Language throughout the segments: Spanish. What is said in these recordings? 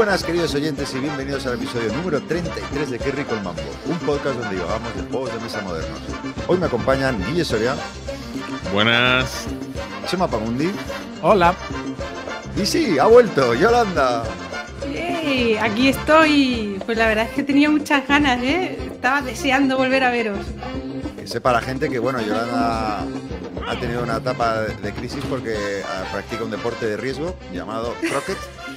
buenas, queridos oyentes, y bienvenidos al episodio número 33 de Qué rico el mambo, un podcast donde divagamos de juegos de mesa modernos. Hoy me acompañan Guille Soria. Buenas. Chema Pamundi. Hola. Y sí, ha vuelto, Yolanda. ¡Yay! Aquí estoy. Pues la verdad es que tenía muchas ganas, ¿eh? Estaba deseando volver a veros. Que sepa la gente que, bueno, Yolanda ha tenido una etapa de crisis porque practica un deporte de riesgo llamado croquet.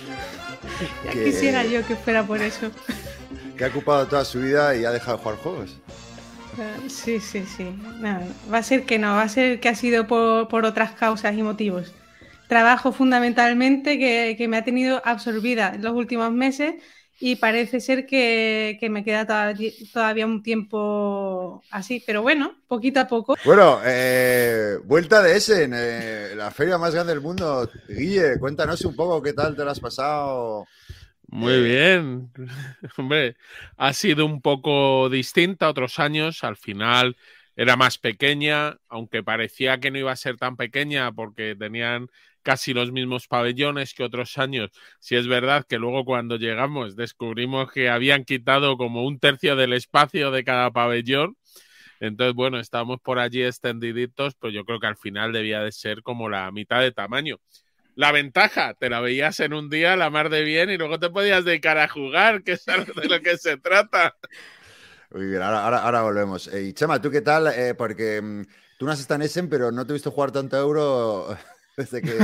Ya quisiera yo que fuera por eso. Que ha ocupado toda su vida y ha dejado de jugar juegos. Sí. No, va a ser que no, va a ser que ha sido por otras causas y motivos. Trabajo fundamentalmente que me ha tenido absorbida en los últimos meses y parece ser que me queda todavía un tiempo así, pero bueno, poquito a poco. Bueno, vuelta de Essen, la feria más grande del mundo. Guille, cuéntanos un poco qué tal te lo has pasado. Muy bien. Hombre, ha sido un poco distinta a otros años. Al final era más pequeña, aunque parecía que no iba a ser tan pequeña porque tenían casi los mismos pabellones que otros años. Sí es verdad que luego cuando llegamos descubrimos que habían quitado como un tercio del espacio de cada pabellón. Entonces, bueno, estábamos por allí extendiditos, pero yo creo que al final debía de ser como la mitad de tamaño. La ventaja, te la veías en un día la mar de bien y luego te podías dedicar a jugar, que es algo de lo que se trata. Muy bien, ahora volvemos. Y Chema, ¿tú qué tal? Porque tú no has estado en Essen, pero no te he visto jugar tanto Euro desde que...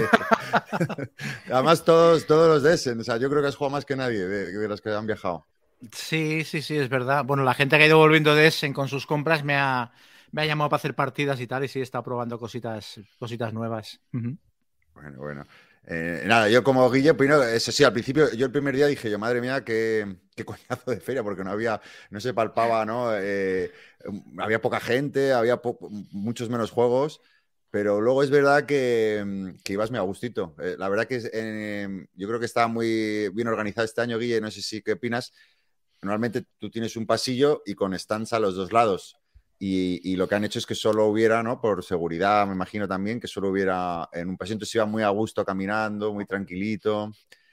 Además, todos los de Essen. O sea, yo creo que has jugado más que nadie de los que han viajado. Sí, es verdad. Bueno, la gente que ha ido volviendo de Essen con sus compras me ha llamado para hacer partidas y tal, y sí, he estado probando cositas nuevas. Uh-huh. Bueno. Nada, yo como Guille, pues eso sí, al principio, yo el primer día dije yo, madre mía, qué coñazo de feria, porque no se palpaba, ¿no? Había poca gente, había muchos menos juegos, pero luego es verdad que ibas muy a gustito. La verdad que yo creo que estaba muy bien organizado este año, Guille, no sé si qué opinas. Normalmente tú tienes un pasillo y con stands a los dos lados. Y lo que han hecho es que solo hubiera, ¿no? Por seguridad, me imagino también, que solo hubiera en un pasillo. Entonces iba muy a gusto caminando, muy tranquilito.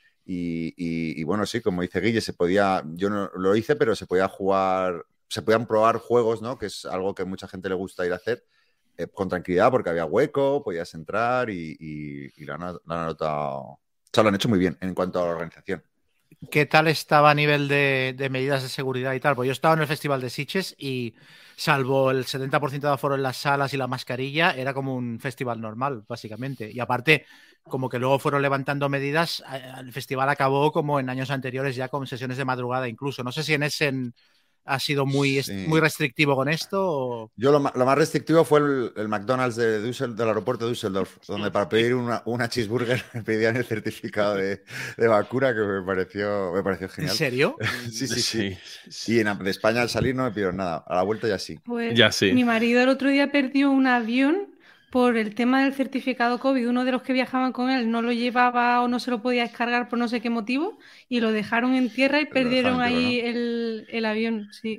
Y bueno, sí, como dice Guille, yo no lo hice, pero se podía jugar, se podían probar juegos, ¿no? Que es algo que mucha gente le gusta ir a hacer con tranquilidad porque había hueco, podías entrar y lo han anotado. O sea, lo han hecho muy bien en cuanto a la organización. ¿Qué tal estaba a nivel de medidas de seguridad y tal? Pues yo estaba en el Festival de Sitges y salvo el 70% de aforo en las salas y la mascarilla, era como un festival normal, básicamente. Y aparte, como que luego fueron levantando medidas, el festival acabó como en años anteriores ya con sesiones de madrugada incluso. No sé si en Essen ha sido muy restrictivo con esto o... Yo lo más restrictivo fue el McDonald's del aeropuerto de Düsseldorf, donde para pedir una cheeseburger me pedían el certificado de vacuna, que me pareció genial. ¿En serio? Sí. Y de España al salir no me pidieron nada, a la vuelta ya sí. Pues ya sí. Mi marido el otro día perdió un avión por el tema del certificado COVID. Uno de los que viajaban con él no lo llevaba o no se lo podía descargar por no sé qué motivo y lo dejaron en tierra y perdieron ahí el avión, sí.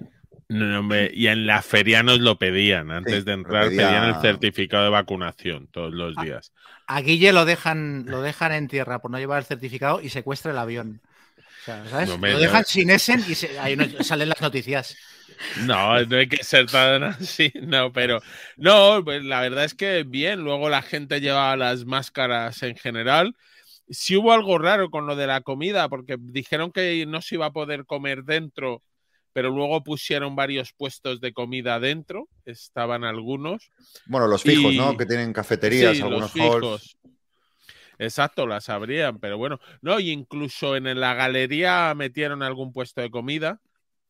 No, hombre, y en la feria nos lo pedían. Antes de entrar pedían el certificado de vacunación todos los días. A Guille lo dejan en tierra por no llevar el certificado y secuestra el avión. O sea, ¿sabes? Lo dejan sin Essen y ahí salen las noticias. No hay que ser tan así, no, pero no, pues la verdad es que bien, luego la gente llevaba las máscaras en general. Sí hubo algo raro con lo de la comida, porque dijeron que no se iba a poder comer dentro, pero luego pusieron varios puestos de comida dentro, estaban algunos. Bueno, los fijos, ¿no? Que tienen cafeterías, sí, algunos halls. Exacto, las abrían, pero bueno, no, y incluso en la galería metieron algún puesto de comida.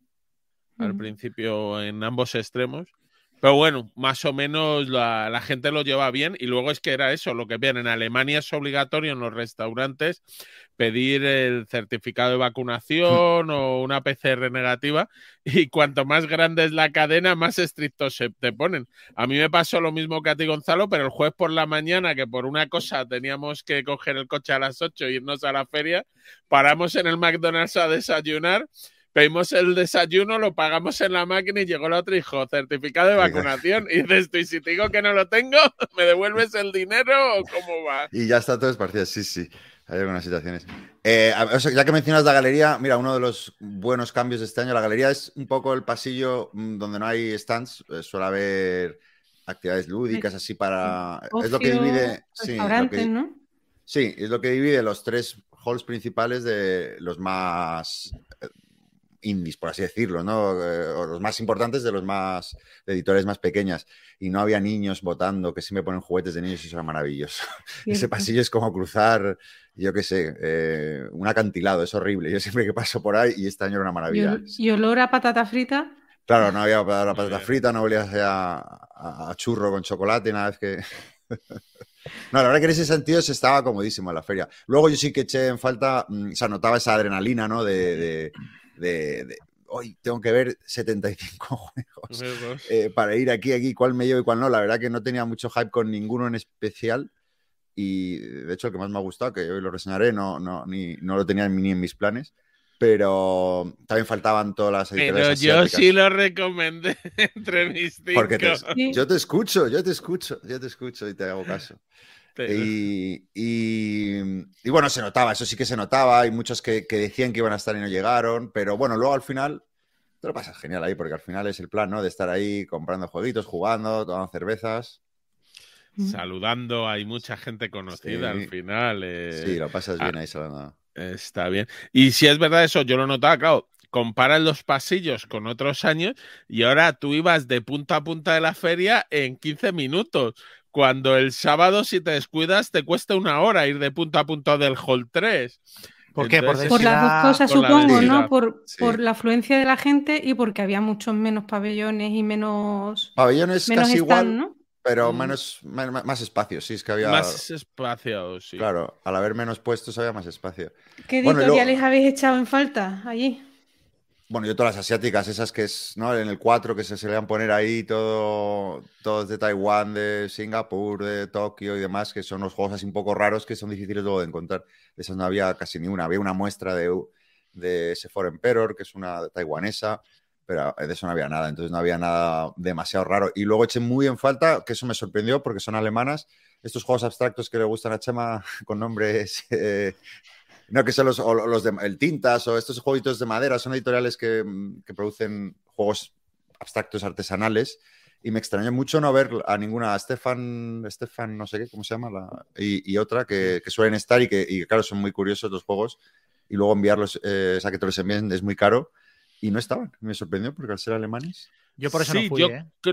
Al principio en ambos extremos. Pero bueno, más o menos la gente lo lleva bien. Y luego es que era eso, lo que vean. En Alemania es obligatorio en los restaurantes pedir el certificado de vacunación o una PCR negativa. Y cuanto más grande es la cadena, más estrictos se te ponen. A mí me pasó lo mismo que a ti, Gonzalo, pero el jueves por la mañana, que por una cosa teníamos que coger el coche a las 8 e irnos a la feria, paramos en el McDonald's a desayunar. Pedimos el desayuno, lo pagamos en la máquina y llegó el otro y dijo, certificado de vacunación. Y dices tú, y si te digo que no lo tengo, ¿me devuelves el dinero o cómo va? Y ya está todo esparcido, sí. Hay algunas situaciones. O sea, ya que mencionas la galería, mira, uno de los buenos cambios de este año, la galería es un poco el pasillo donde no hay stands, suele haber actividades lúdicas así para... Ocio, es lo que divide... restaurantes, ¿no? Sí, es lo que divide los 3 halls principales de los más indies, por así decirlo, ¿no? O los más importantes de los más de editoriales más pequeñas. Y no había niños votando, que siempre ponen juguetes de niños y eso era maravilloso. Ese pasillo es como cruzar, yo qué sé, un acantilado, es horrible. Yo siempre que paso por ahí, y este año era una maravilla. Y olor a patata frita. Claro, no había la patata frita, no olía a churro con chocolate, nada, es que... No, la verdad que en ese sentido se estaba comodísimo en la feria. Luego yo sí que eché en falta, o sea, notaba esa adrenalina, ¿no? De hoy tengo que ver 75 juegos para ir aquí, cuál me llevo y cuál no. La verdad que no tenía mucho hype con ninguno en especial y de hecho el que más me ha gustado, que hoy lo reseñaré, no lo tenía ni en mis planes, pero también faltaban todas las editoriales Pero asiáticas. yo sí lo recomendé entre mis 5. Porque yo te escucho y te hago caso. Y bueno, se notaba, eso sí que se notaba. Hay muchos que decían que iban a estar y no llegaron, pero bueno, luego al final te lo pasas genial ahí, porque al final es el plan, ¿no? De estar ahí comprando jueguitos, jugando, tomando cervezas. Saludando, hay mucha gente conocida al final. Sí, lo pasas bien ahí saludando. Está bien. Y si es verdad eso, yo lo notaba, claro. Comparas los pasillos con otros años y ahora tú ibas de punta a punta de la feria en 15 minutos. Cuando el sábado, si te descuidas, te cuesta 1 hora ir de punta a punta del Hall 3. ¿Por qué? Por las dos cosas, supongo, ¿no? Por la afluencia afluencia de la gente y porque había muchos menos pabellones y menos... Pabellones menos casi stand, igual, ¿no? pero más espacio. Sí, es que había... Más espacio, sí. Claro, al haber menos puestos había más espacio. ¿Qué editoriales habéis echado en falta allí? Bueno, yo todas las asiáticas, esas que es, ¿no? En el 4 que se solían poner ahí, todos de Taiwán, de Singapur, de Tokio y demás, que son los juegos así un poco raros que son difíciles luego de encontrar. De esas no había casi ni una. Había una muestra de ese For Emperor, que es una taiwanesa, pero de eso no había nada. Entonces no había nada demasiado raro. Y luego eché muy en falta, que eso me sorprendió porque son alemanas, estos juegos abstractos que le gustan a Chema con nombres... No, que son los de el Tintas o estos jueguitos de madera, son editoriales que producen juegos abstractos artesanales y me extrañó mucho no ver a ninguna Stefan no sé qué, ¿cómo se llama? Y otra que suelen estar y que claro, son muy curiosos los juegos y luego enviarlos, o sea, que te los envíen es muy caro y no estaban. Me sorprendió porque al ser alemanes... Yo por eso no fui,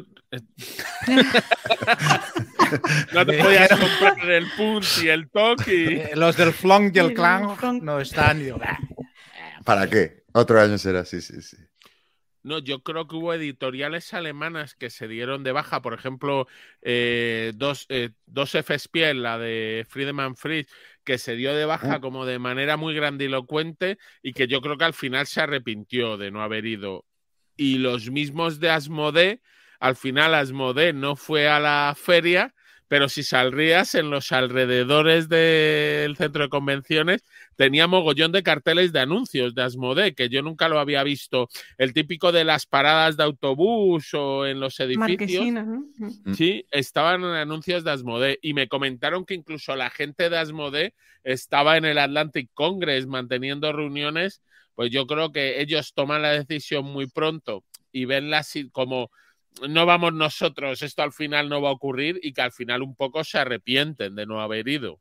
No te podías comprar el Punch y el Tok y... Los del Flonk y el Clank no están. Digo, ¿para qué? Otro año será, sí. No, yo creo que hubo editoriales alemanas que se dieron de baja. Por ejemplo, dos FSPL, la de Friedemann Fritz, que se dio de baja como de manera muy grandilocuente y que yo creo que al final se arrepintió de no haber ido. Y los mismos de Asmodee, al final Asmodee no fue a la feria, pero si salrías en los alrededores del centro de convenciones, tenía mogollón de carteles de anuncios de Asmodee, que yo nunca lo había visto. El típico de las paradas de autobús o en los edificios. Marquesina, ¿no? Sí, estaban anuncios de Asmodee y me comentaron que incluso la gente de Asmodee estaba en el Atlantic Congress manteniendo reuniones. Pues yo creo que ellos toman la decisión muy pronto y venla así como no vamos nosotros, esto al final no va a ocurrir y que al final un poco se arrepienten de no haber ido.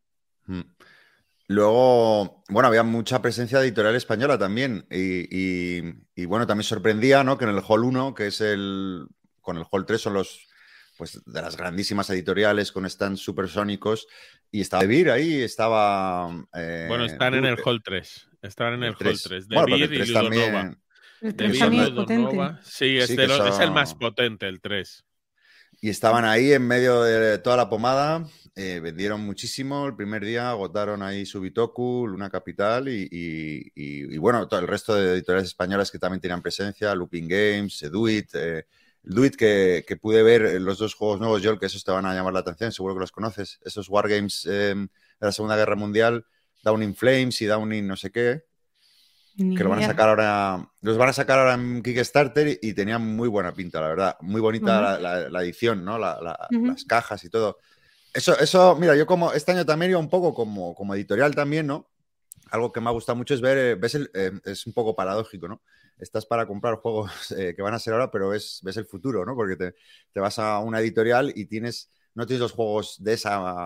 Luego, bueno, había mucha presencia de editorial española también y bueno, también sorprendía, ¿no? Que en el Hall 1, que es con el Hall 3 son los, pues, de las grandísimas editoriales con stands supersónicos y estaba De Beer ahí, estaba... bueno, están en el Hall 3. Estaban en el Hall 3. De bueno, Beer y Ludonova. El 3 también es potente. Sí, es el más potente, el 3. Y estaban ahí en medio de toda la pomada, vendieron muchísimo. El primer día agotaron ahí Subitoku, Luna Capital y bueno, todo el resto de editoriales españolas que también tenían presencia, Looping Games, Duit, Duit que pude ver los 2 juegos nuevos, Joel, que esos te van a llamar la atención, seguro que los conoces, esos Wargames de la Segunda Guerra Mundial, Down in Flames y Down in no sé qué, que los van a sacar ahora en Kickstarter y tenían muy buena pinta, la verdad. Muy bonita la edición, ¿no? Las cajas y todo. Eso, mira, yo como este año también iba un poco como editorial también, ¿no? Algo que me ha gustado mucho es ver, es un poco paradójico, ¿no? Estás para comprar juegos que van a ser ahora, pero ves el futuro, ¿no? Porque te vas a una editorial y no tienes los juegos de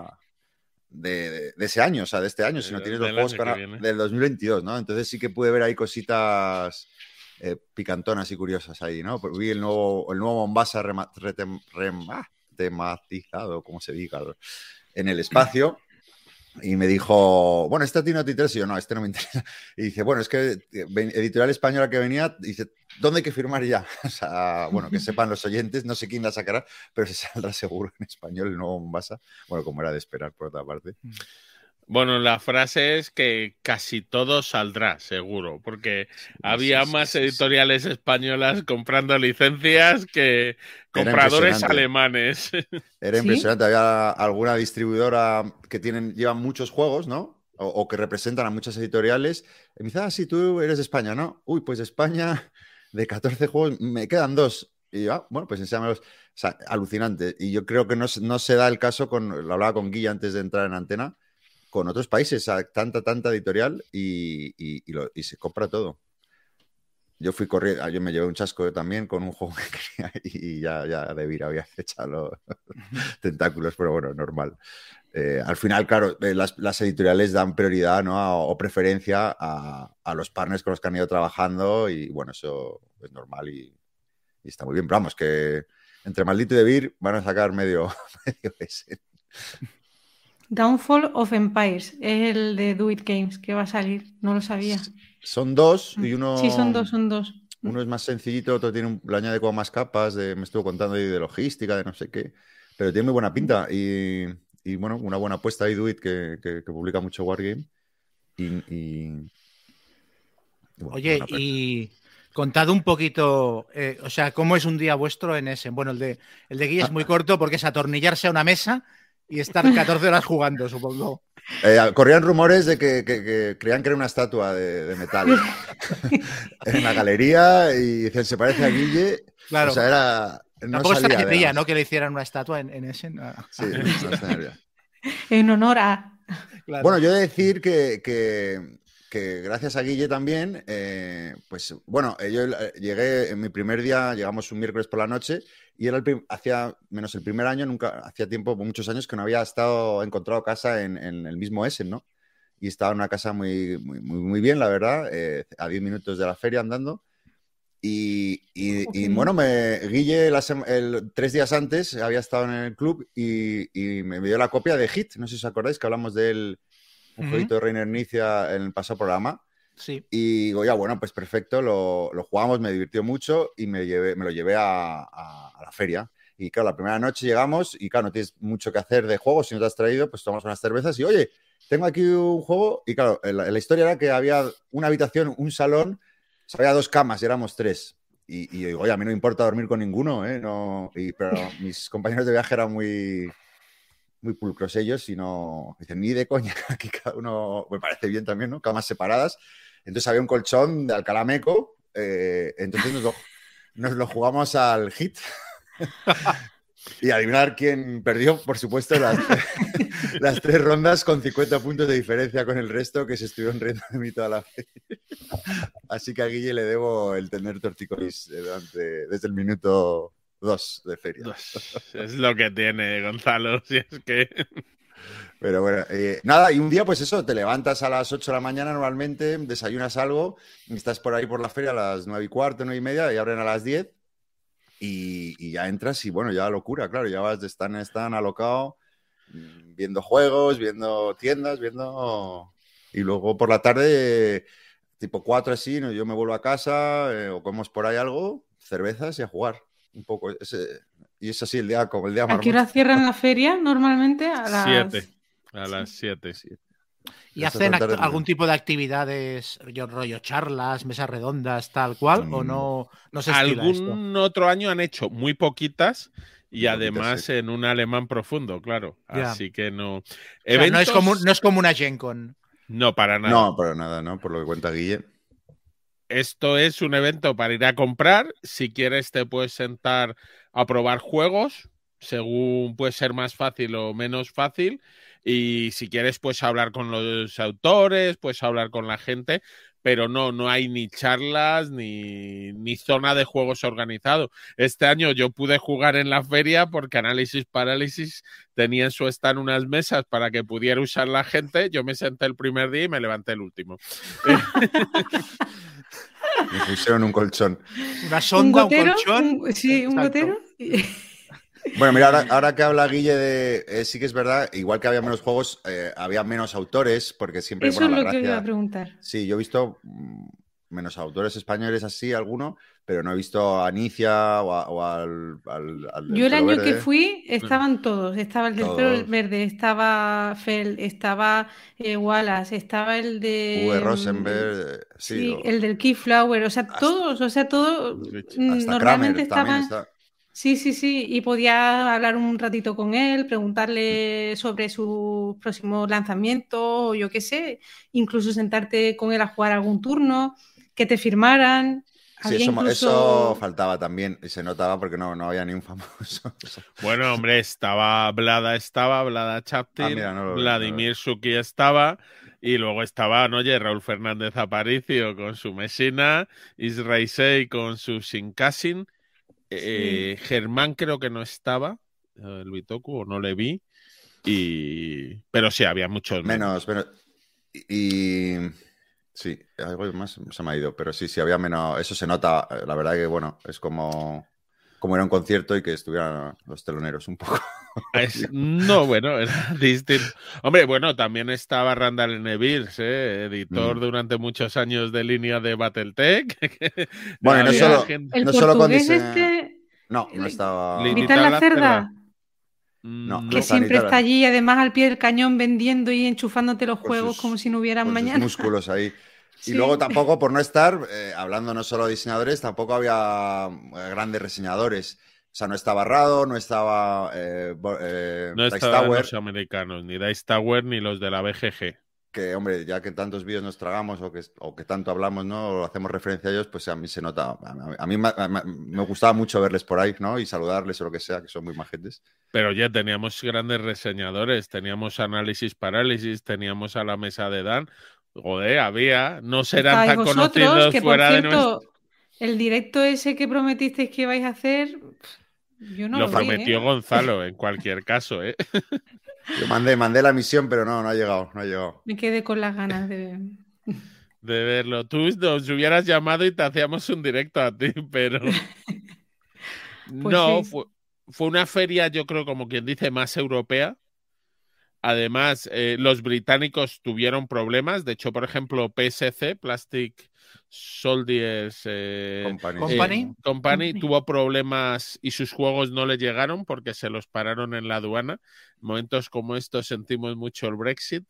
ese año, o sea, de este año, sino tienes los juegos del 2022, ¿no? Entonces sí que pude ver ahí cositas picantonas y curiosas ahí, ¿no? Vi el nuevo Mombasa tematizado, como se diga, en el espacio. Y me dijo, bueno, ¿este a ti no te interesa? Y yo, no, este no me interesa. Y dice, bueno, es que editorial española que venía, dice, ¿dónde hay que firmar ya? O sea, bueno, que sepan los oyentes, no sé quién la sacará, pero se saldrá seguro en español el nuevo Mombasa. Bueno, como era de esperar, por otra parte. Bueno, la frase es que casi todo saldrá, seguro, porque había más editoriales españolas comprando licencias que compradores alemanes. Era impresionante. Había alguna distribuidora que llevan muchos juegos, ¿no? O que representan a muchas editoriales. Y me dice, sí, tú eres de España, ¿no? Uy, pues de España, de 14 juegos, me quedan 2. Y yo, bueno, pues enséñamelos. O sea, alucinante. Y yo creo que no se da el caso lo hablaba con Guilla antes de entrar en antena, con otros países, tanta editorial y se compra todo. Yo fui corriendo, yo me llevé un chasco también con un juego que quería y ya de Vir había echado los tentáculos, pero bueno, normal. Al final, claro, las editoriales dan prioridad, ¿no? o preferencia a los partners con los que han ido trabajando y bueno, eso es normal y está muy bien. Pero vamos, que entre Maldito y de Vir van a sacar medio ese. Downfall of Empires, es el de Do It Games, que va a salir, no lo sabía. Son 2 y uno... Sí, son dos. Uno es más sencillito, otro le añade como más capas, me estuvo contando ahí de logística, de no sé qué, pero tiene muy buena pinta y bueno, una buena apuesta ahí, Do It, que publica mucho Wargame bueno, oye, y contad un poquito, o sea, ¿cómo es un día vuestro en Essen? Bueno, el de Guille es muy corto porque es atornillarse a una mesa y estar 14 horas jugando, supongo. Corrían rumores de que creían que era una estatua de metal en la galería y dicen, se parece a Guille. Claro. O sea, era... Tampoco extrañaría, ¿no? Que le hicieran una estatua en Essen. Sí, no extrañaría. En honor a... Claro. Bueno, yo he de decir que gracias a Guille también, pues bueno, yo llegué en mi primer día, llegamos un miércoles por la noche y era hacía menos el primer año, hacía tiempo, muchos años que no había encontrado casa en el mismo Essen, ¿no? Y estaba en una casa muy, muy, muy, muy bien, la verdad, a 10 minutos de la feria andando. Y bueno, Guille 3 días antes había estado en el club y me dio la copia de Hit, no sé si os acordáis que hablamos de él. Un jueguito de Reiner Inicia en el pasado programa. Sí. Y digo, ya, bueno, pues perfecto, lo jugamos, me divirtió mucho y me lo llevé a la feria. Y claro, la primera noche llegamos y claro, no tienes mucho que hacer de juegos. Si no te has traído, pues tomamos unas cervezas y, oye, tengo aquí un juego. Y claro, la historia era que había una habitación, un salón, o sea, había 2 camas y éramos 3. Y yo digo, oye, a mí no me importa dormir con ninguno, ¿eh? No, pero mis compañeros de viaje eran muy pulcros ellos y no dicen ni de coña, aquí cada uno me parece bien también, ¿no? Camas separadas. Entonces había un colchón de Alcalá Meco, entonces nos lo jugamos al Hit y adivinar quién perdió, por supuesto, las 3 rondas con 50 puntos de diferencia con el resto que se estuvieron riendo de mí toda la fe. Así que a Guille le debo el tener tortícolis desde el minuto 2 de feria. Es lo que tiene Gonzalo, si es que... Pero bueno, nada, y un día pues eso, te levantas a las 8 de la mañana normalmente, desayunas algo, y estás por ahí por la feria a las 9:15, 9:30 y abren a las 10 y ya entras y bueno, ya locura, claro, ya vas de stand en stand alocado, viendo juegos, viendo tiendas, y luego por la tarde, tipo 4 así, yo me vuelvo a casa o comemos por ahí algo, cervezas y a jugar. Un poco, y es así el día como el día marmota. ¿A qué hora cierran la feria normalmente? A las 7. A las 7. ¿Y hacen algún tipo de actividades, rollo charlas, mesas redondas, tal cual? ¿O no se estila algún esto? otro año han hecho muy poquitas y además sí. en un alemán profundo, claro. Ya. Así que no... O sea, Eventos... no es como una Gen Con. No, para nada. No, para nada, ¿no? Por lo que cuenta Guille. Esto es un evento para ir a comprar. Si quieres te puedes sentar a probar juegos según puede ser más fácil o menos fácil. Y si quieres, pues hablar con los autores, pues hablar con la gente, pero no hay ni charlas ni zona de juegos organizado. Este año yo pude jugar en la feria porque Análisis Parálisis tenía en su stand unas mesas para que pudiera usar la gente. Yo me senté el primer día y me levanté el último. Me pusieron un colchón. Una sonda, un gotero, colchón. sí, un Exacto. gotero. Bueno, mira, ahora que habla Guille de... sí que es verdad, igual que había menos juegos, había menos autores, porque siempre... Eso bueno, es la lo que gracia... iba a preguntar. Sí, yo he visto menos autores españoles así, alguno, pero no he visto a Anicia o al del Yo el pelo año verde. que fui estaban todos. Estaba el del pelo Todos. verde, estaba Fell, estaba Wallace, estaba el de... Uwe Rosenberg, sí, Sí, el del Keyflower, o sea, todos hasta normalmente Kramer también estaban... está. Sí, y podía hablar un ratito con él, preguntarle sobre sus próximos lanzamientos, o yo qué sé, incluso sentarte con él a jugar algún turno, que te firmaran. Sí, Había eso faltaba también, y se notaba porque no había ni un famoso. Bueno, hombre, estaba Vlada Chaptin, Mira, no lo veo, Vladimir Suki estaba, y luego estaba, ¿no? Oye, Raúl Fernández Aparicio con su Messina, Israel Sei con su Shinkasin, Sí. Germán creo que no estaba, el Bitoku, o no le vi, pero sí, había muchos menos. Y sí, algo más se me ha ido, pero sí, había menos. Eso se nota, la verdad que, bueno, es como era un concierto y que estuvieran los teloneros un poco. No, bueno, era distinto. Hombre, bueno, también estaba Randall Neville, editor durante muchos años de línea de Battletech. Bueno, no solo, El no solo con portugués No estaba. Vital La Cerda. No, que siempre está allí, además al pie del cañón vendiendo y enchufándote los juegos como si no hubieran con mañana. Sus músculos ahí. Sí. Y luego tampoco, por no estar, hablando no solo de diseñadores, tampoco había grandes reseñadores. O sea, no estaba Rado, no estaba no Dice estaban Tower, los americanos, ni Dice Tower ni los de la BGG. Que, hombre, ya que tantos vídeos nos tragamos o que tanto hablamos, ¿no? O hacemos referencia a ellos, pues a mí se nota. A mí me gustaba mucho verles por ahí, ¿no? Y saludarles o lo que sea, que son muy majentes. Pero ya teníamos grandes reseñadores, teníamos Análisis Parálisis, teníamos a la mesa de Dan. Joder, había, no serán tan conocidos que, fuera por cierto, de nuestro... El directo ese que prometisteis que ibais a hacer, yo no lo vi, prometió Gonzalo, en cualquier caso, ¿eh? Yo mandé la misión, pero no ha llegado. Me quedé con las ganas de verlo. Tú nos hubieras llamado y te hacíamos un directo a ti, pero... Pues no, sí. fue una feria, yo creo, como quien dice, más europea. Además, los británicos tuvieron problemas. De hecho, por ejemplo, PSC, Plastic Soldiers Company tuvo problemas y sus juegos no le llegaron porque se los pararon en la aduana. En momentos como estos sentimos mucho el Brexit.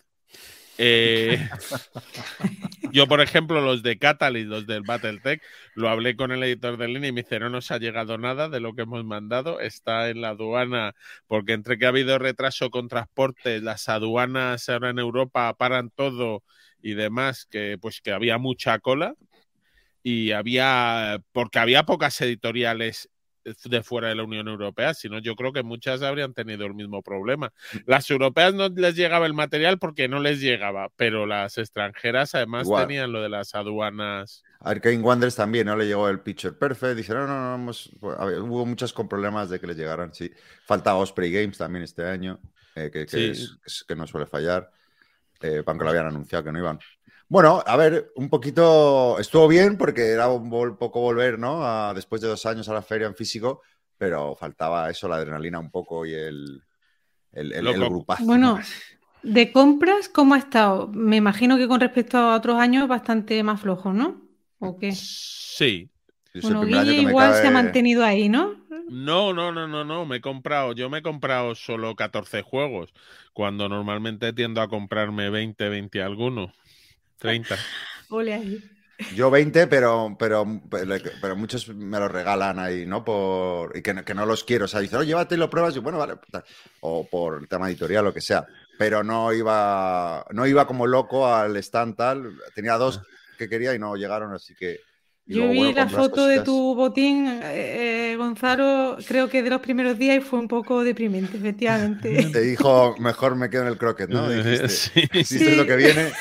Yo, por ejemplo, los de Catalyst, los del Battletech, lo hablé con el editor de línea y me dice, no nos ha llegado nada de lo que hemos mandado, está en la aduana, porque entre que ha habido retraso con transporte, las aduanas ahora en Europa paran todo y demás, que había mucha cola y porque había pocas editoriales de fuera de la Unión Europea, sino yo creo que muchas habrían tenido el mismo problema. Las europeas no les llegaba el material porque no les llegaba, pero las extranjeras además tenían lo de las aduanas. Arcane Wonders también no le llegó el Picture Perfect, dijeron hubo muchos con problemas de que les llegaran, sí. Falta Osprey Games también este año, que no suele fallar, aunque lo habían anunciado que no iban. Bueno, a ver, un poquito estuvo bien porque era un poco volver, ¿no? Después de 2 años a la feria en físico, pero faltaba eso, la adrenalina un poco y el grupazo. Bueno, de compras, ¿cómo ha estado? Me imagino que con respecto a otros años bastante más flojo, ¿no? ¿O qué? Sí. Bueno, Guille igual se ha mantenido ahí, ¿no? No, yo me he comprado solo 14 juegos, cuando normalmente tiendo a comprarme 20 alguno. 30. Ole ahí. Yo 20, pero muchos me los regalan ahí, ¿no? Y que no los quiero. O sea, dicen, llévate y lo pruebas. Y bueno, vale. O por el tema editorial, lo que sea. Pero no iba como loco al stand tal. Tenía 2 que quería y no llegaron, así que Y Yo luego, vi bueno, la compras foto de cositas. tu botín, Gonzalo, creo que de los primeros días y fue un poco deprimente, efectivamente. Te dijo, mejor me quedo en el croquet, ¿no? Dijiste, Sí. si esto es lo que viene.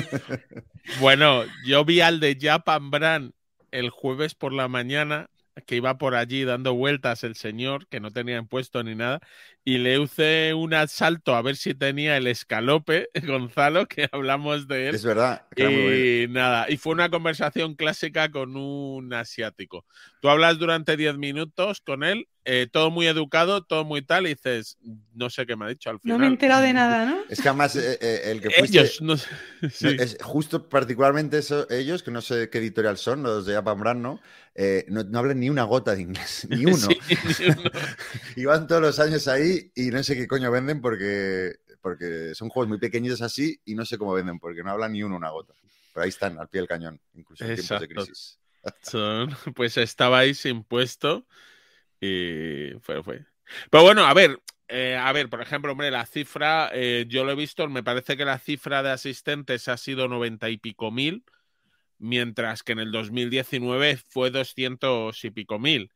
Bueno, yo vi al de Japan Brand el jueves por la mañana, que iba por allí dando vueltas el señor, que no tenía impuesto ni nada, y le hice un asalto a ver si tenía el escalope, Gonzalo, que hablamos de él. Es verdad, que era muy bonito. Y nada, y fue una conversación clásica con un asiático. Tú hablas durante 10 minutos con él, todo muy educado, todo muy tal, y dices, no sé qué me ha dicho al No me he final. enterado de nada, ¿no? Es que además el que fuiste... Ellos, no sé. Sí. Es justo particularmente ellos, que no sé qué editorial son, los de Japan Brand, ¿no? No hablan ni una gota de inglés, ni uno. Sí, ni uno. Y van todos los años ahí y no sé qué coño venden porque son juegos muy pequeñitos así y no sé cómo venden porque no hablan ni uno una gota. Pero ahí están, al pie del cañón, incluso en tiempos de Exacto. crisis. Pues estaba ahí sin puesto y fue. Pero bueno, a ver, por ejemplo, hombre, la cifra, yo lo he visto, me parece que la cifra de asistentes ha sido 90 y pico mil, mientras que en el 2019 fue 200 y pico mil.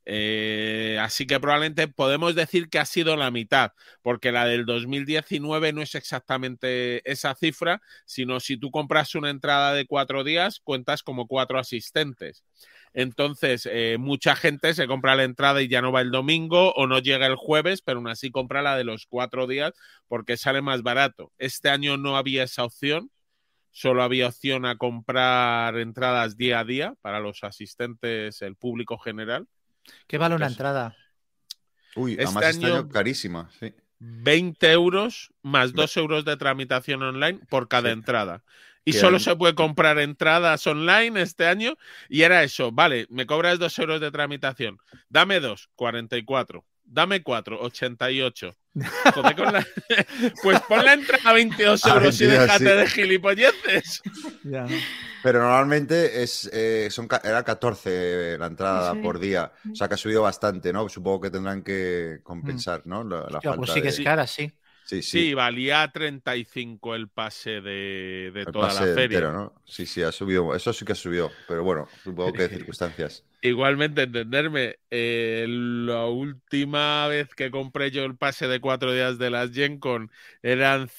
Así que probablemente podemos decir que ha sido la mitad, porque la del 2019 no es exactamente esa cifra, sino si tú compras una entrada de 4 días, cuentas como 4 asistentes. Entonces, mucha gente se compra la entrada y ya no va el domingo o no llega el jueves, pero aún así compra la de los 4 días porque sale más barato. Este año no había esa opción. Solo había opción a comprar entradas día a día para los asistentes, el público general. ¿Qué vale una Entonces, entrada? Uy, además este año carísima, sí. 20 euros más 2 euros de tramitación online por cada Sí. entrada. Y Que solo hay- se puede comprar entradas online este año. Y era eso, vale, me cobras 2 euros de tramitación. Dame 2, 44. Dame 4, 88. Joder, pues pon la entrada a 22 A euros 22, y déjate sí. de gilipolleces. Ya. Pero normalmente era 14 la entrada Sí. por día. O sea que ha subido bastante, ¿no? Supongo que tendrán que compensar, ¿no? La Hostia, falta pues sí que es de... cara, sí. Sí, Sí, valía 35 el pase de El toda pase la feria. entero, ¿no? Sí, ha subido. Eso sí que ha subido. Pero bueno, supongo que de circunstancias. Igualmente, entenderme, la última vez que compré yo el pase de 4 días de las Gen Con eran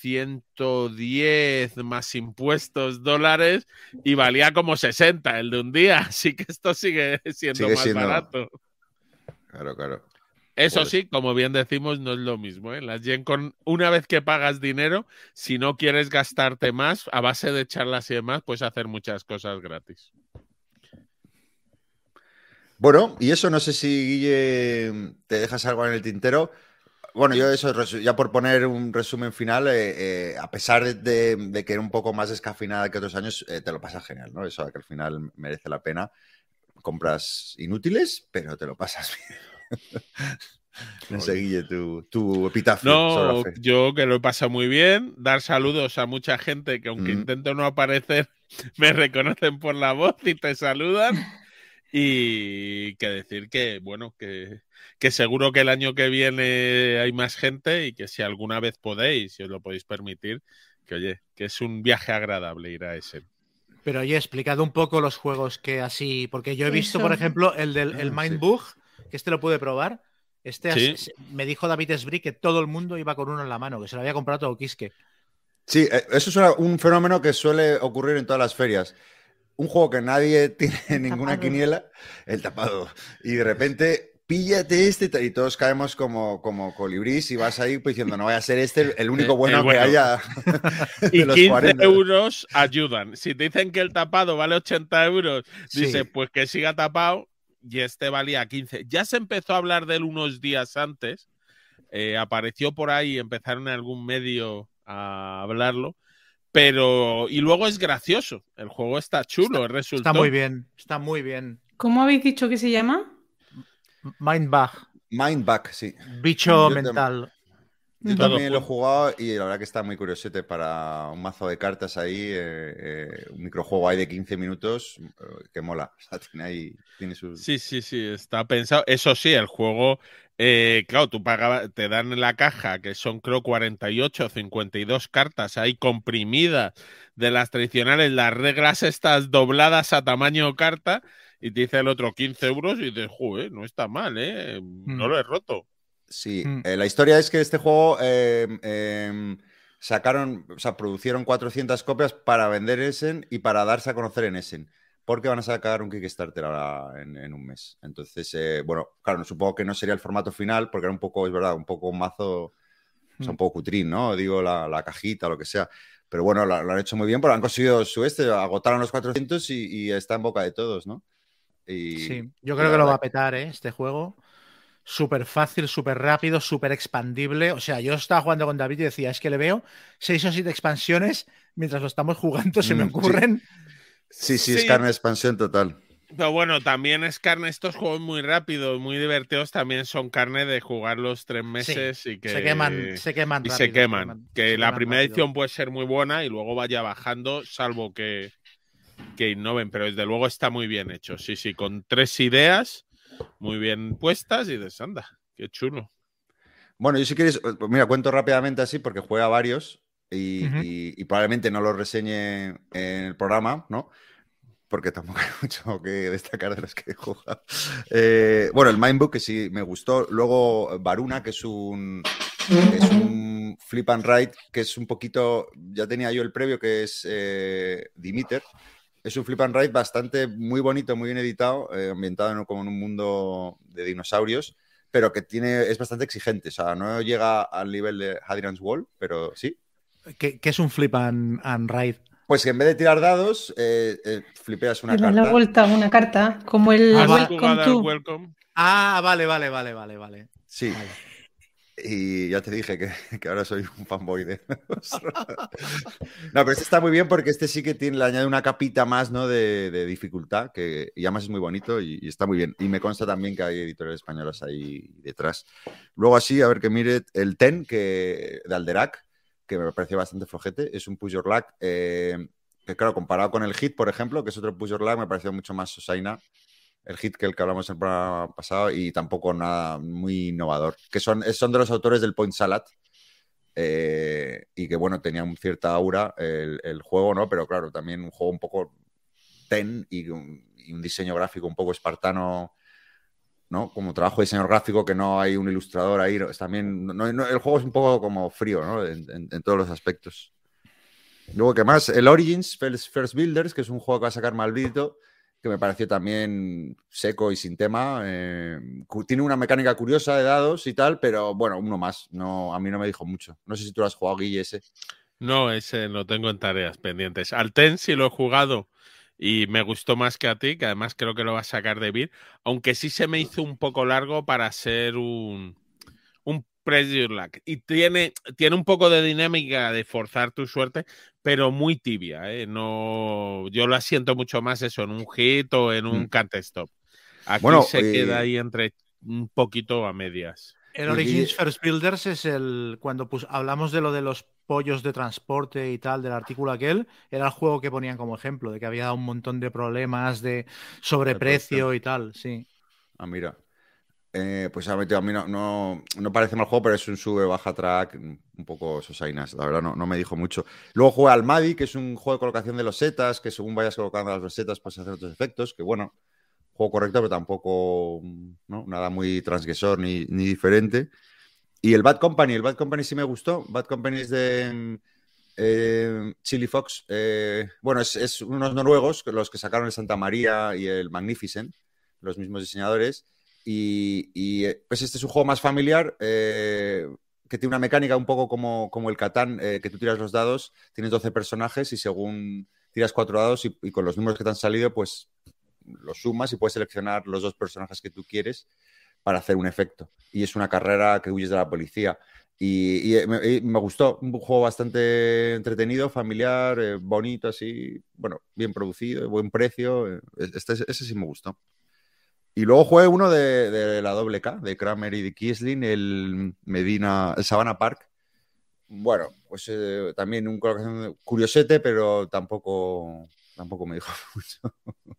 110 más impuestos dólares y valía como 60 el de un día, así que esto sigue siendo Sigue más siendo... barato. Claro. Eso Joder. sí, como bien decimos, no es lo mismo, ¿eh? Las Gen Con, una vez que pagas dinero, si no quieres gastarte más, a base de charlas y demás, puedes hacer muchas cosas gratis. Bueno, y eso no sé si, Guille, te dejas algo en el tintero. Bueno, yo eso, ya por poner un resumen final, a pesar de que era un poco más descafeinada que otros años, te lo pasas genial, ¿no? Eso que al final merece la pena. Compras inútiles, pero te lo pasas bien. No sé, Guille, tu epitafio sobre la No, fe. yo que lo he pasado muy bien, dar saludos a mucha gente que aunque intento no aparecer, me reconocen por la voz y te saludan. Y que decir que, bueno, que seguro que el año que viene hay más gente y que si alguna vez podéis, si os lo podéis permitir, que oye, que es un viaje agradable ir a ese. Pero oye, explicad un poco los juegos que así, porque yo he visto, Eso. por ejemplo, el del el Mind sí. Bug, que este lo pude probar. Sí. Me dijo David Esbrí que todo el mundo iba con uno en la mano, que se lo había comprado todo Quisque. Sí, eso es un fenómeno que suele ocurrir en todas las ferias. Un juego que nadie tiene ninguna tapado. quiniela, el tapado. Y de repente, píllate este, y todos caemos como colibrís y vas ahí pues, diciendo, no vaya a ser este el único bueno, bueno. que haya. Y los 15 40. euros ayudan. Si te dicen que el tapado vale 80 euros, Sí. dices, pues que siga tapado, y este valía 15. Ya se empezó a hablar de él unos días antes. Apareció por ahí, empezaron en algún medio a hablarlo. Pero, y luego es gracioso. El juego está chulo, el resultado. Está muy bien, está muy bien. ¿Cómo habéis dicho que se llama? Mindbug, Mindback, sí. bicho Yo mental. Yo Todo también lo he junto. jugado y la verdad que está muy curiosete para un mazo de cartas ahí, un microjuego ahí de 15 minutos que mola. O sea, tiene sus... Sí, sí, sí, está pensado. Eso sí, el juego, claro, tú pagabas, te dan en la caja, que son creo 48 o 52 cartas ahí comprimidas de las tradicionales, las reglas estas dobladas a tamaño carta, y te dice el otro 15 euros y dices, joder, no está mal, ¿eh? No Mm, lo he roto. Sí, mm. la historia es que este juego sacaron, o sea, producieron 400 copias para vender Essen y para darse a conocer en Essen, porque van a sacar un Kickstarter ahora en un mes. Entonces, bueno, claro, supongo que no sería el formato final, porque era un poco, es verdad, un poco un mazo, o sea, un poco cutrín, ¿no? Digo, la cajita, lo que sea. Pero bueno, lo han hecho muy bien, porque han conseguido su agotaron los 400 y está en boca de todos, ¿no? Y, Sí, yo y creo la que lo va verdad a petar, ¿eh? Este juego. Súper fácil, súper rápido, súper expandible. O sea, yo estaba jugando con David y decía, es que le veo 6 o 7 expansiones mientras lo estamos jugando, se me sí, ocurren. sí, es Sí, carne de expansión total. pero bueno, también es carne, estos juegos muy rápidos, muy divertidos, también son carne de jugar los 3 Sí, meses y se queman, que se queman y se rápido, queman. Que se la queman primera rápido. edición puede ser muy buena y luego vaya bajando, salvo que innoven, pero desde luego está muy bien hecho. Sí, sí, con 3 ideas muy bien puestas y dices, anda, qué chulo. Bueno, yo si quieres, pues mira, cuento rápidamente así porque juega varios Ujú. y probablemente no los reseñe en el programa, ¿no? Porque tampoco hay mucho que destacar de los que he jugado. Bueno, el Mindbook, que sí me gustó. Luego Varuna, que es un flip and write, que es un poquito, ya tenía yo el previo, que es Dimiter. Es un flip and write bastante muy bonito, muy bien editado, ambientado como en un mundo de dinosaurios, pero que es bastante exigente. O sea, no llega al nivel de Hadrian's Wall, pero sí. ¿Qué es un flip and ride? Pues que en vez de tirar dados, flipeas una Le das la carta. vuelta a una carta, como el Ah, ¿Has Welcome jugado al to. Welcome? Ah, vale. Sí. Vale. Y ya te dije que ahora soy un fanboy de... No, pero este está muy bien porque este sí que le añade una capita más, ¿no? de dificultad, y además es muy bonito y está muy bien. Y me consta también que hay editoriales españolas ahí detrás. Luego así, a ver que mire el Ten, de Alderac, que me pareció bastante flojete. Es un push your luck, que claro, comparado con el Hit, por ejemplo, que es otro push your luck, me pareció mucho más sosaina el Hit que el que hablamos el programa pasado y tampoco nada muy innovador. Que son de los autores del Point Salad, y que bueno, tenía una cierta aura el juego, ¿no? Pero claro, también un juego un poco ten y un diseño gráfico un poco espartano, ¿no? Como trabajo de diseño gráfico que no hay un ilustrador ahí. Es también, el juego es un poco como frío, ¿no? En todos los aspectos. Luego, ¿qué más? El Origins First Builders, que es un juego que va a sacar Maldito, que me pareció también seco y sin tema. Tiene una mecánica curiosa de dados y tal, pero bueno, uno más. No, a mí no me dijo mucho. No sé si tú lo has jugado, Guille, ese. No, ese lo tengo en tareas pendientes. Al Ten sí lo he jugado y me gustó más que a ti, que además creo que lo vas a sacar de Beat, aunque sí se me hizo un poco largo para ser un Press Your Luck. Y tiene un poco de dinámica de forzar tu suerte, pero muy tibia, ¿eh? No, yo lo siento mucho más eso en un hit o en un can't stop. Aquí Bueno, se queda ahí entre un poquito a medias. El Guille, Origins First Builders es cuando hablamos de lo de los pollos de transporte y tal, del artículo aquel, era el juego que ponían como ejemplo, de que había un montón de problemas de de producción. sobreprecio y tal, sí. Ah, mira. Pues a mí no parece mal juego, pero es un sube-baja track un poco sosainas. La verdad, no me dijo mucho. Luego juega al Madi, que es un juego de colocación de losetas, que según vayas colocando las losetas, pues hacer otros efectos. Que bueno, juego correcto, pero tampoco, ¿no? Nada muy transgresor ni diferente. Y el Bad Company sí me gustó. Bad Company es de Chili Fox. Bueno, es unos noruegos, los que sacaron el Santa María y el Magnificent, los mismos diseñadores. Pues este es un juego más familiar, que tiene una mecánica un poco como el Catán, que tú tiras los dados, tienes 12 personajes y según tiras 4 dados y con los números que te han salido, pues los sumas y puedes seleccionar los 2 personajes que tú quieres para hacer un efecto. Y es una carrera que huyes de la policía. Y me gustó, un juego bastante entretenido, familiar, bonito, así, bueno, bien producido, buen precio. Ese sí me gustó. Y luego jugué uno de la doble K, de Kramer y de Kiesling, el Savannah Park. Bueno, pues también un colocación curiosete, pero tampoco me dijo mucho.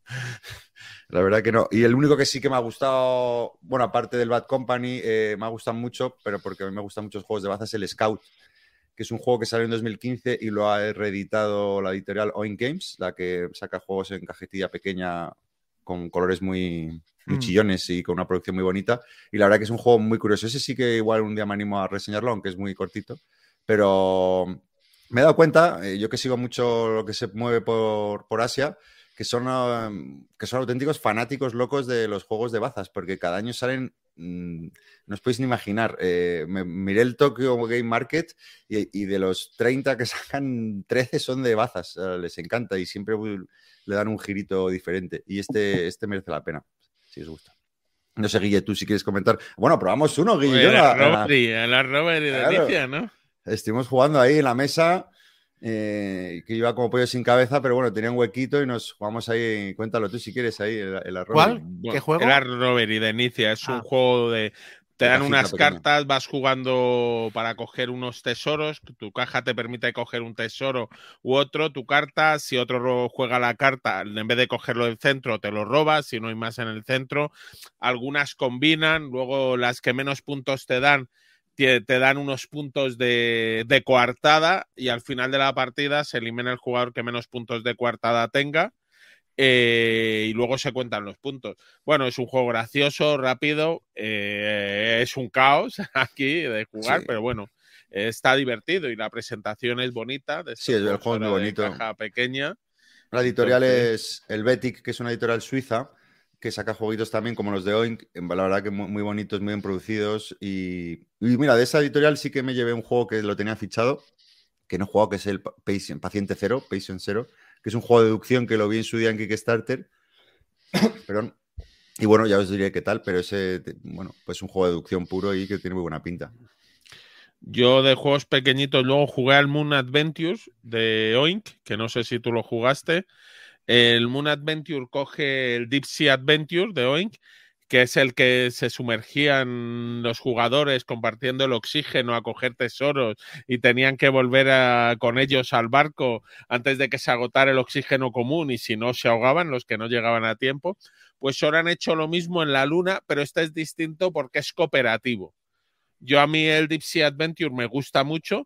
La verdad que no. Y el único que sí que me ha gustado, bueno, aparte del Bad Company, me ha gustado mucho, pero porque a mí me gustan muchos juegos de bazas, el Scout, que es un juego que salió en 2015 y lo ha reeditado la editorial Oink Games, la que saca juegos en cajetilla pequeña con colores muy chillones y con una producción muy bonita. Y la verdad que es un juego muy curioso. Ese sí que igual un día me animo a reseñarlo, aunque es muy cortito. Pero me he dado cuenta, yo que sigo mucho lo que se mueve por Asia, que son auténticos fanáticos locos de los juegos de bazas, porque cada año salen, no os podéis ni imaginar. Me miré el Tokyo Game Market y de los 30 que sacan, 13 son de bazas. Les encanta y siempre le dan un girito diferente. Y este merece la pena, si os gusta. No sé, Guille, tú si quieres comentar. Bueno, probamos uno, Guille. La Robbery de Alicia, ¿no? Estuvimos jugando ahí en la mesa, que iba como pollo sin cabeza, pero bueno, tenía un huequito y nos jugamos ahí. Cuéntalo tú si quieres ahí, el Robbery. ¿Cuál? ¿Qué juego? El Robbery de Inicia. Es un juego de... Te dan unas cartas, vas jugando para coger unos tesoros. Tu caja te permite coger un tesoro u otro. Tu carta, si otro juega la carta, en vez de cogerlo del centro, te lo robas. Si no hay más en el centro. Algunas combinan. Luego las que menos puntos te dan unos puntos de coartada. Y al final de la partida se elimina el jugador que menos puntos de coartada tenga. Y luego se cuentan los puntos. Bueno, es un juego gracioso, rápido, es un caos aquí de jugar, sí. Pero bueno, está divertido y la presentación es bonita. Sí, el juego es muy bonito. Caja pequeña. La editorial es Helvetic, que es una editorial suiza que saca jueguitos también como los de Oink, la verdad que muy bonitos, muy bien producidos. Y mira, de esa editorial sí que me llevé un juego que lo tenía fichado, que no he jugado, que es el Paciente Cero, Patient Zero, que es un juego de deducción que lo vi en su día en Kickstarter. Perdón. Y bueno, ya os diré qué tal, pero ese, bueno, pues un juego de deducción puro y que tiene muy buena pinta. Yo de juegos pequeñitos luego jugué al Moon Adventures de Oink, que no sé si tú lo jugaste. El Moon Adventure coge el Deep Sea Adventure de Oink, que es el que se sumergían los jugadores compartiendo el oxígeno a coger tesoros y tenían que volver con ellos al barco antes de que se agotara el oxígeno común y si no se ahogaban los que no llegaban a tiempo. Pues ahora han hecho lo mismo en la Luna, pero este es distinto porque es cooperativo. Yo a mí el Deep Sea Adventure me gusta mucho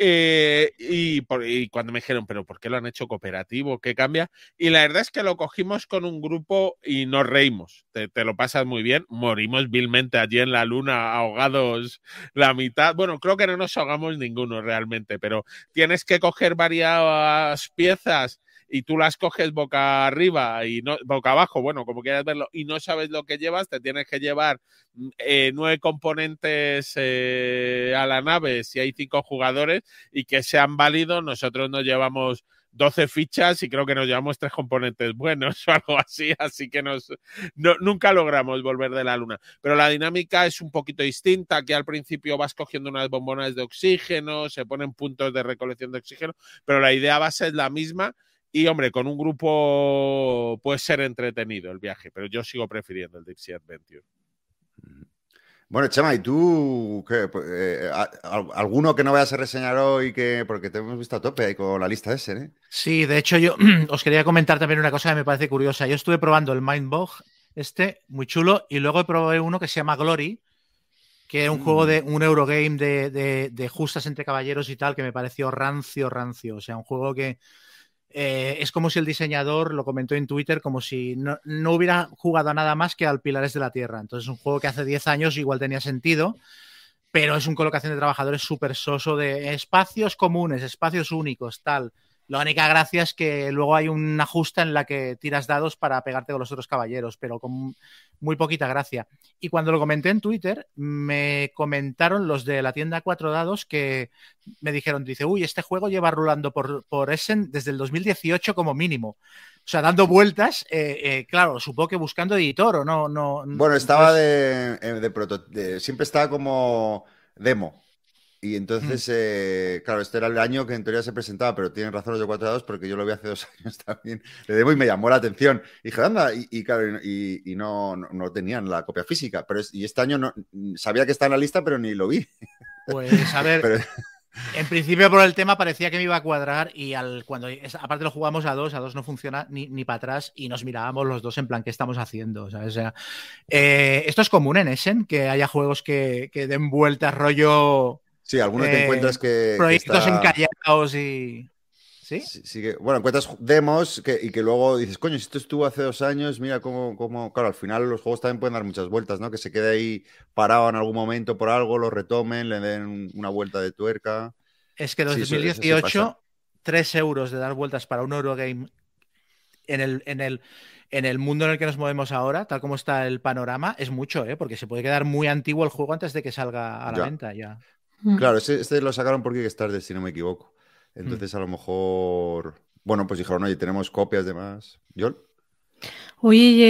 y cuando me dijeron, ¿pero por qué lo han hecho cooperativo? ¿Qué cambia? Y la verdad es que lo cogimos con un grupo y nos reímos. Te lo pasas muy bien. Morimos vilmente allí en la Luna, ahogados la mitad. Bueno, creo que no nos ahogamos ninguno realmente, pero tienes que coger varias piezas y tú las coges boca arriba y no boca abajo, bueno, como quieras verlo, y no sabes lo que llevas, te tienes que llevar 9 componentes a la nave si hay 5 jugadores y que sean válidos. Nosotros nos llevamos 12 fichas y creo que nos llevamos 3 componentes buenos o algo así que nunca logramos volver de la Luna. Pero la dinámica es un poquito distinta, que al principio vas cogiendo unas bombonas de oxígeno, se ponen puntos de recolección de oxígeno, pero la idea base es la misma. Y, hombre, con un grupo puede ser entretenido el viaje, pero yo sigo prefiriendo el Deep Sea Adventure. Bueno, Chema, ¿y tú alguno que no vayas a reseñar hoy? Porque te hemos visto a tope ahí con la lista ese, ¿eh? Sí, de hecho yo os quería comentar también una cosa que me parece curiosa. Yo estuve probando el Mindbog, muy chulo, y luego probé uno que se llama Glory, que es un juego de un Eurogame de justas entre caballeros y tal, que me pareció rancio. O sea, un juego que es como si el diseñador lo comentó en Twitter como si no hubiera jugado a nada más que al Pilares de la Tierra. Entonces es un juego que hace 10 años igual tenía sentido, pero es una colocación de trabajadores súper soso de espacios comunes, espacios únicos, tal. La única gracia es que luego hay una justa en la que tiras dados para pegarte con los otros caballeros, pero con muy poquita gracia. Y cuando lo comenté en Twitter, me comentaron los de la tienda 4 Dados que me dijeron, dice, uy, este juego lleva rulando por Essen desde el 2018 como mínimo. O sea, dando vueltas, claro, supongo que buscando editor o no. Bueno, estaba siempre estaba como demo. Y entonces, claro, este era el año que en teoría se presentaba, pero tienen razón los de 4A2 porque yo lo vi hace 2 años también. Le debo y me llamó la atención. Y dije, anda, claro, y no tenían la copia física. Y este año no, sabía que está en la lista, pero ni lo vi. Pues a ver, Pero, en principio por el tema parecía que me iba a cuadrar y cuando aparte lo jugamos a dos no funciona ni para atrás y nos mirábamos los dos en plan, ¿qué estamos haciendo? ¿Sabes? O sea, esto es común en Essen, que haya juegos que den vueltas rollo... sí, algunos te encuentras que proyectos está... encallados y... ¿Sí? Sí bueno, encuentras demos y que luego dices, coño, si esto estuvo hace 2 años, mira cómo... Claro, al final los juegos también pueden dar muchas vueltas, ¿no? Que se quede ahí parado en algún momento por algo, lo retomen, le den una vuelta de tuerca. Es que Sí, 2018, 3 euros de dar vueltas para un Eurogame en el mundo en el que nos movemos ahora, tal como está el panorama, es mucho, ¿eh? Porque se puede quedar muy antiguo el juego antes de que salga a la venta ya. Claro, este lo sacaron por Kickstarter, si no me equivoco. Entonces, a lo mejor... Bueno, pues dijeron, oye, tenemos copias de más. ¿Yol? Oye, y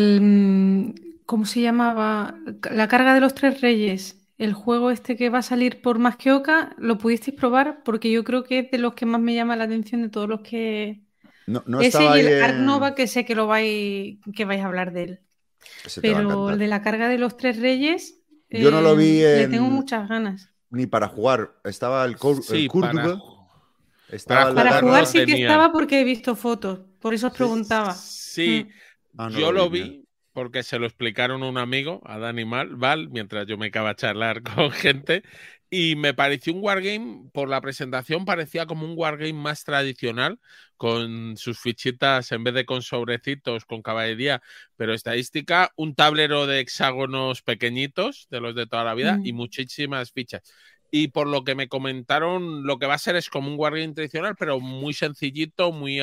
¿cómo se llamaba? La carga de los tres reyes. El juego este que va a salir por Más que Oca, ¿lo pudisteis probar? Porque yo creo que es de los que más me llama la atención de todos los que... No Ese estaba y ahí el Ark en... Nova, que sé que vais a hablar de él. Ese te va a Pero encantar. el de la carga de los tres reyes, Yo no lo vi le tengo muchas ganas. ni para jugar. Estaba el Sí, Kurduga. Para jugar sí que tenían. estaba porque he visto fotos. Por eso os preguntaba. Sí, no yo lo mira. vi porque se lo explicaron a un amigo, a Dani Val, mientras yo me acaba a charlar con gente. Y me pareció un wargame, por la presentación, parecía como un wargame más tradicional, con sus fichitas, en vez de con sobrecitos, con caballería, pero estadística, un tablero de hexágonos pequeñitos, de los de toda la vida, y muchísimas fichas. Y por lo que me comentaron, lo que va a ser es como un wargame tradicional, pero muy sencillito, muy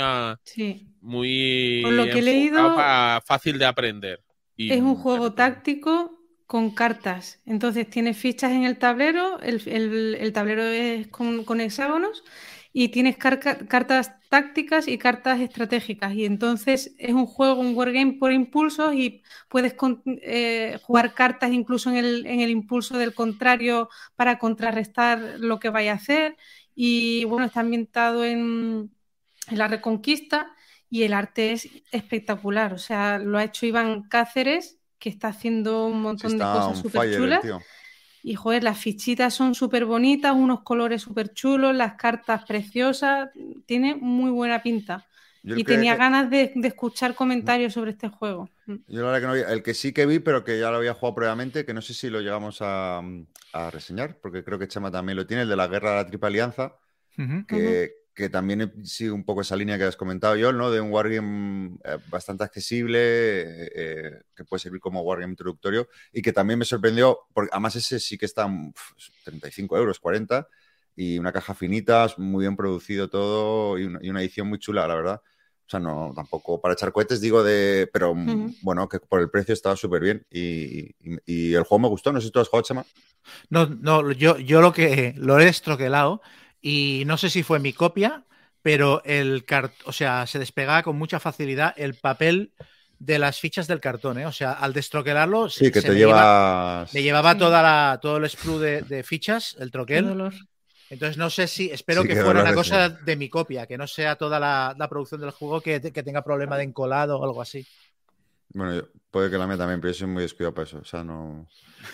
por lo que he leído, fácil de aprender. Y es un juego táctico con cartas. Entonces tienes fichas en el tablero, el tablero es con hexágonos y tienes cartas tácticas y cartas estratégicas. Y entonces es un juego, un wargame por impulsos y puedes jugar cartas incluso en el impulso del contrario para contrarrestar lo que vaya a hacer. Y bueno, está ambientado en la Reconquista y el arte es espectacular. O sea, lo ha hecho Iván Cáceres, que está haciendo un montón de cosas súper chulas. Y joder, las fichitas son súper bonitas, unos colores súper chulos, las cartas preciosas, tiene muy buena pinta. Y tenía ganas de escuchar comentarios sobre este juego. Yo la verdad que no vi, el que sí que vi, pero que ya lo había jugado previamente, que no sé si lo llegamos a reseñar, porque creo que Chema también lo tiene, el de la Guerra de la Triple Alianza, que también sigue un poco esa línea que has comentado yo, ¿no? De un wargame bastante accesible, que puede servir como wargame introductorio, y que también me sorprendió, porque además ese sí que está 35 euros, 40, y una caja finita, muy bien producido todo, y una edición muy chula, la verdad. O sea, no, tampoco para echar cohetes, digo, pero bueno, que por el precio estaba súper bien, y el juego me gustó. No sé si tú has jugado, Chema. No, yo lo he destroquelado. Y no sé si fue mi copia, pero o sea, se despegaba con mucha facilidad el papel de las fichas del cartón, ¿eh? O sea, al destroquelarlo, sí, que te me llevaba todo el sprue de fichas, el troquel. Entonces no sé si, espero que fuera una cosa de mi copia, que no sea toda la producción del juego que tenga problema de encolado o algo así. Bueno, puede que la mía también, pero yo soy muy descuidado para eso, o sea, no...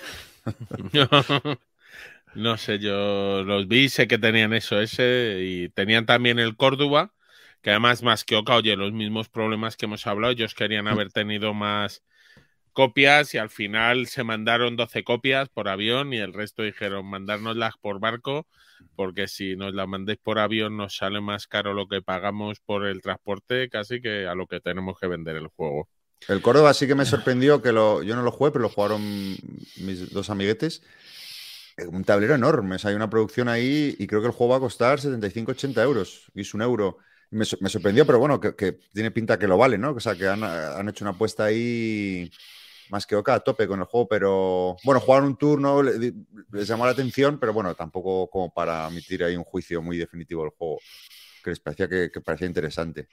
No sé, yo los vi, sé que tenían ese y tenían también el Córdoba, que además más que Oca, oye, los mismos problemas que hemos hablado, ellos querían haber tenido más copias y al final se mandaron 12 copias por avión y el resto dijeron mandárnoslas por barco, porque si nos las mandéis por avión nos sale más caro lo que pagamos por el transporte casi que a lo que tenemos que vender el juego. El Córdoba sí que me sorprendió, que yo no lo jugué, pero lo jugaron mis dos amiguetes. Un tablero enorme, o sea, hay una producción ahí y creo que el juego va a costar 75-80 euros, y es €1. Me sorprendió, pero bueno, que tiene pinta que lo vale, ¿no? O sea, que han hecho una apuesta ahí más que Oca a tope con el juego, pero bueno, jugaron un turno, les llamó la atención, pero bueno, tampoco como para emitir ahí un juicio muy definitivo del juego, que les parecía que parecía interesante.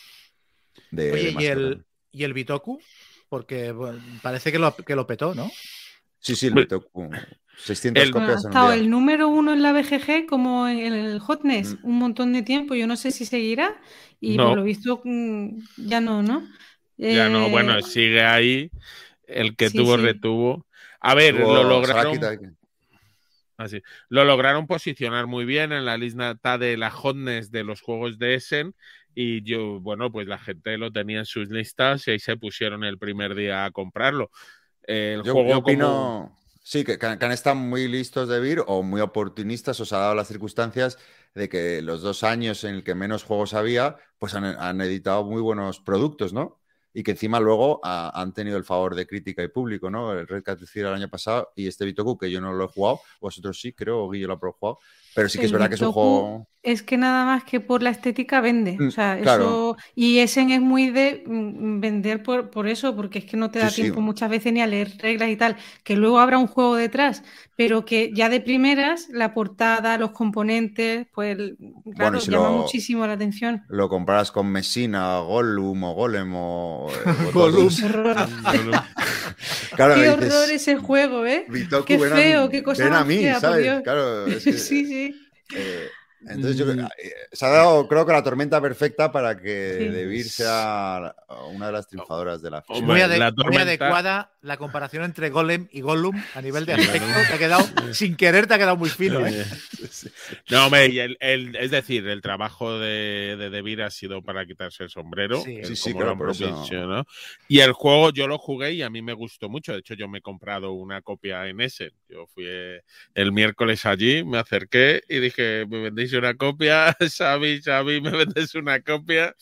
Oye, ¿y el Bitoku? Porque bueno, parece que lo petó, ¿no? Sí, el Bitoku. 600 El- Bueno, ha copias en un estado día. el número 1 en la BGG como en el Hotness un montón de tiempo. Yo no sé si seguirá y por No, lo visto ya no, ¿no? ya no, bueno, Eh, sigue ahí. El que sí, tuvo, sí. retuvo. A ver, Tuvo Salakita. lo lograron posicionar muy bien en la lista de la hotness de los juegos de Essen y yo, bueno, pues la gente lo tenía en sus listas y ahí se pusieron el primer día a comprarlo. El Yo juego como... opino, sí, que han estado muy listos de vir o muy oportunistas, o se ha dado las circunstancias de que los 2 años en el que menos juegos había, pues han editado muy buenos productos, ¿no? Y que encima luego han tenido el favor de crítica y público, ¿no? El Red Cat el año pasado y este Bitoku, que yo no lo he jugado, vosotros sí, creo, o Guillo lo ha jugado, pero sí que es El verdad que es un Bitoku juego... es que nada más que por la estética vende. O sea, Claro, eso. Y Essen es muy de vender por eso, porque es que no te sí, da sí. tiempo muchas veces ni a leer reglas y tal. Que luego habrá un juego detrás, pero que ya de primeras, la portada, los componentes, pues Bueno, y claro, si llama muchísimo la atención. lo comparas con Messina, Gollum o Golem o Gollum. todos Qué horror. claro, Qué dices, horror ese juego, ¿eh? Bitoku, Qué feo, qué cosa ven a más mí, fea, por ¿sabes? Dios. Claro, es que... Sí, sí, eh, entonces se ha dado, creo que la tormenta perfecta para que sí. De Beer sea una de las triunfadoras de la feria. Hombre, la Muy tormenta... adecuada la comparación entre Golem y Gollum a nivel de Sí, aspecto. ¿no? Te ha quedado, sin querer, te ha quedado muy fino, ¿eh? No, hombre, y es decir, el trabajo de Vir ha sido para quitarse el sombrero, Sí. que Sí, es sí, como claro, lo han por eso. provisionado. Y el juego yo lo jugué y a mí me gustó mucho. De hecho, yo me he comprado una copia en Essen. Yo fui el miércoles allí, me acerqué y dije, ¿me vendéis una copia? Xavi, ¿me vendes una copia?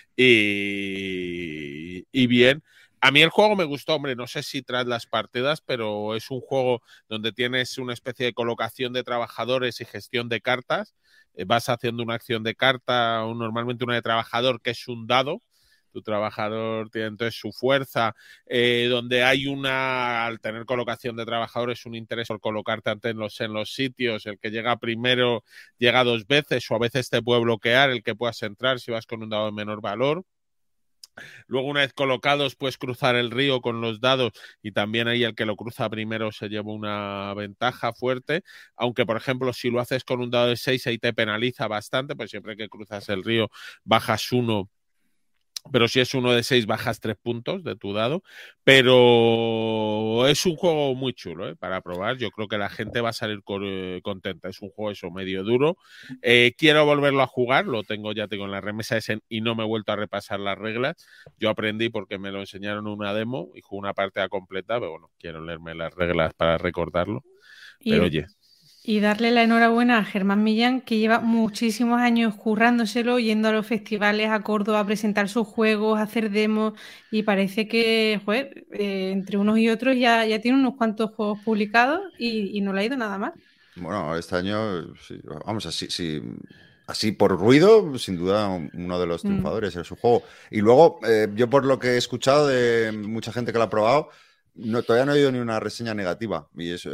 Y bien. A mí el juego me gustó, hombre, no sé si tras las partidas, pero es un juego donde tienes una especie de colocación de trabajadores y gestión de cartas. Vas haciendo una acción de carta, o normalmente una de trabajador, que es un dado. Tu trabajador tiene entonces su fuerza, donde hay al tener colocación de trabajadores, un interés por colocarte antes en los sitios. El que llega primero llega 2 veces, o a veces te puede bloquear el que puedas entrar si vas con un dado de menor valor. Luego, una vez colocados, puedes cruzar el río con los dados y también ahí el que lo cruza primero se lleva una ventaja fuerte. Aunque, por ejemplo, si lo haces con un dado de 6, ahí te penaliza bastante, pues siempre que cruzas el río bajas 1. Pero si es uno de 6, bajas 3 puntos de tu dado. Pero es un juego muy chulo, ¿eh? Para probar. Yo creo que la gente va a salir contenta. Es un juego eso medio duro. Quiero volverlo a jugar. Ya tengo en la remesa Essen y no me he vuelto a repasar las reglas. Yo aprendí porque me lo enseñaron en una demo y jugué una partida completa. Pero bueno, quiero leerme las reglas para recordarlo. Pero oye. Y darle la enhorabuena a Germán Millán, que lleva muchísimos años currándoselo, yendo a los festivales a Córdoba a presentar sus juegos, a hacer demos, y parece que, joder, entre unos y otros ya tiene unos cuantos juegos publicados y no le ha ido nada mal. Bueno, este año, sí, vamos, así por ruido, sin duda, uno de los triunfadores es su juego. Y luego, yo por lo que he escuchado de mucha gente que lo ha probado, todavía no he oído ni una reseña negativa. Y eso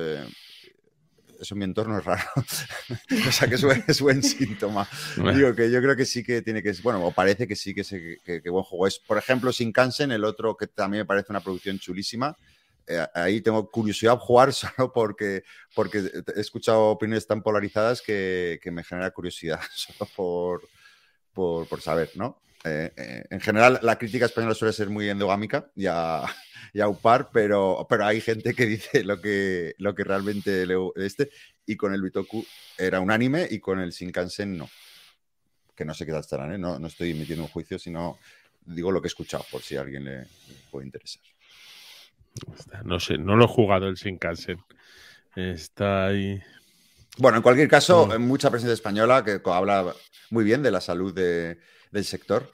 en mi entorno es raro. O sea, que es buen síntoma. Digo que yo creo que sí que tiene que... Bueno, o parece que sí que buen juego es. Por ejemplo, Shinkansen, el otro que también me parece una producción chulísima. Ahí tengo curiosidad de jugar solo porque he escuchado opiniones tan polarizadas que me genera curiosidad solo por saber, ¿no? En general, la crítica española suele ser muy endogámica y a upar, pero hay gente que dice lo que realmente y con el Bitoku era unánime y con el Shinkansen no. Que no sé qué tal estarán, ¿eh? No estoy emitiendo un juicio, sino digo lo que he escuchado, por si a alguien le puede interesar. No sé, no lo he jugado el Shinkansen. Está ahí. Bueno, en cualquier caso, mucha presencia española que habla muy bien de la salud del sector.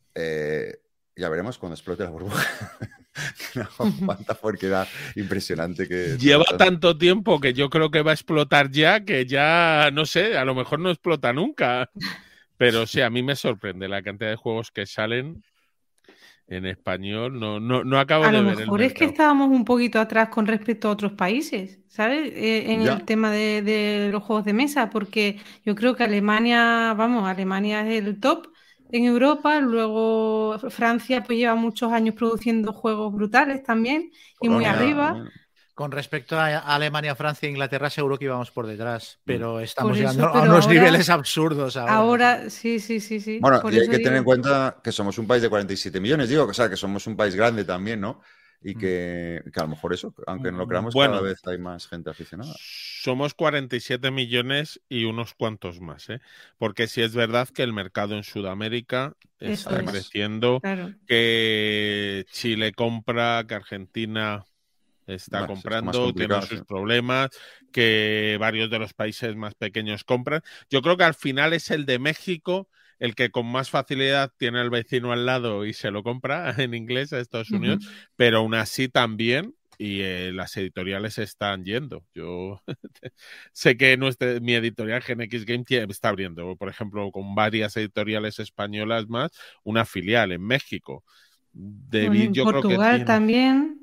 Ya veremos cuando explote la burbuja. No aguanta porque era impresionante que... Lleva tanto tiempo que yo creo que va a explotar ya, que ya, no sé, a lo mejor no explota nunca. Pero sí, a mí me sorprende la cantidad de juegos que salen en español. No acabo de ver el mercado. A lo mejor es que estábamos un poquito atrás con respecto a otros países, ¿sabes? El tema de los juegos de mesa, porque yo creo que Alemania es el top en Europa, luego Francia pues lleva muchos años produciendo juegos brutales también, Polonia, y muy arriba. Con respecto a Alemania, Francia e Inglaterra, seguro que íbamos por detrás, pero estamos Por eso, llegando a pero unos ahora- niveles absurdos ahora. Ahora, sí. Bueno, Por y hay eso que tener en digo. cuenta que somos un país de 47 millones, digo, o sea, que somos un país grande también, ¿no? Y que a lo mejor eso, aunque no lo creamos, Bueno. cada vez hay más gente aficionada. Somos 47 millones y unos cuantos más, ¿eh? Porque sí es verdad que el mercado en Sudamérica Eso está es. creciendo, Claro. que Chile compra, que Argentina está Bueno, sí, está más comprando, tiene complicado, sus sí. problemas, que varios de los países más pequeños compran. Yo creo que al final es el de México el que con más facilidad tiene al vecino al lado y se lo compra en inglés a Estados Unidos, pero aún así también, y las editoriales están yendo. Yo sé que mi editorial GenX Game está abriendo, por ejemplo, con varias editoriales españolas más, una filial en México. Bueno, en yo creo que Portugal tiene... también.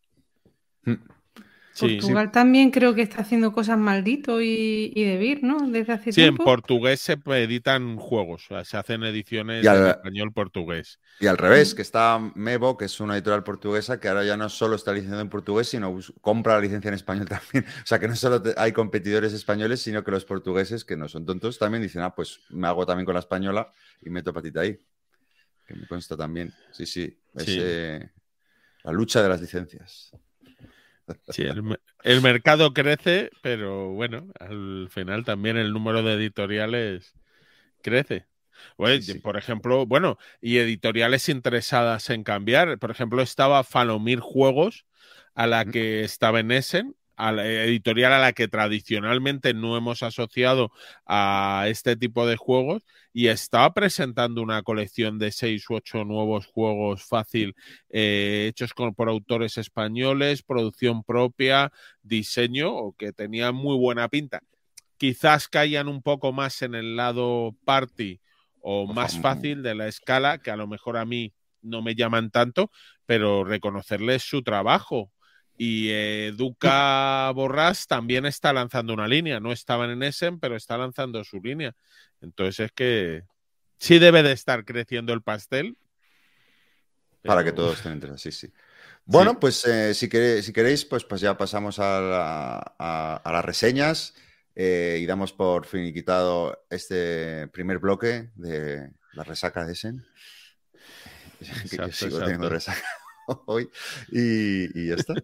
Sí, Portugal también creo que está haciendo cosas Maldito y De Vir, ¿no? Desde hace sí, en tiempo. portugués se editan juegos, o sea, se hacen ediciones Y en español-portugués. Y al revés, que está Mevo, que es una editorial portuguesa, que ahora ya no solo está licenciado en portugués, sino compra la licencia en español también. O sea, que no solo hay competidores españoles, sino que los portugueses, que no son tontos, también dicen, pues me hago también con la española y meto patita ahí. Que me consta también. Sí, sí. Es la lucha de las licencias. Sí, el mercado crece, pero bueno, al final también el número de editoriales crece. Pues, Sí. Por ejemplo, bueno, y editoriales interesadas en cambiar. Por ejemplo, estaba Falomir Juegos, a la que estaba en Essen, a la editorial a la que tradicionalmente no hemos asociado a este tipo de juegos, y estaba presentando una colección de 6 u 8 nuevos juegos fácil, hechos por autores españoles, producción propia, diseño, o que tenían muy buena pinta. Quizás caían un poco más en el lado party o más fácil de la escala, que a lo mejor a mí no me llaman tanto, pero reconocerles su trabajo. Y Duca Borràs también está lanzando una línea. No estaban en Essen, pero está lanzando su línea. Entonces es que sí debe de estar creciendo el pastel. Para que todos estén interesados, sí. Bueno, sí. Pues si queréis, pues ya pasamos a las reseñas y damos por finiquitado este primer bloque de la resaca de Essen. Que sigo teniendo resaca hoy y ya está.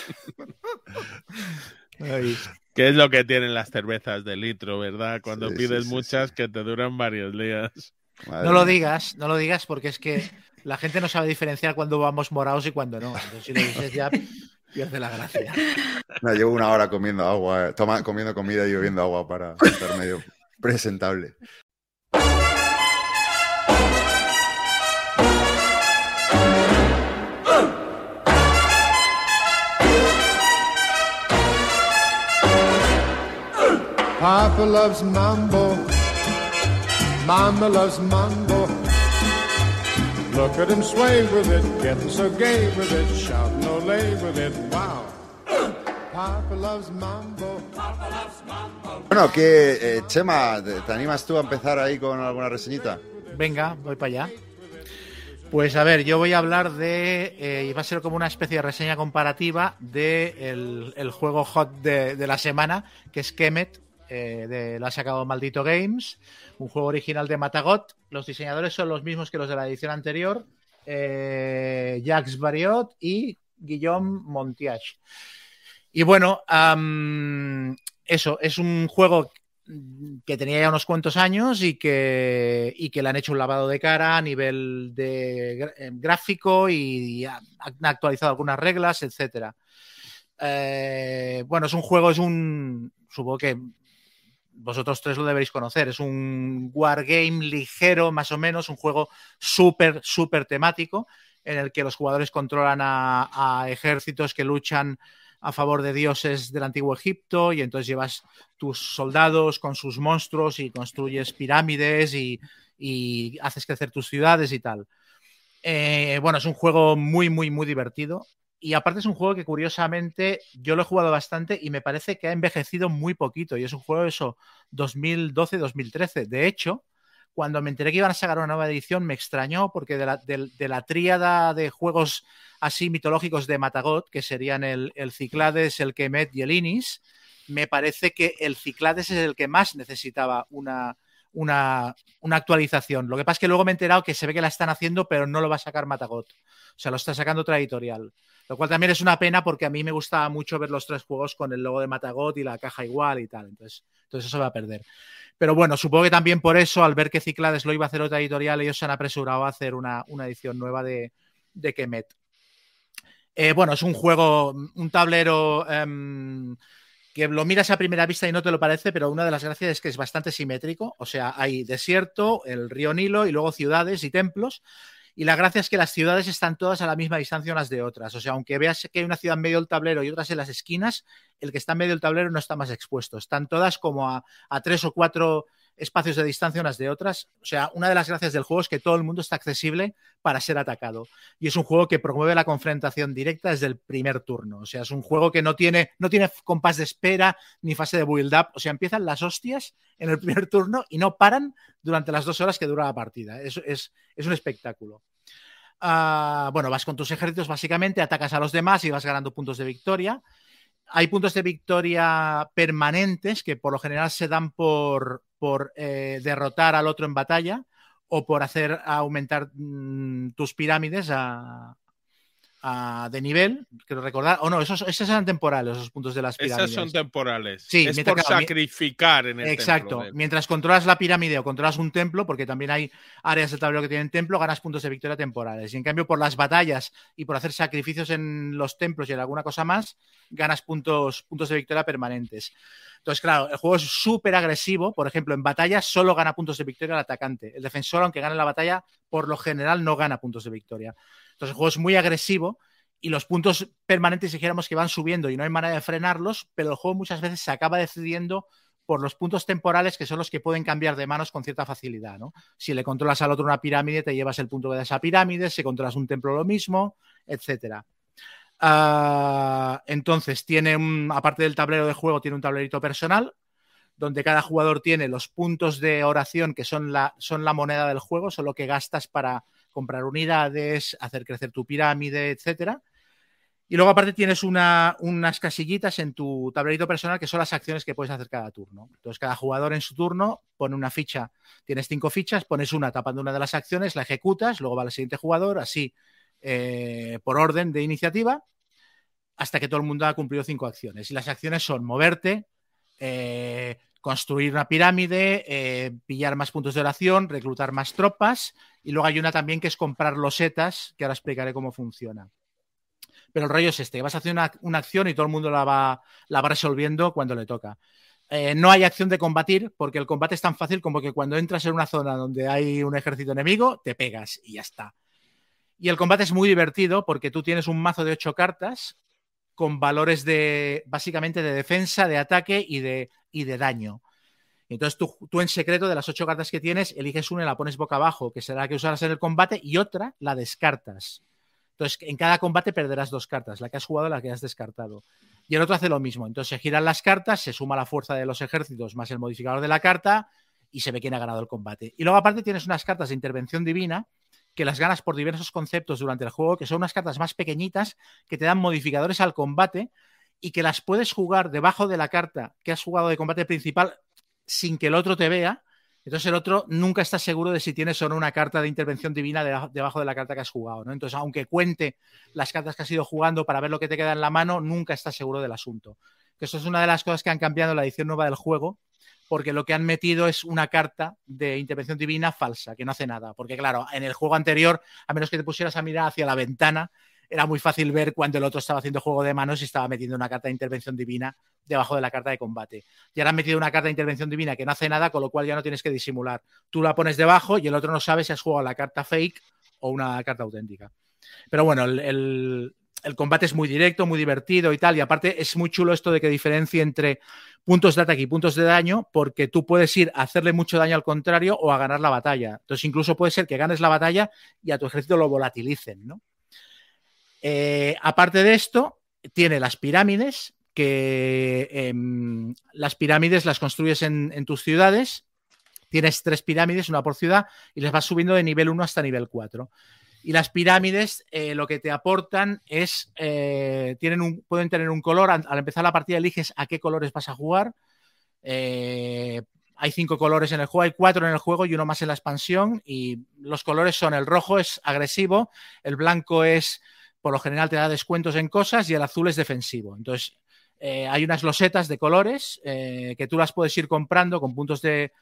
¿Qué es lo que tienen las cervezas de litro, verdad? Cuando pides muchas que te duran varios días. No lo digas porque es que la gente no sabe diferenciar cuando vamos morados y cuando no. Entonces, si lo dices ya pierde la gracia. No, llevo una hora comiendo agua, comiendo comida y bebiendo agua para estar medio presentable. Papa loves mambo, Mama loves mambo. Look at him sway with it, getting so gay with it, shouting olé with it, wow. Papa loves mambo, Papa loves mambo. Bueno, Chema, ¿te animas tú a empezar ahí con alguna reseñita? Venga, voy para allá. Pues a ver, yo voy a hablar y va a ser como una especie de reseña comparativa de el juego hot de la semana, que es Kemet. Lo ha sacado Maldito Games, un juego original de Matagot. Los diseñadores son los mismos que los de la edición anterior, Jacques Barriot y Guillaume Montiage. Y bueno, eso, es un juego que tenía ya unos cuantos años y que le han hecho un lavado de cara a nivel de gráfico y han actualizado algunas reglas, etcétera. Bueno, es un juego, supongo que vosotros tres lo debéis conocer, es un wargame ligero, más o menos, un juego súper temático, en el que los jugadores controlan a ejércitos que luchan a favor de dioses del antiguo Egipto, y entonces llevas tus soldados con sus monstruos y construyes pirámides y haces crecer tus ciudades y tal. Bueno, es un juego muy divertido. Y aparte es un juego que curiosamente yo lo he jugado bastante y me parece que ha envejecido muy poquito. Y es un juego de eso, 2012-2013. De hecho, cuando me enteré que iban a sacar una nueva edición, me extrañó porque de la tríada de juegos así mitológicos de Matagot, que serían el Cyclades, el Kemet y el Inis, me parece que el Cyclades es el que más necesitaba una actualización. Lo que pasa es que luego me he enterado que se ve que la están haciendo, pero no lo va a sacar Matagot. O sea, lo está sacando otra editorial. Lo cual también es una pena porque a mí me gustaba mucho ver los 3 juegos con el logo de Matagot y la caja igual y tal. Entonces eso se va a perder. Pero bueno, supongo que también por eso, al ver que Cyclades lo iba a hacer otra editorial, ellos se han apresurado a hacer una edición nueva de Kemet. Bueno, es un juego, un tablero que lo miras a primera vista y no te lo parece, pero una de las gracias es que es bastante simétrico. O sea, hay desierto, el río Nilo y luego ciudades y templos. Y la gracia es que las ciudades están todas a la misma distancia unas de otras. O sea, aunque veas que hay una ciudad en medio del tablero y otras en las esquinas, el que está en medio del tablero no está más expuesto. Están todas como a 3 o 4 espacios de distancia unas de otras. O sea, una de las gracias del juego es que todo el mundo está accesible para ser atacado. Y es un juego que promueve la confrontación directa desde el primer turno. O sea, es un juego que no tiene compás de espera ni fase de build-up. O sea, empiezan las hostias en el primer turno y no paran durante las 2 horas que dura la partida. Es un espectáculo. Bueno, vas con tus ejércitos básicamente, atacas a los demás y vas ganando puntos de victoria. Hay puntos de victoria permanentes que por lo general se dan por derrotar al otro en batalla o por hacer aumentar tus pirámides de nivel, quiero recordar. O no, esos eran temporales, esos puntos de las pirámides. Esas son temporales. Sí, es por sacrificar en el exacto. templo. Mientras controlas la pirámide o controlas un templo, porque también hay áreas del tablero que tienen templo, ganas puntos de victoria temporales. Y en cambio, por las batallas y por hacer sacrificios en los templos y en alguna cosa más, ganas puntos de victoria permanentes. Entonces, claro, el juego es súper agresivo. Por ejemplo, en batalla solo gana puntos de victoria el atacante. El defensor, aunque gane la batalla, por lo general no gana puntos de victoria. Entonces, el juego es muy agresivo y los puntos permanentes dijéramos que van subiendo y no hay manera de frenarlos, pero el juego muchas veces se acaba decidiendo por los puntos temporales, que son los que pueden cambiar de manos con cierta facilidad, ¿no? Si le controlas al otro una pirámide, te llevas el punto de esa pirámide. Si controlas un templo, lo mismo, etcétera. Entonces, aparte del tablero de juego, tiene un tablerito personal donde cada jugador tiene los puntos de oración que son la moneda del juego, son lo que gastas para comprar unidades, hacer crecer tu pirámide, etcétera. Y luego aparte tienes unas casillitas en tu tablerito personal que son las acciones que puedes hacer cada turno. Entonces cada jugador en su turno pone una ficha, tienes 5 fichas, pones una tapando una de las acciones, la ejecutas, luego va al siguiente jugador, así por orden de iniciativa, hasta que todo el mundo ha cumplido 5 acciones. Y las acciones son moverte, construir una pirámide, pillar más puntos de oración, reclutar más tropas, y luego hay una también que es comprar losetas, que ahora explicaré cómo funciona. Pero el rollo es este, vas a hacer una acción y todo el mundo la va resolviendo cuando le toca. No hay acción de combatir, porque el combate es tan fácil como que cuando entras en una zona donde hay un ejército enemigo, te pegas y ya está. Y el combate es muy divertido porque tú tienes un mazo de 8 cartas con valores básicamente de defensa, de ataque y de daño. Entonces tú en secreto, de las 8 cartas que tienes, eliges una y la pones boca abajo, que será la que usarás en el combate, y otra la descartas. Entonces, en cada combate perderás 2 cartas, la que has jugado y la que has descartado. Y el otro hace lo mismo. Entonces se giran las cartas, se suma la fuerza de los ejércitos más el modificador de la carta y se ve quién ha ganado el combate. Y luego aparte tienes unas cartas de intervención divina que las ganas por diversos conceptos durante el juego, que son unas cartas más pequeñitas que te dan modificadores al combate y que las puedes jugar debajo de la carta que has jugado de combate principal sin que el otro te vea. Entonces el otro nunca está seguro de si tienes o no una carta de intervención divina debajo de la carta que has jugado, ¿no? Entonces, aunque cuente las cartas que has ido jugando para ver lo que te queda en la mano, nunca estás seguro del asunto. Que eso es una de las cosas que han cambiado en la edición nueva del juego, porque lo que han metido es una carta de intervención divina falsa, que no hace nada. Porque claro, en el juego anterior, a menos que te pusieras a mirar hacia la ventana, era muy fácil ver cuando el otro estaba haciendo juego de manos y estaba metiendo una carta de intervención divina debajo de la carta de combate. Y ahora han metido una carta de intervención divina que no hace nada, con lo cual ya no tienes que disimular. Tú la pones debajo y el otro no sabe si has jugado la carta fake o una carta auténtica. Pero bueno, el combate es muy directo, muy divertido y tal. Y aparte es muy chulo esto de que diferencie entre puntos de ataque y puntos de daño, porque tú puedes ir a hacerle mucho daño al contrario o a ganar la batalla. Entonces incluso puede ser que ganes la batalla y a tu ejército lo volatilicen, ¿no? Aparte de esto, tiene las pirámides, que las pirámides las construyes en tus ciudades tienes 3 pirámides, una por ciudad, y les vas subiendo de nivel 1 hasta nivel 4. Y las pirámides lo que te aportan es, pueden tener un color. Al empezar la partida eliges a qué colores vas a jugar. Hay 5 colores en el juego, hay 4 en el juego y uno más en la expansión. Y los colores son: el rojo es agresivo, el blanco es, por lo general, te da descuentos en cosas, y el azul es defensivo. Entonces, hay unas losetas de colores que tú las puedes ir comprando con puntos de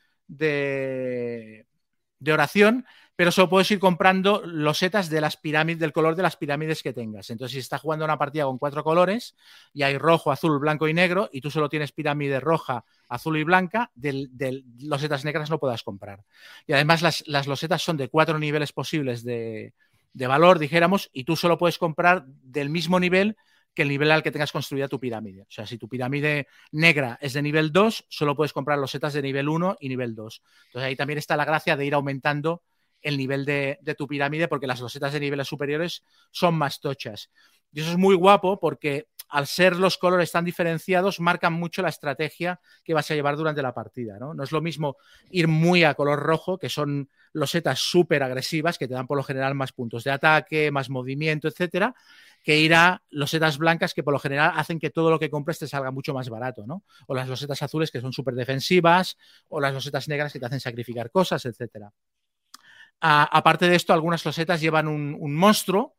oración, pero solo puedes ir comprando losetas de las pirámides, del color de las pirámides que tengas. Entonces, si estás jugando una partida con 4 colores y hay rojo, azul, blanco y negro, y tú solo tienes pirámide roja, azul y blanca, losetas negras no puedas comprar. Y además las losetas son de 4 niveles posibles de valor, dijéramos, y tú solo puedes comprar del mismo nivel que el nivel al que tengas construida tu pirámide. O sea, si tu pirámide negra es de nivel 2, solo puedes comprar losetas de nivel 1 y nivel 2. Entonces ahí también está la gracia de ir aumentando el nivel de tu pirámide, porque las losetas de niveles superiores son más tochas. Y eso es muy guapo porque, al ser los colores tan diferenciados, marcan mucho la estrategia que vas a llevar durante la partida, ¿no? No es lo mismo ir muy a color rojo, que son losetas súper agresivas que te dan por lo general más puntos de ataque, más movimiento, etcétera, que ir a losetas blancas, que por lo general hacen que todo lo que compres te salga mucho más barato, ¿no? O las losetas azules, que son súper defensivas, o las losetas negras, que te hacen sacrificar cosas, etcétera. Aparte de esto, algunas losetas llevan un monstruo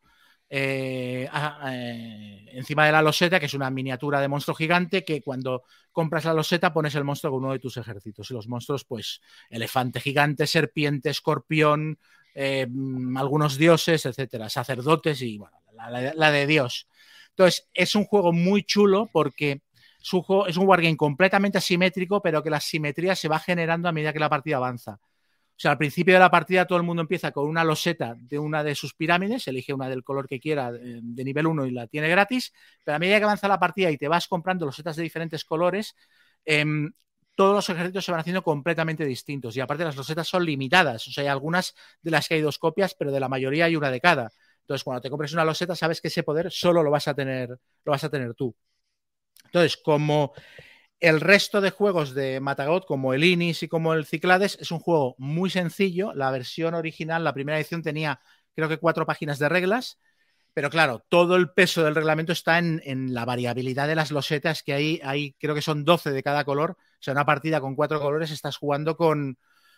encima de la loseta, que es una miniatura de monstruo gigante, que cuando compras la loseta pones el monstruo con uno de tus ejércitos. Y los monstruos, pues, elefante gigante, serpiente, escorpión, algunos dioses, etcétera, sacerdotes y, bueno, la de Dios. Entonces, es un juego muy chulo porque es un wargame completamente asimétrico, pero que la simetría se va generando a medida que la partida avanza. O sea, al principio de la partida todo el mundo empieza con una loseta de una de sus pirámides, elige una del color que quiera de nivel 1 y la tiene gratis, pero a medida que avanza la partida y te vas comprando losetas de diferentes colores, todos los ejércitos se van haciendo completamente distintos. Y aparte, las losetas son limitadas. O sea, hay algunas de las que hay 2 copias, pero de la mayoría hay una de cada. Entonces, cuando te compres una loseta, sabes que ese poder solo lo vas a tener tú. Entonces, como el resto de juegos de Matagot, como el Inis y como el Cyclades, es un juego muy sencillo. La versión original, la primera edición, tenía creo que 4 páginas de reglas, pero claro, todo el peso del reglamento está en la variabilidad de las losetas, que hay creo que son 12 de cada color. O sea, una partida con 4 colores estás jugando con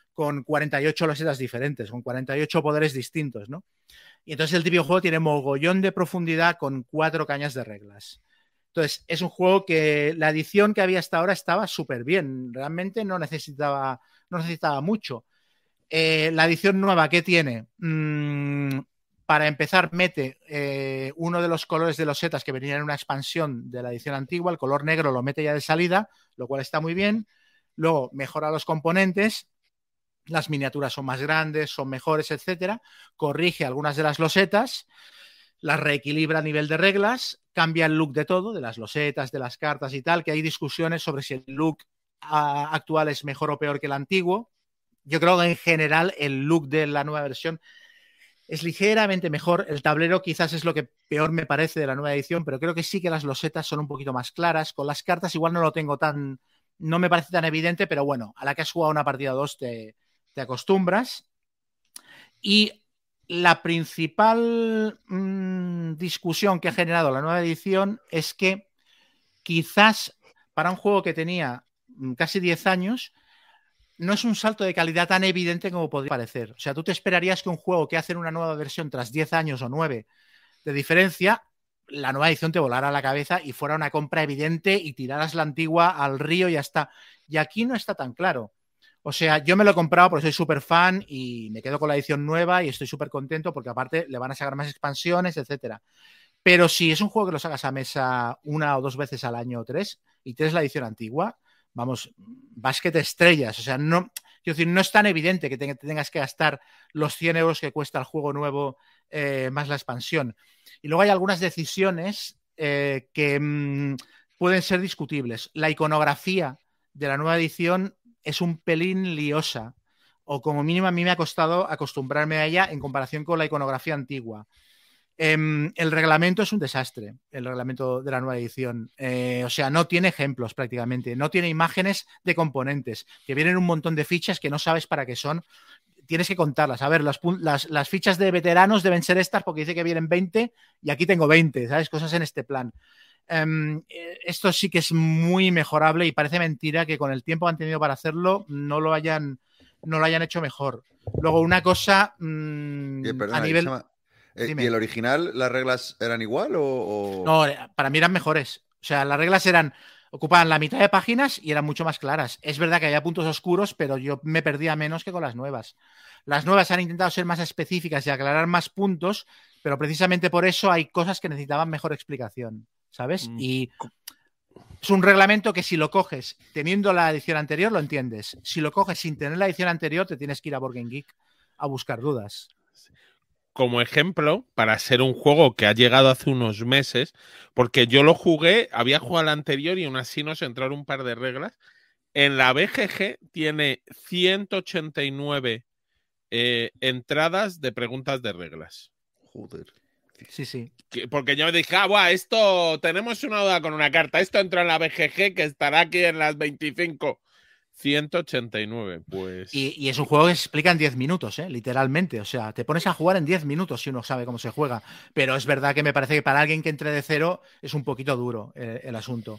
48 losetas diferentes, con 48 poderes distintos, ¿no? Y entonces el típico juego tiene mogollón de profundidad con 4 cañas de reglas. Entonces, es un juego que la edición que había hasta ahora estaba súper bien. Realmente no necesitaba mucho. La edición nueva, ¿qué tiene? Para empezar, mete uno de los colores de losetas que venían en una expansión de la edición antigua. El color negro lo mete ya de salida, lo cual está muy bien. Luego, mejora los componentes. Las miniaturas son más grandes, son mejores, etcétera. Corrige algunas de las losetas, las reequilibra a nivel de reglas, cambia el look de todo, de las losetas, de las cartas y tal, que hay discusiones sobre si el look actual es mejor o peor que el antiguo. Yo creo que en general el look de la nueva versión es ligeramente mejor. El tablero quizás es lo que peor me parece de la nueva edición, pero creo que sí que las losetas son un poquito más claras. Con las cartas igual no lo tengo no me parece tan evidente, pero bueno, a la que has jugado una partida o 2 te acostumbras. Y la principal discusión que ha generado la nueva edición es que quizás para un juego que tenía casi 10 años no es un salto de calidad tan evidente como podría parecer. O sea, tú te esperarías que un juego que hacen una nueva versión tras 10 años o 9 de diferencia, la nueva edición te volara a la cabeza y fuera una compra evidente y tiraras la antigua al río y ya está. Y aquí no está tan claro. O sea, yo me lo he comprado porque soy súper fan y me quedo con la edición nueva y estoy súper contento porque aparte le van a sacar más expansiones, etcétera. Pero si es un juego que lo sacas a mesa 1 o 2 veces al año o 3 y tienes la edición antigua, vamos, vas que te estrellas. O sea, no, quiero decir, no es tan evidente que te tengas que gastar los 100 euros que cuesta el juego nuevo más la expansión. Y luego hay algunas decisiones que pueden ser discutibles. La iconografía de la nueva edición es un pelín liosa, o como mínimo a mí me ha costado acostumbrarme a ella en comparación con la iconografía antigua. El reglamento es un desastre, el reglamento de la nueva edición. O sea, no tiene ejemplos prácticamente, no tiene imágenes de componentes, que vienen un montón de fichas que no sabes para qué son. Tienes que contarlas. A ver, las fichas de veteranos deben ser estas porque dice que vienen 20 y aquí tengo 20, ¿sabes? Cosas en este plan. Esto sí que es muy mejorable y parece mentira que con el tiempo que han tenido para hacerlo no lo hayan hecho mejor. Luego, una cosa Perdona, a nivel... ¿Y el original, las reglas eran igual o...? No, para mí eran mejores. O sea, las reglas ocupaban la mitad de páginas y eran mucho más claras. Es verdad que había puntos oscuros, pero yo me perdía menos que con las nuevas. Las nuevas han intentado ser más específicas y aclarar más puntos, pero precisamente por eso hay cosas que necesitaban mejor explicación, ¿sabes? Y es un reglamento que si lo coges teniendo la edición anterior, lo entiendes. Si lo coges sin tener la edición anterior, te tienes que ir a Board Game Geek a buscar dudas. Como ejemplo, para ser un juego que ha llegado hace unos meses, porque yo lo jugué, había jugado al anterior y aún así nos entraron un par de reglas. En la BGG tiene 189 entradas de preguntas de reglas. Joder. Sí. Porque yo me dije, esto, tenemos una duda con una carta, esto entra en la BGG que estará aquí en las 25. 189, pues... Y es un juego que se explica en 10 minutos, literalmente. O sea, te pones a jugar en 10 minutos si uno sabe cómo se juega. Pero es verdad que me parece que para alguien que entre de cero es un poquito duro el asunto.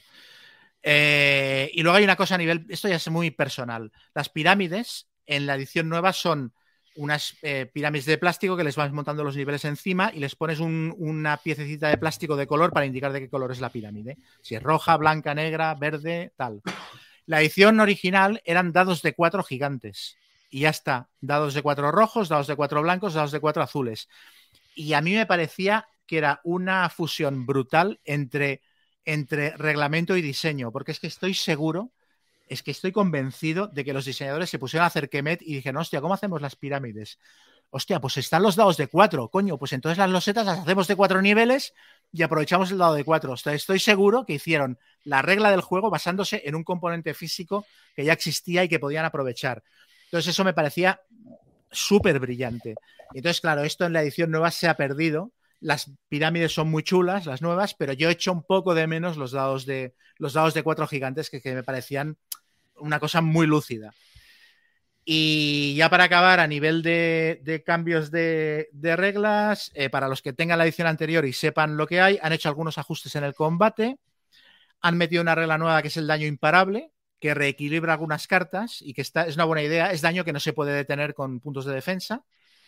Y luego hay una cosa a nivel... Esto ya es muy personal. Las pirámides en la edición nueva son unas pirámides de plástico que les vas montando los niveles encima y les pones una piececita de plástico de color para indicar de qué color es la pirámide. Si es roja, blanca, negra, verde, tal. La edición original eran dados de 4 gigantes. Y ya está. Dados de 4 rojos, dados de 4 blancos, dados de 4 azules. Y a mí me parecía que era una fusión brutal entre reglamento y diseño. Porque es que estoy seguro, estoy convencido de que los diseñadores se pusieron a hacer Kemet y dijeron, hostia, ¿cómo hacemos las pirámides? Hostia, pues están los dados de 4, coño. Pues entonces las losetas las hacemos de 4 niveles y aprovechamos el dado de 4. O sea, estoy seguro que hicieron la regla del juego basándose en un componente físico que ya existía y que podían aprovechar. Entonces eso me parecía súper brillante. Entonces, claro, esto en la edición nueva se ha perdido. Las pirámides son muy chulas, las nuevas, pero yo echo un poco de menos los dados de 4 gigantes que me parecían una cosa muy lúcida. Y ya para acabar, a nivel de cambios de reglas, para los que tengan la edición anterior y sepan lo que hay, han hecho algunos ajustes en el combate, han metido una regla nueva que es el daño imparable, que reequilibra algunas cartas y que es una buena idea, es daño que no se puede detener con puntos de defensa.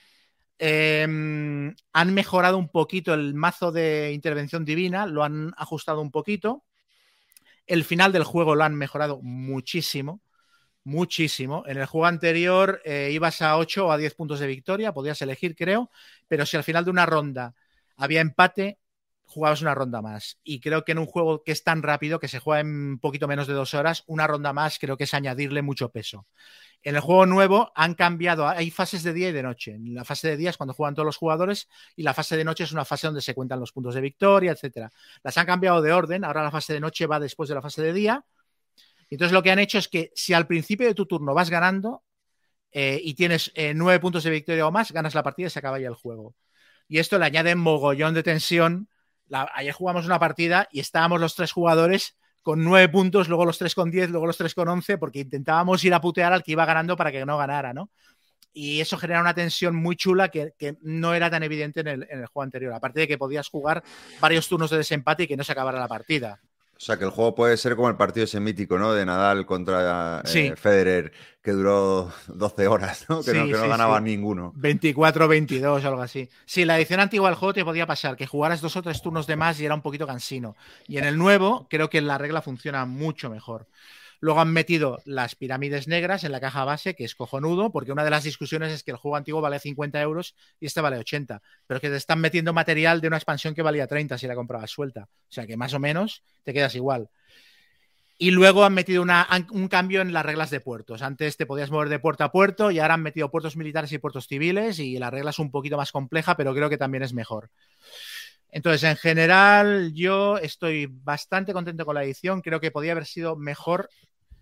Han mejorado un poquito el mazo de intervención divina, lo han ajustado un poquito. El final del juego lo han mejorado muchísimo. En el juego anterior ibas a 8 o a 10 puntos de victoria, podías elegir, creo, pero si al final de una ronda había empate, jugabas una ronda más. Y creo que en un juego que es tan rápido, que se juega en un poquito menos de 2 horas, una ronda más creo que es añadirle mucho peso. En el juego nuevo han cambiado, hay fases de día y de noche. La fase de día es cuando juegan todos los jugadores y la fase de noche es una fase donde se cuentan los puntos de victoria, etcétera. Las han cambiado de orden, ahora la fase de noche va después de la fase de día. Entonces lo que han hecho es que si al principio de tu turno vas ganando y tienes 9 puntos de victoria o más, ganas la partida y se acaba ya el juego. Y esto le añade mogollón de tensión. Ayer jugamos una partida y estábamos los 3 jugadores con 9 puntos, luego los 3 con 10, luego los 3 con 11, porque intentábamos ir a putear al que iba ganando para que no ganara, ¿no? Y eso genera una tensión muy chula que no era tan evidente en el juego anterior. Aparte de que podías jugar varios turnos de desempate y que no se acabara la partida. O sea, que el juego puede ser como el partido ese mítico, ¿no? De Nadal contra sí. Federer, que duró 12 horas, ¿no? Que no ganaba ninguno. 24-22 o algo así. Sí, la edición antigua del juego te podía pasar que jugaras 2 o 3 turnos de más y era un poquito cansino. Y en el nuevo creo que la regla funciona mucho mejor. Luego han metido las pirámides negras en la caja base, que es cojonudo, porque una de las discusiones es que el juego antiguo vale 50 euros y este vale 80, pero que te están metiendo material de una expansión que valía 30 si la comprabas suelta. O sea que más o menos te quedas igual. Y luego han metido un cambio en las reglas de puertos. Antes te podías mover de puerto a puerto y ahora han metido puertos militares y puertos civiles y la regla es un poquito más compleja, pero creo que también es mejor. Entonces, en general, yo estoy bastante contento con la edición. Creo que podía haber sido mejor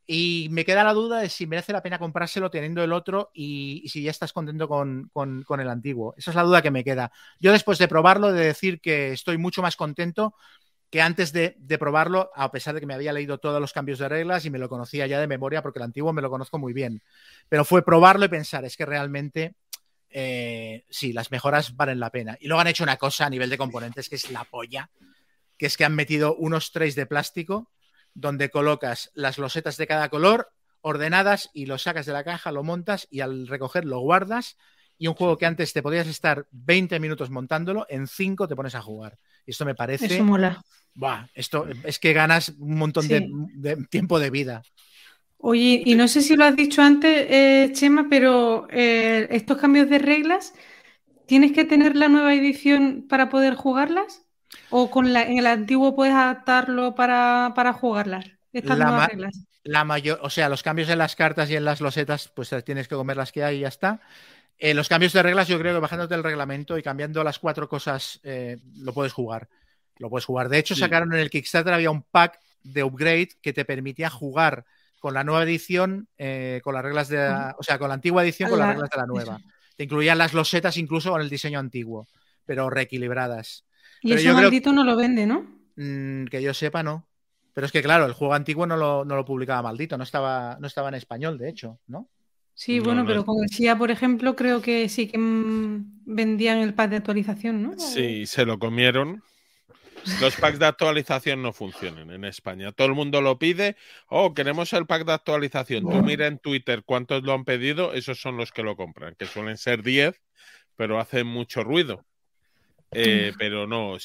Y me queda la duda de si merece la pena comprárselo teniendo el otro y si ya estás contento con el antiguo. Esa es la duda que me queda. Yo después de probarlo, he de decir que estoy mucho más contento que antes de probarlo, a pesar de que me había leído todos los cambios de reglas y me lo conocía ya de memoria, porque el antiguo me lo conozco muy bien. Pero fue probarlo y pensar, es que realmente sí, las mejoras valen la pena. Y luego han hecho una cosa a nivel de componentes que es la polla, que es que han metido unos trays de plástico donde colocas las losetas de cada color ordenadas y lo sacas de la caja, lo montas y al recoger lo guardas. Y un juego que antes te podías estar 20 minutos montándolo, en 5 te pones a jugar. Y esto me parece... Eso mola. Buah, esto es que ganas un montón Sí. de tiempo de vida. Oye, y no sé si lo has dicho antes, Chema, pero estos cambios de reglas, ¿tienes que tener la nueva edición para poder jugarlas? ¿O en el antiguo puedes adaptarlo para jugarlas? Estas nuevas reglas. O sea, los cambios en las cartas y en las losetas, pues tienes que comer las que hay y ya está. Los cambios de reglas, yo creo que bajándote el reglamento y cambiando las 4 cosas, lo puedes jugar. Lo puedes jugar. De hecho, sacaron en el Kickstarter, había un pack de upgrade que te permitía jugar con la nueva edición, con las reglas de o sea, con la antigua edición, con las reglas de la nueva. Te incluían las losetas incluso con el diseño antiguo, pero reequilibradas. Y pero eso Maldito no lo vende, ¿no? Que yo sepa, no. Pero es que, claro, el juego antiguo no lo publicaba Maldito, no estaba en español, de hecho, ¿no? Sí, bueno, pero con el SIA, por ejemplo, creo que sí que vendían el pack de actualización, ¿no? Sí, se lo comieron. Los packs de actualización no funcionan en España. Todo el mundo lo pide. Oh, queremos el pack de actualización. Tú mira en Twitter cuántos lo han pedido. Esos son los que lo compran, que suelen ser 10, pero hacen mucho ruido. Pero no,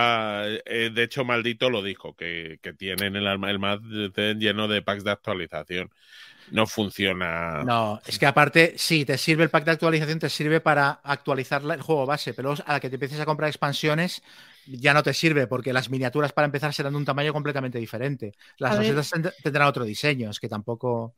de hecho Maldito lo dijo, que tienen el MAD lleno de packs de actualización. No funciona. No, es que aparte, sí, te sirve el pack de actualización, te sirve para actualizar el juego base, pero a la que te empieces a comprar expansiones ya no te sirve, porque las miniaturas para empezar serán de un tamaño completamente diferente. Las losetas tendrán otro diseño, es que tampoco...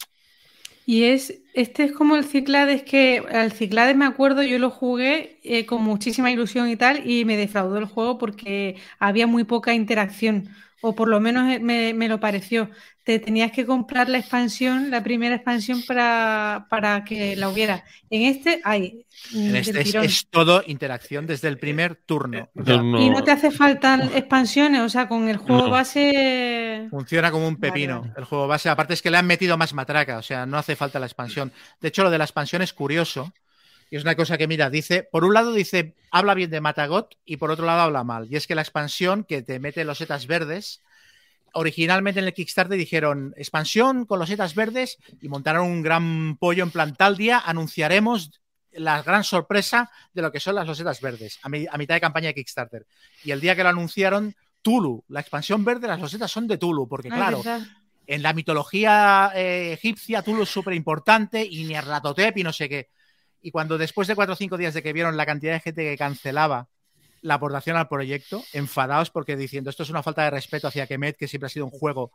Y este es como el Cyclades, que al Cyclades me acuerdo, yo lo jugué con muchísima ilusión y tal, y me defraudó el juego porque había muy poca interacción, o por lo menos me lo pareció. Te tenías que comprar la primera expansión para que la hubiera. En este hay. En este es todo interacción desde el primer turno. Y no te hace falta expansiones, o sea, con el juego base... Funciona como un pepino. Vale. El juego base, aparte es que le han metido más matraca, o sea, no hace falta la expansión. De hecho, lo de la expansión es curioso. Y es una cosa que, mira, por un lado habla bien de Matagot y por otro lado habla mal. Y es que la expansión que te mete losetas verdes, originalmente en el Kickstarter dijeron expansión con losetas verdes y montaron un gran pollo en plan tal día, anunciaremos la gran sorpresa de lo que son las losetas verdes a mitad de campaña de Kickstarter. Y el día que lo anunciaron, Tulu, la expansión verde, las losetas son de Tulu, porque claro, en la mitología egipcia Tulu es súper importante y Nyarlathotep y no sé qué. Y cuando después de 4 o 5 días de que vieron la cantidad de gente que cancelaba la aportación al proyecto, enfadados porque diciendo esto es una falta de respeto hacia Kemet, que siempre ha sido un juego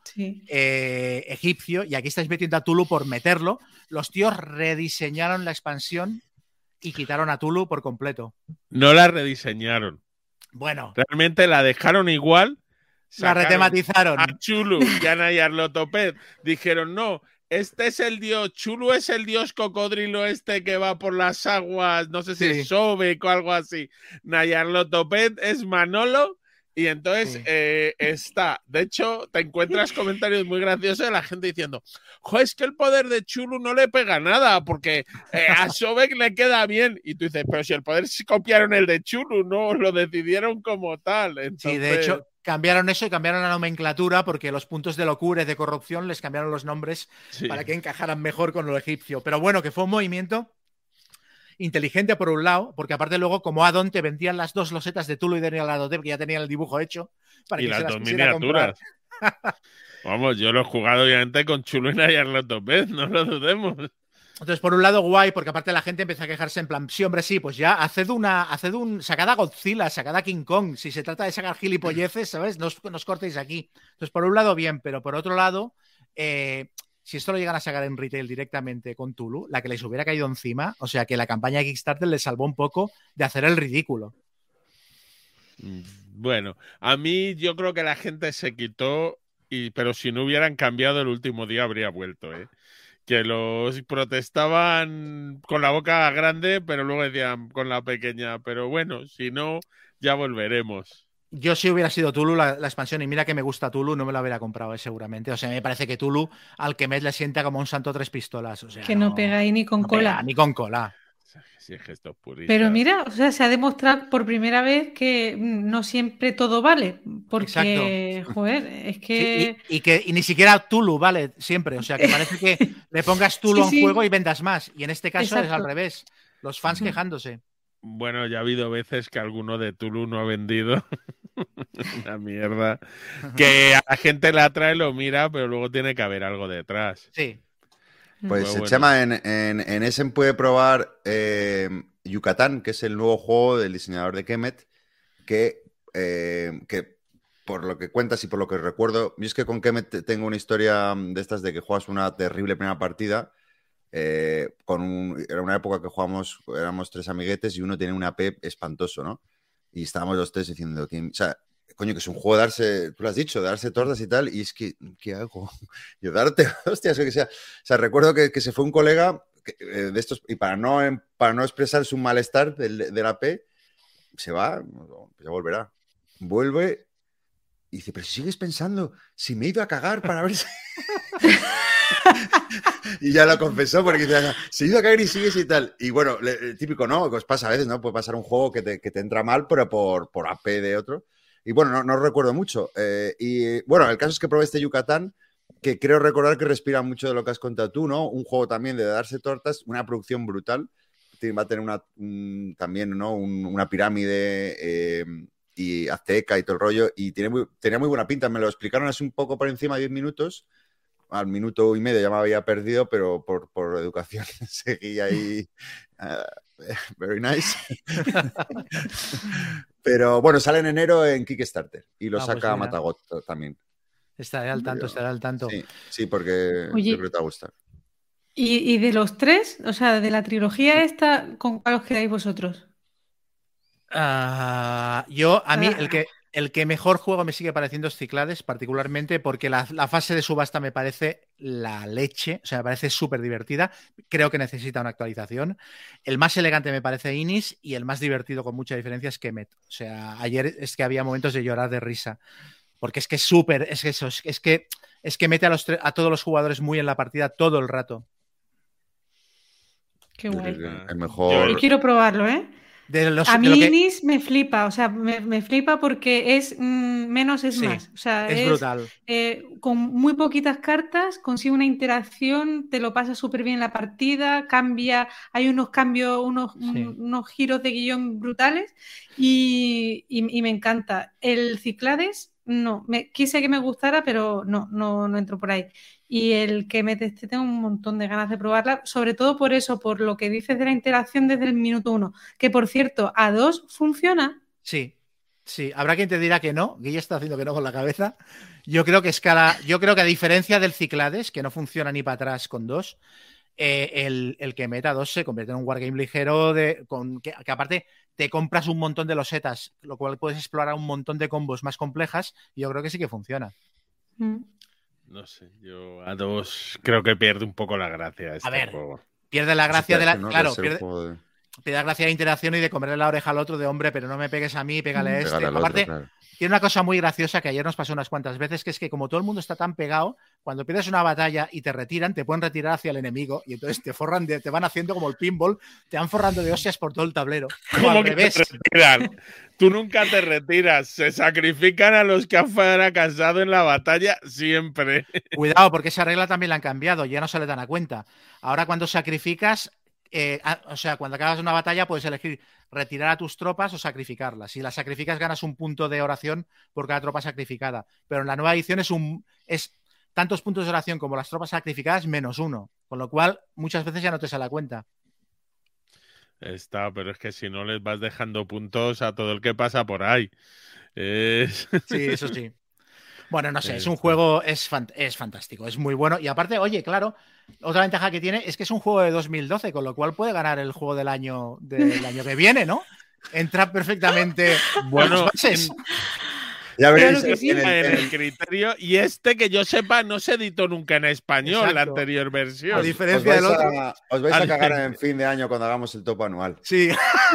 egipcio, y aquí estáis metiendo a Tulu por meterlo, los tíos rediseñaron la expansión y quitaron a Tulu por completo. No la rediseñaron. Bueno. Realmente la dejaron igual. La retematizaron. A Chulu y a Nyarlathotep. Dijeron, no, este es el dios, Chulu es el dios cocodrilo que va por las aguas, no sé si es Sobek o algo así. Nyarlathotep es Manolo. Y entonces está, de hecho, te encuentras comentarios muy graciosos de la gente diciendo, jo, es que el poder de Chulu no le pega nada, porque a Sobek le queda bien. Y tú dices, pero si el poder se copiaron el de Chulu, no, lo decidieron como tal. Entonces... Sí, de hecho, cambiaron eso y cambiaron la nomenclatura porque los puntos de locura y de corrupción les cambiaron los nombres para que encajaran mejor con lo egipcio. Pero bueno, que fue un movimiento inteligente por un lado, porque aparte luego como add-on te vendían las 2 losetas de Tulu y de Nyarlathotep que ya tenían el dibujo hecho para que las se las 2 quisiera miniaturas. Vamos, yo lo he jugado obviamente con Chulu y Nyarlathotep, no lo dudemos. Entonces, por un lado, guay, porque aparte la gente empieza a quejarse en plan, sí, hombre, sí, pues ya sacad a Godzilla, sacad a King Kong, si se trata de sacar gilipolleces, ¿sabes? No os cortéis aquí. Entonces, por un lado, bien, pero por otro lado, si esto lo llegan a sacar en retail directamente con Tulu, la que les hubiera caído encima, o sea que la campaña de Kickstarter les salvó un poco de hacer el ridículo. Bueno, a mí yo creo que la gente se quitó pero si no hubieran cambiado el último día habría vuelto, ¿eh? Que los protestaban con la boca grande, pero luego decían con la pequeña. Pero bueno, si no, ya volveremos. Yo si hubiera sido Tulu la expansión, y mira que me gusta Tulu, no me la hubiera comprado, seguramente. O sea, me parece que Tulu al Kemet le sienta como un santo tres pistolas. O sea, que no pega ahí ni con cola. Pega, ni con cola. Sí, es que esto es purista. Pero mira, o sea, se ha demostrado por primera vez que no siempre todo vale. Porque, exacto. Joder, es que... Sí, y ni siquiera Tulu vale siempre. O sea, que parece que le pongas Tulu a un juego y vendas más. Y en este caso es al revés. Los fans quejándose. Bueno, ya ha habido veces que alguno de Tulu no ha vendido. Una mierda. Que a la gente la atrae, lo mira, pero luego tiene que haber algo detrás. Sí. Pues bueno. Chema, en Essen puede probar Yucatán, que es el nuevo juego del diseñador de Kemet, que por lo que cuentas y por lo que recuerdo, yo es que con Kemet tengo una historia de estas de que juegas una terrible primera partida. Era una época que jugábamos, éramos 3 amiguetes y uno tenía un AP espantoso, ¿no? Y estábamos los 3 diciendo, o sea, coño, que es un juego de darse, tú lo has dicho, de darse tortas y tal, y es que, ¿qué hago? Yo darte hostias o que sea. O sea, recuerdo que se fue un colega de estos, y para no expresar su malestar del AP, se va, pues ya volverá. Vuelve y dice, pero si sigues pensando, si me he ido a cagar para ver si... Y ya lo confesó porque dice, se ha ido a caer y sigues y tal. Y bueno, típico, ¿no? Que os pasa a veces, ¿no? Puede pasar un juego que te entra mal, pero por AP de otro. Y bueno, no recuerdo mucho. Y bueno, el caso es que probé este Yucatán, que creo recordar que respira mucho de lo que has contado tú, ¿no? Un juego también de darse tortas, una producción brutal. Va a tener también, ¿no? Una pirámide y azteca y todo el rollo. Y tenía muy buena pinta. Me lo explicaron así un poco por encima, 10 minutos. Al minuto y medio ya me había perdido, pero por educación seguí ahí. Very nice. Pero bueno, sale en enero en Kickstarter y lo saca pues Matagot también. Estaré al tanto. Sí, porque Oye, yo creo que te va a gustar. ¿Y de los 3, o sea, de la trilogía esta, con cuál os quedáis vosotros? A mí, el que mejor juego me sigue pareciendo es Cyclades, particularmente porque la fase de subasta me parece la leche, o sea, me parece súper divertida. Creo que necesita una actualización. El más elegante me parece Inis y el más divertido, con mucha diferencia, es Kemet. O sea, ayer es que había momentos de llorar de risa. Porque es que es súper, es que mete a todos los jugadores muy en la partida todo el rato. Qué guay. El mejor... Yo quiero probarlo, ¿eh? A mí Inis me flipa, o sea, me flipa porque es menos es más. O sea, es brutal. Con muy poquitas cartas consigue una interacción, te lo pasa súper bien la partida, cambia, hay unos cambios, unos giros de guión brutales y me encanta. El Cyclades, no, quise que me gustara, pero no entro por ahí. Y el que tengo un montón de ganas de probarla, sobre todo por eso, por lo que dices de la interacción desde el minuto 1, que por cierto, a 2 funciona. Sí, habrá quien te dirá que no, Guille está haciendo que no con la cabeza. Yo creo que a diferencia del Cyclades, que no funciona ni para atrás con 2, el que meta 2 se convierte en un wargame ligero que aparte te compras un montón de losetas, lo cual puedes explorar un montón de combos más complejas, y yo creo que sí que funciona. No sé, yo a 2 creo que pierde un poco la gracia este juego. Pierde la gracia pierde la gracia de interacción y de comerle la oreja al otro de hombre, pero no me pegues a mí, pégale a este. Aparte, claro. Tiene una cosa muy graciosa que ayer nos pasó unas cuantas veces, que es que como todo el mundo está tan pegado, cuando pierdes una batalla y te retiran, te pueden retirar hacia el enemigo y entonces te van haciendo como el pinball, te van forrando de hostias por todo el tablero. ¿Cómo que te retiran? Tú nunca te retiras, se sacrifican a los que han fracasado en la batalla siempre. Cuidado, porque esa regla también la han cambiado, ya no se le dan a cuenta. Ahora cuando sacrificas, o sea, cuando acabas una batalla puedes elegir retirar a tus tropas o sacrificarlas. Si las sacrificas ganas un punto de oración por cada tropa sacrificada. Pero en la nueva edición es tantos puntos de oración como las tropas sacrificadas menos 1. Con lo cual muchas veces ya no te sale a cuenta. Pero es que si no les vas dejando puntos a todo el que pasa por ahí. Sí, eso sí. Bueno, no sé, es un juego, es fantástico, es muy bueno. Y aparte, oye, claro, otra ventaja que tiene es que es un juego de 2012, con lo cual puede ganar el juego del año que viene, ¿no? Entra perfectamente bueno, Ya veréis Claro que sí. en En el, el criterio. Y que yo sepa, no se editó nunca en español, la Exacto. anterior A versión. diferencia del otro. os vais a Al- cagar en fin de año cuando hagamos el top anual. Sí,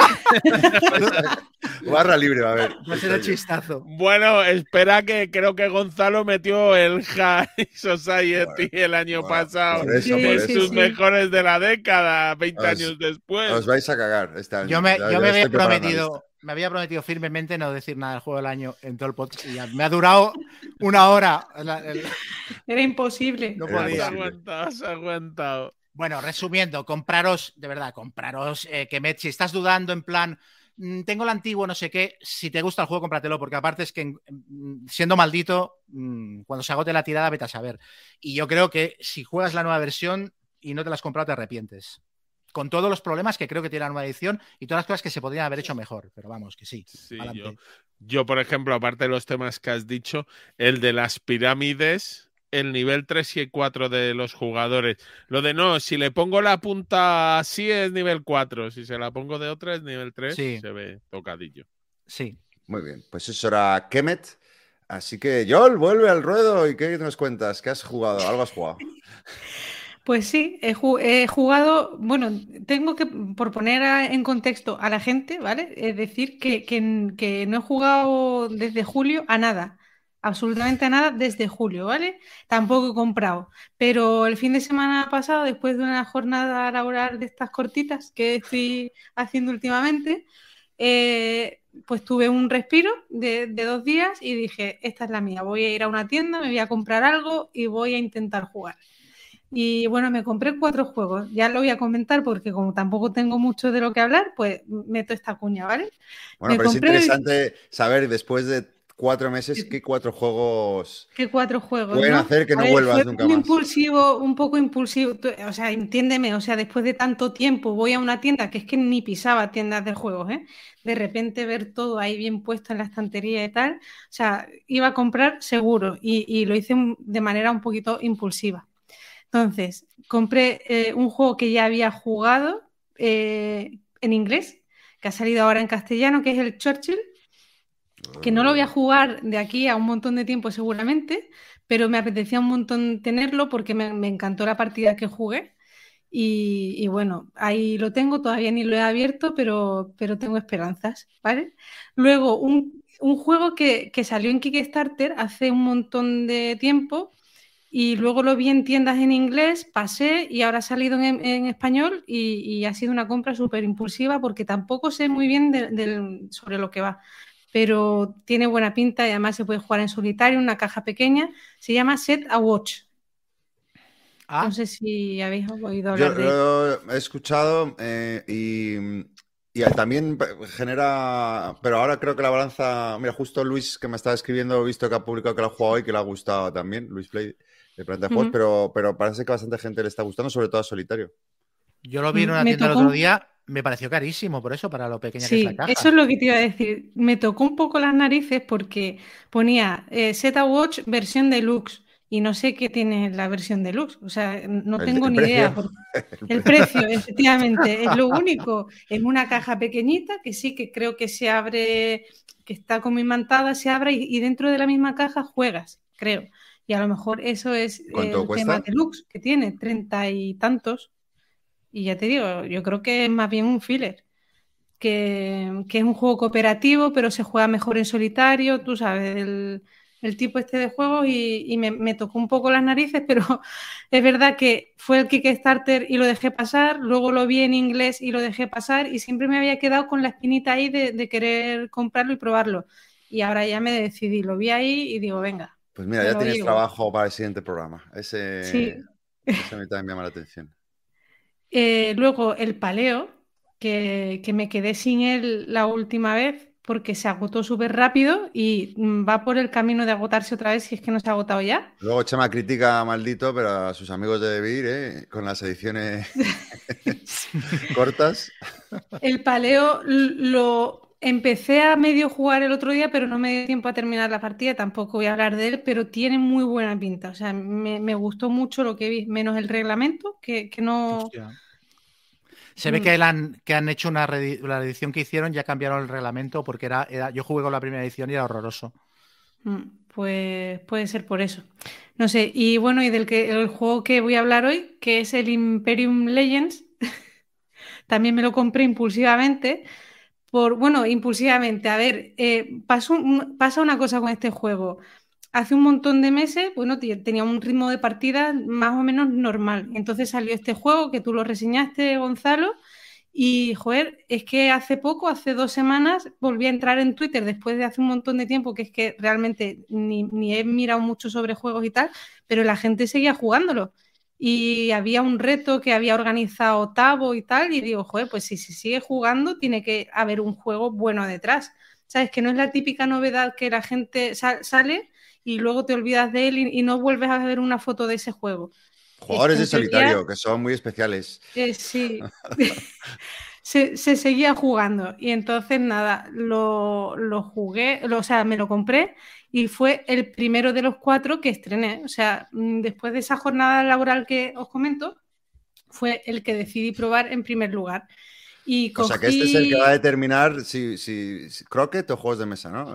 Barra libre, a ver. va a ser el chistazo. Bueno, espera que creo que Gonzalo metió el High Society el año Bueno, pasado. por eso, Sí, por sí, eso. Sus mejores de la década, 20 Os- años después. Os vais a cagar este año. Yo me Ya había estoy preparando la prometido, me había prometido firmemente no decir nada del juego del año en todo el podcast y ya me ha durado 1 hora. Era imposible. No Era podía. imposible. Has aguantado. Bueno, resumiendo, compraros, de verdad, compraros Kemet. Si estás dudando en plan, tengo el antiguo, no sé qué, si te gusta el juego, cómpratelo, porque aparte es que siendo maldito, cuando se agote la tirada, vete a saber. Y yo creo que si juegas la nueva versión y no te la has comprado, te arrepientes. Con todos los problemas que creo que tiene la nueva edición y todas las cosas que se podrían haber hecho mejor. Pero vamos, que sí. Sí, adelante. yo, por ejemplo, aparte de los temas que has dicho, el de las pirámides, el nivel 3 y 4 de los jugadores. Lo de no, si le pongo la punta así es nivel 4, si se la pongo de otra es nivel 3, Sí. se ve tocadillo. Sí. Muy bien, pues eso era Kemet. Así que, Joel, vuelve al ruedo y ¿qué nos cuentas? ¿Qué has jugado? ¿Algo has jugado? Pues sí, he jugado, bueno, tengo que, por poner en contexto a la gente, ¿vale? Es decir, que no he jugado desde julio a nada, absolutamente a nada desde julio, ¿vale? Tampoco he comprado, pero el fin de semana pasado, después de una jornada laboral de estas cortitas que estoy haciendo últimamente, pues tuve un respiro de 2 días y dije, esta es la mía, voy a ir a una tienda, me voy a comprar algo y voy a intentar jugar. Y bueno, me compré 4 juegos. Ya lo voy a comentar porque como tampoco tengo mucho de lo que hablar, pues meto esta cuña, ¿vale? Bueno, Me pero es compré- interesante saber después de 4 meses qué 4 juegos ¿Qué 4 juegos? pueden ¿no? hacer que no A ver, vuelvas fue nunca un más. impulsivo, un poco impulsivo. O sea, entiéndeme, o sea, después de tanto tiempo voy a una tienda que es que ni pisaba tiendas de juegos, ¿eh? De repente ver todo ahí bien puesto en la estantería y tal. O sea, iba a comprar seguro y lo hice de manera un poquito impulsiva. Entonces, compré un juego que ya había jugado en inglés, que ha salido ahora en castellano, que es el Churchill, que no lo voy a jugar de aquí a un montón de tiempo seguramente, pero me apetecía un montón tenerlo porque me encantó la partida que jugué. Y bueno, ahí lo tengo, todavía ni lo he abierto, pero tengo esperanzas, ¿vale? Luego, un juego que salió en Kickstarter hace un montón de tiempo y luego lo vi en tiendas en inglés, pasé y ahora ha salido en español y ha sido una compra súper impulsiva porque tampoco sé muy bien sobre lo que va, pero tiene buena pinta y además se puede jugar en solitario, en una caja pequeña. Se llama Set a Watch. Ah, No sé si habéis oído Yo hablar de él. lo he escuchado y también genera, pero ahora creo que la balanza, mira, justo Luis que me estaba escribiendo, he visto que ha publicado que lo ha jugado y que le ha gustado también, Luis Play de Planeta de Juegos, pero parece que a bastante gente le está gustando, sobre todo a solitario. yo lo vi en una Me tienda el tocó otro día, me pareció carísimo, por eso, para lo pequeña que es la Sí, caja. eso es lo que te iba a decir. Me tocó un poco las narices porque ponía Zeta Watch versión deluxe y no sé qué tiene la versión deluxe. O sea, no tengo El ni precio. idea. El precio, efectivamente, es lo único. En una caja pequeñita que sí que creo que se abre, que está como imantada, se abre y dentro de la misma caja juegas, creo. Y a lo mejor eso es ¿Cuánto el cuesta? tema deluxe que tiene, 30 y tantos. Y ya te digo, yo creo que es más bien un filler. Que es un juego cooperativo, pero se juega mejor en solitario, tú sabes, el tipo este de juegos y me tocó un poco las narices, pero es verdad que fue el Kickstarter y lo dejé pasar, luego lo vi en inglés y lo dejé pasar y siempre me había quedado con la espinita ahí de querer comprarlo y probarlo. Y ahora ya me decidí, lo vi ahí y digo, venga. Pues mira, me ya lo tienes llevo. trabajo para el siguiente programa. Sí. Ese a mí también me llama la atención. Luego el paleo, que me quedé sin él la última vez porque se agotó súper rápido y va por el camino de agotarse otra vez si es que no se ha agotado ya. Luego Chema critica a Maldito, pero a sus amigos de Debir, con las ediciones cortas. El paleo lo empecé a medio jugar el otro día, pero no me dio tiempo a terminar la partida, tampoco voy a hablar de él, pero tiene muy buena pinta. O sea, me gustó mucho lo que vi, menos el reglamento, que no... Hostia. Se ve que han hecho la edición que hicieron, ya cambiron el reglamento porque yo jugué con la primera edición y era horroroso. Pues puede ser por eso. No sé, y bueno, y el juego que voy a hablar hoy, que es el Imperium Legends, también me lo compré impulsivamente. Impulsivamente, a ver, pasa una cosa con este juego. Hace un montón de meses, bueno, tenía un ritmo de partida más o menos normal. Entonces salió este juego que tú lo reseñaste, Gonzalo, y, joder, es que hace poco, hace 2 semanas, volví a entrar en Twitter después de hace un montón de tiempo, que es que realmente ni he mirado mucho sobre juegos y tal, pero la gente seguía jugándolo. Y había un reto que había organizado Tavo y tal, y digo, joder, pues si se sigue jugando, tiene que haber un juego bueno detrás. ¿Sabes? Que no es la típica novedad que la gente sale y luego te olvidas de él y no vuelves a ver una foto de ese juego. Jugadores de solitario, que son muy especiales. Sí. se seguía jugando. Y entonces, nada, lo jugué, o sea, me lo compré y fue el primero de los 4 que estrené. O sea, después de esa jornada laboral que os comento, fue el que decidí probar en primer lugar. Y O sea, que este es el que va a determinar si croquet o juegos de mesa, ¿no?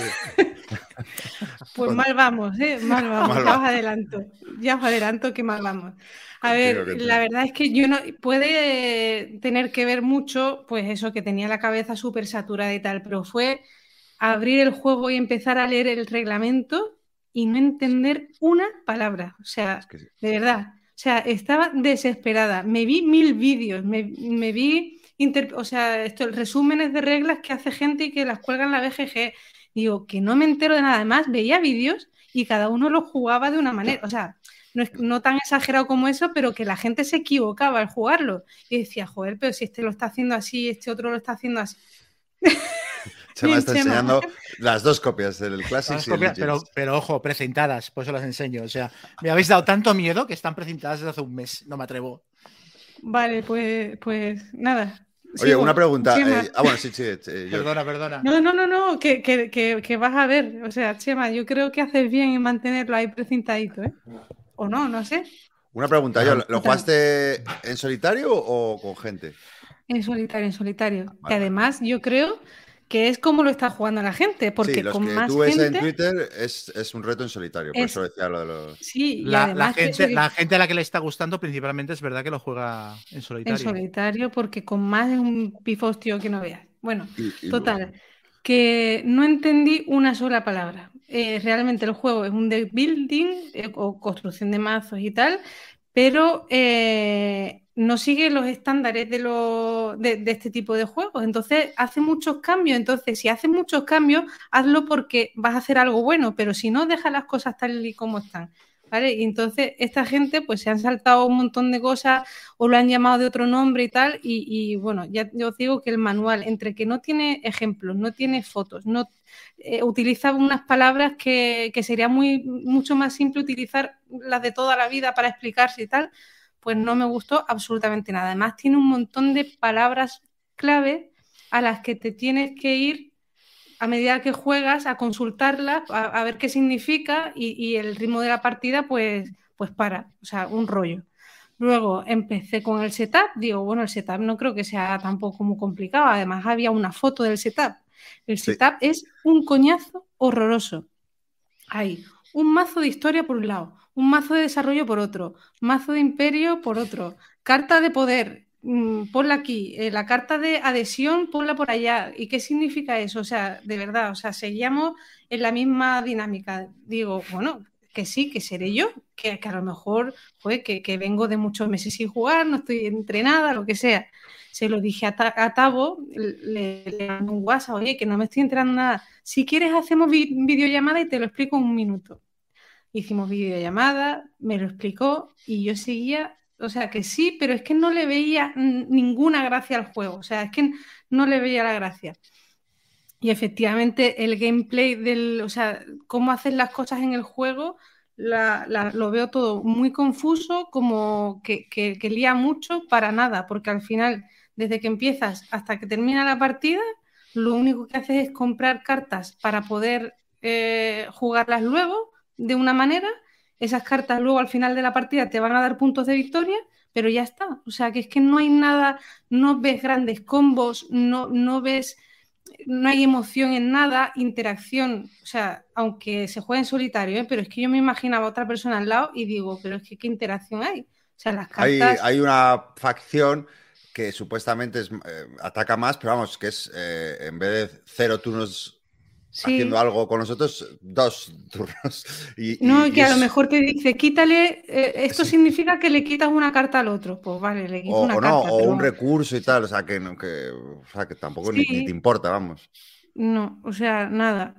Pues mal vamos, ¿eh? Mal vamos, ya os adelanto que mal vamos. A ver, la verdad es que puede tener que ver mucho, pues eso, que tenía la cabeza súper saturada y tal, pero fue abrir el juego y empezar a leer el reglamento y no entender una palabra, o sea, de verdad, o sea, estaba desesperada, me vi 1000 vídeos, me vi, resúmenes de reglas que hace gente y que las cuelga en la BGG. Digo, que no me entero de nada. Además, veía vídeos y cada uno los jugaba de una manera. O sea, no tan exagerado como eso, pero que la gente se equivocaba al jugarlo. Y decía, joder, pero si este lo está haciendo así, este otro lo está haciendo así. Chema está enseñando las 2 copias del Classic y el Legends. Pero ojo, precintadas, por eso las enseño. O sea, me habéis dado tanto miedo que están precintadas desde hace un mes. No me atrevo. Vale, pues nada. Oye, una pregunta. Bueno, sí. Perdona. No, que vas a ver. O sea, Chema, yo creo que haces bien en mantenerlo ahí precintadito, ¿eh? O no sé. Una pregunta, ¿lo jugaste en solitario o con gente? En solitario. Vale. Que además yo creo que es como lo está jugando la gente, porque sí, los con que más tú ves gente, en Twitter es un reto en solitario, por eso decía lo de los... Sí, y la gente a la que le está gustando principalmente es verdad que lo juega en solitario. En solitario, porque con más es un pifostio que no veas. Bueno, total, que no entendí una sola palabra. Realmente el juego es un deck building o construcción de mazos y tal, pero no sigue los estándares de este tipo de juegos. Entonces hace muchos cambios. Entonces, si haces muchos cambios, hazlo porque vas a hacer algo bueno, pero si no, deja las cosas tal y como están, ¿vale? Y entonces esta gente pues se han saltado un montón de cosas o lo han llamado de otro nombre y tal. Y bueno, ya os digo que el manual, entre que no tiene ejemplos, no tiene fotos, no utiliza unas palabras que sería mucho más simple utilizar las de toda la vida para explicarse y tal, pues no me gustó absolutamente nada. Además tiene un montón de palabras clave a las que te tienes que ir a medida que juegas a consultarlas, a ver qué significa y el ritmo de la partida pues para, o sea, un rollo. Luego empecé con el setup, digo, bueno, el setup no creo que sea tampoco muy complicado, además había una foto del setup. El setup es un coñazo horroroso. Hay un mazo de historia por un lado, un mazo de desarrollo por otro, mazo de imperio por otro, carta de poder, ponla aquí, la carta de adhesión, ponla por allá. ¿Y qué significa eso? O sea, de verdad, o sea, seguíamos en la misma dinámica. Digo, bueno, que sí, que seré yo, que a lo mejor, joder, que vengo de muchos meses sin jugar, no estoy entrenada, lo que sea. Se lo dije a Tavo, le mandé un WhatsApp, oye, que no me estoy enterando nada. Si quieres hacemos videollamada y te lo explico en un minuto. Hicimos videollamada, me lo explicó y yo seguía, o sea, que sí, pero es que no le veía ninguna gracia al juego, o sea, es que no le veía la gracia. Y efectivamente el gameplay o sea, cómo haces las cosas en el juego, lo veo todo muy confuso, como que lía mucho para nada, porque al final, desde que empiezas hasta que termina la partida, lo único que haces es comprar cartas para poder jugarlas luego de una manera. Esas cartas luego al final de la partida te van a dar puntos de victoria, pero ya está. O sea, que es que no hay nada, no ves grandes combos, no ves no hay emoción en nada, interacción, o sea, aunque se juegue en solitario, pero es que yo me imaginaba a otra persona al lado y digo, pero es que ¿qué interacción hay? O sea, las cartas... Hay una facción que supuestamente ataca más, pero vamos, que es en vez de 0 turnos haciendo Sí, algo con nosotros, 2 turnos. no, y Y que a lo es, mejor te dice, quítale, esto sí. significa que le quitas una carta al otro. Pues vale, le quito una O no, carta, o un pero recurso y tal, o sea, o sea, que tampoco ni te sí, importa, vamos. no, o sea, nada.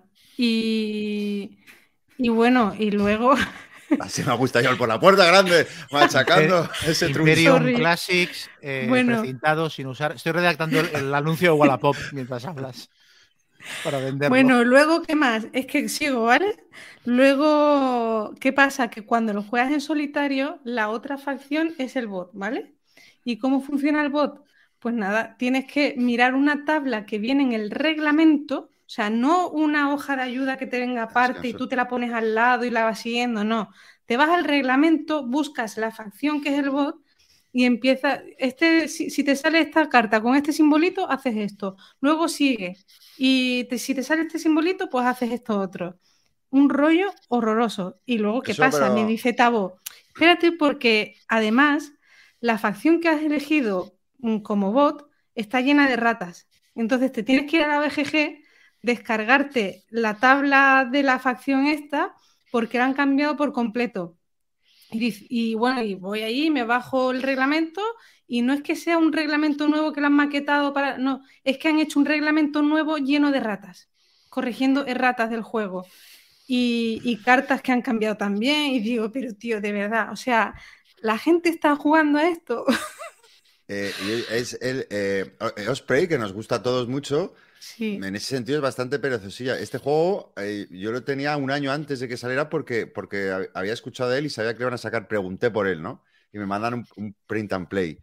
Y, y bueno, y luego, Así me gusta yo por la puerta grande, machacando ese truncho. Imperium sorry, Classics bueno, precintado sin usar. Estoy redactando el anuncio de Wallapop mientras hablas para venderlo. bueno, luego, ¿qué más? Es que sigo, ¿vale? Luego, ¿qué pasa? Que cuando lo juegas en solitario, la otra facción es el bot, ¿vale? ¿Y cómo funciona el bot? Pues nada, tienes que mirar una tabla que viene en el reglamento, o sea, no una hoja de ayuda que te venga Es que aparte y tú te la pones al lado y la vas siguiendo, no. Te vas al reglamento, buscas la facción que es el bot y empieza, si te sale esta carta con este simbolito, haces esto. Luego sigue. Y si te sale este simbolito, pues haces esto otro. Un rollo horroroso. Y luego, ¿qué eso, pasa? Me pero dice Tabo, espérate porque además la facción que has elegido como bot está llena de ratas. Entonces te tienes que ir a la BGG, descargarte la tabla de la facción esta porque la han cambiado por completo. Y bueno, y voy ahí, me bajo el reglamento y no es que sea un reglamento nuevo que lo han maquetado para... No, es que han hecho un reglamento nuevo lleno de ratas, corrigiendo erratas del juego. Y cartas que han cambiado también. Y digo, pero tío, de verdad, o sea, la gente está jugando a esto. y es el Osprey, que nos gusta a todos mucho. Sí. En ese sentido es bastante perezosilla. Este juego yo lo tenía un año antes de que saliera porque había escuchado de él y sabía que le iban a sacar. Pregunté por él, ¿no? Y me mandan un print and play.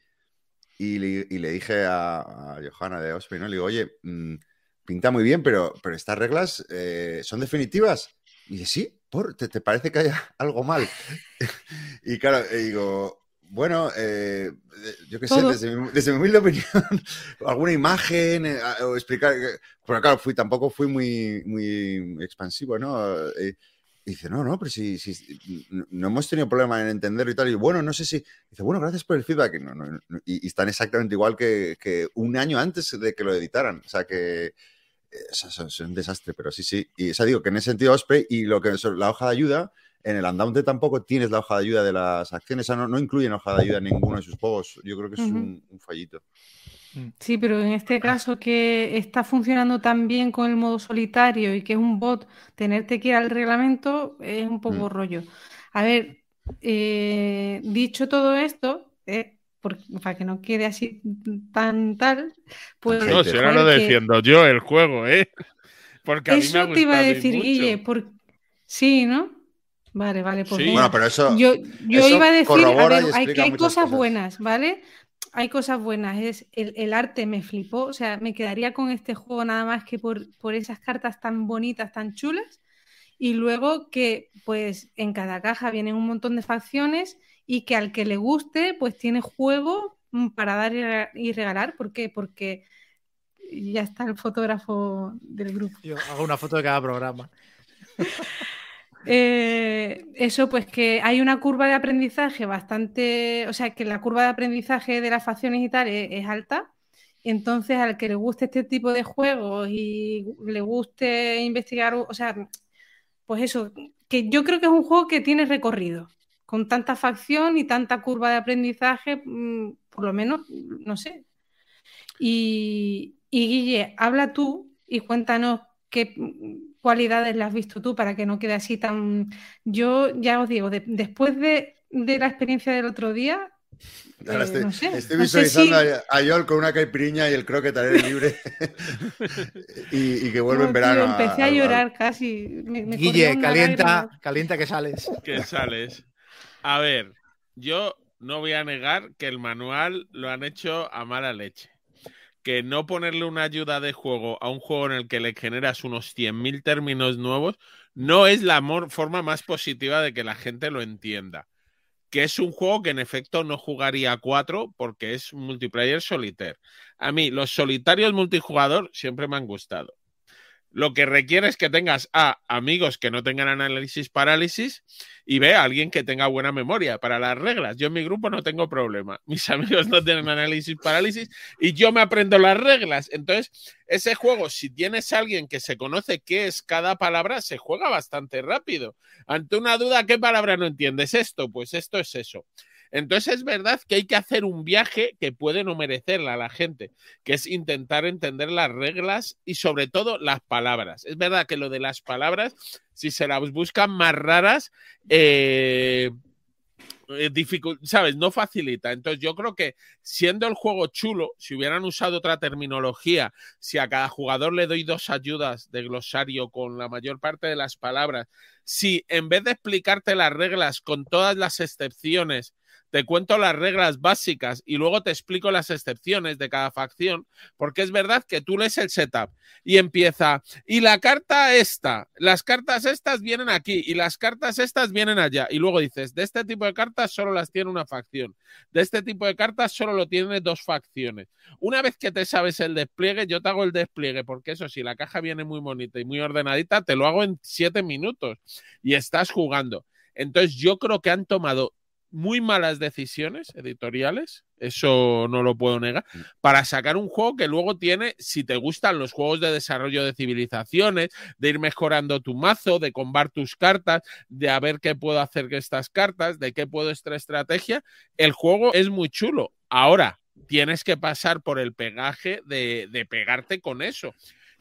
Y le dije a Johanna de Osprey, ¿no? Le digo, oye, pinta muy bien, pero estas reglas son definitivas. Y dice, sí, ¿te parece que haya algo mal? Y claro, digo, bueno, yo qué sé, Todo. desde mi humilde opinión, alguna imagen o explicar. Porque claro, tampoco fui muy expansivo, ¿no? Y dice, no, pero si no hemos tenido problema en entenderlo y tal. Y bueno, no sé si. Dice, bueno, gracias por el feedback. Y están exactamente igual que un año antes de que lo editaran. O sea que. Es un desastre, pero sí. Y o digo que en ese sentido, Osprey y lo que la hoja de ayuda. En el Undaunted tampoco tienes la hoja de ayuda de las acciones, o sea, no incluyen hoja de ayuda en ninguno de sus juegos. Yo creo que es un fallito. Sí, pero en este caso que está funcionando tan bien con el modo solitario y que es un bot, tenerte que ir al reglamento es un poco rollo. A ver, dicho todo esto, para que no quede así tan tal, pues Tan No, si ahora joder, lo defiendo yo el juego, ¿eh? Porque a mí me ha eso te iba a gustado y decir, mucho. Guille, sí, ¿no? Vale, pues Sí. Bueno, venga. pero Yo eso iba a decir, a corrobora ver, y explica hay muchas cosas cosas. buenas, ¿vale? Hay cosas buenas. El arte me flipó. O sea, me quedaría con este juego nada más que por esas cartas tan bonitas, tan chulas. Y luego que, pues, en cada caja vienen un montón de facciones y que al que le guste, pues tiene juego para dar y regalar. ¿Por qué? Porque ya está el fotógrafo del grupo. Yo hago una foto de cada programa. Eso, pues que hay una curva de aprendizaje bastante, o sea, que la curva de aprendizaje de las facciones y tal es alta. Entonces, al que le guste este tipo de juegos y le guste investigar, o sea, pues eso, que yo creo que es un juego que tiene recorrido, con tanta facción y tanta curva de aprendizaje, por lo menos, no sé. Y Guille, habla tú y cuéntanos qué cualidades le has visto tú para que no quede así tan... Yo ya os digo, después de la experiencia del otro día, Ahora no sé. estoy No sé visualizando si... a Yol con una caipiriña y el croquet al aire libre y que vuelve en No, tío, verano. empecé a llorar casi. Me corrió Guille, una lágrima. calienta que sales. Que sales. A ver, yo no voy a negar que el manual lo han hecho a mala leche. Que no ponerle una ayuda de juego a un juego en el que le generas unos 100.000 términos nuevos no es la forma más positiva de que la gente lo entienda. que es un juego que en efecto no jugaría a 4 porque es multiplayer solitaire. A mí los solitarios multijugador siempre me han gustado. Lo que requiere es que tengas amigos que no tengan análisis parálisis y a alguien que tenga buena memoria para las reglas. Yo en mi grupo no tengo problema. Mis amigos no tienen análisis parálisis y yo me aprendo las reglas. Entonces, ese juego, si tienes a alguien que se conoce qué es cada palabra, se juega bastante rápido. Ante una duda, ¿qué palabra no entiendes? Esto, pues esto es eso. Entonces es verdad que hay que hacer un viaje que puede no merecerla a la gente, que es intentar entender las reglas y sobre todo las palabras. Es verdad que lo de las palabras, si se las buscan más raras, ¿sabes? No facilita. Entonces yo creo que siendo el juego chulo, si hubieran usado otra terminología, si a cada jugador le doy 2 ayudas de glosario con la mayor parte de las palabras, si en vez de explicarte las reglas con todas las excepciones, te cuento las reglas básicas y luego te explico las excepciones de cada facción, porque es verdad que tú lees el setup y empieza, y la carta esta, las cartas estas vienen aquí y las cartas estas vienen allá, y luego dices, de este tipo de cartas solo las tiene una facción, de este tipo de cartas solo lo tiene 2 facciones. Una vez que te sabes el despliegue, yo te hago el despliegue, porque eso sí, la caja viene muy bonita y muy ordenadita, te lo hago en 7 minutos y estás jugando. Entonces yo creo que han tomado muy malas decisiones editoriales, eso no lo puedo negar, para sacar un juego que luego tiene, si te gustan los juegos de desarrollo de civilizaciones, de ir mejorando tu mazo, de combar tus cartas, de a ver qué puedo hacer con estas cartas, de qué puedo esta estrategia, el juego es muy chulo. Ahora, tienes que pasar por el pegaje de pegarte con eso.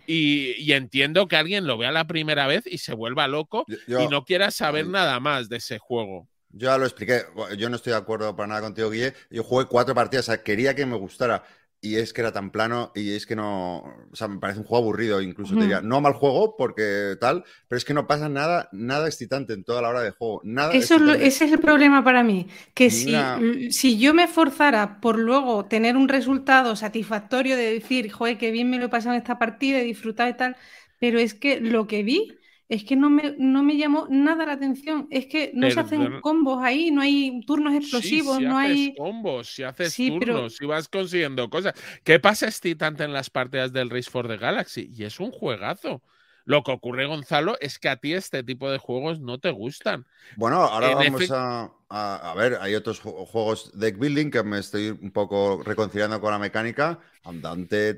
Y entiendo que alguien lo vea la primera vez y se vuelva loco y no quiera saber nada más de ese juego. Yo ya lo expliqué, yo no estoy de acuerdo para nada contigo, Guille. Yo jugué 4 partidas, o sea, quería que me gustara y es que era tan plano y es que no, o sea, me parece un juego aburrido, incluso te diría, no mal juego porque tal, pero es que no pasa nada excitante en toda la hora de juego, nada excitante. Ese es el problema para mí, que Ninguna... si yo me esforzara por luego tener un resultado satisfactorio de decir, joder, qué bien me lo he pasado en esta partida, he disfrutado y tal, pero es que lo que vi es que no me llamó nada la atención. Es que no se hacen combos ahí, no hay turnos explosivos, sí, si no haces hay combos, si haces sí, turnos, pero... si vas consiguiendo cosas. ¿Qué pasa excitante en las partidas del Race for the Galaxy? Y es un juegazo. Lo que ocurre, Gonzalo, es que a ti este tipo de juegos no te gustan. Bueno, ahora vamos a ver, hay otros juegos deck building que me estoy un poco reconciliando con la mecánica. Undaunted,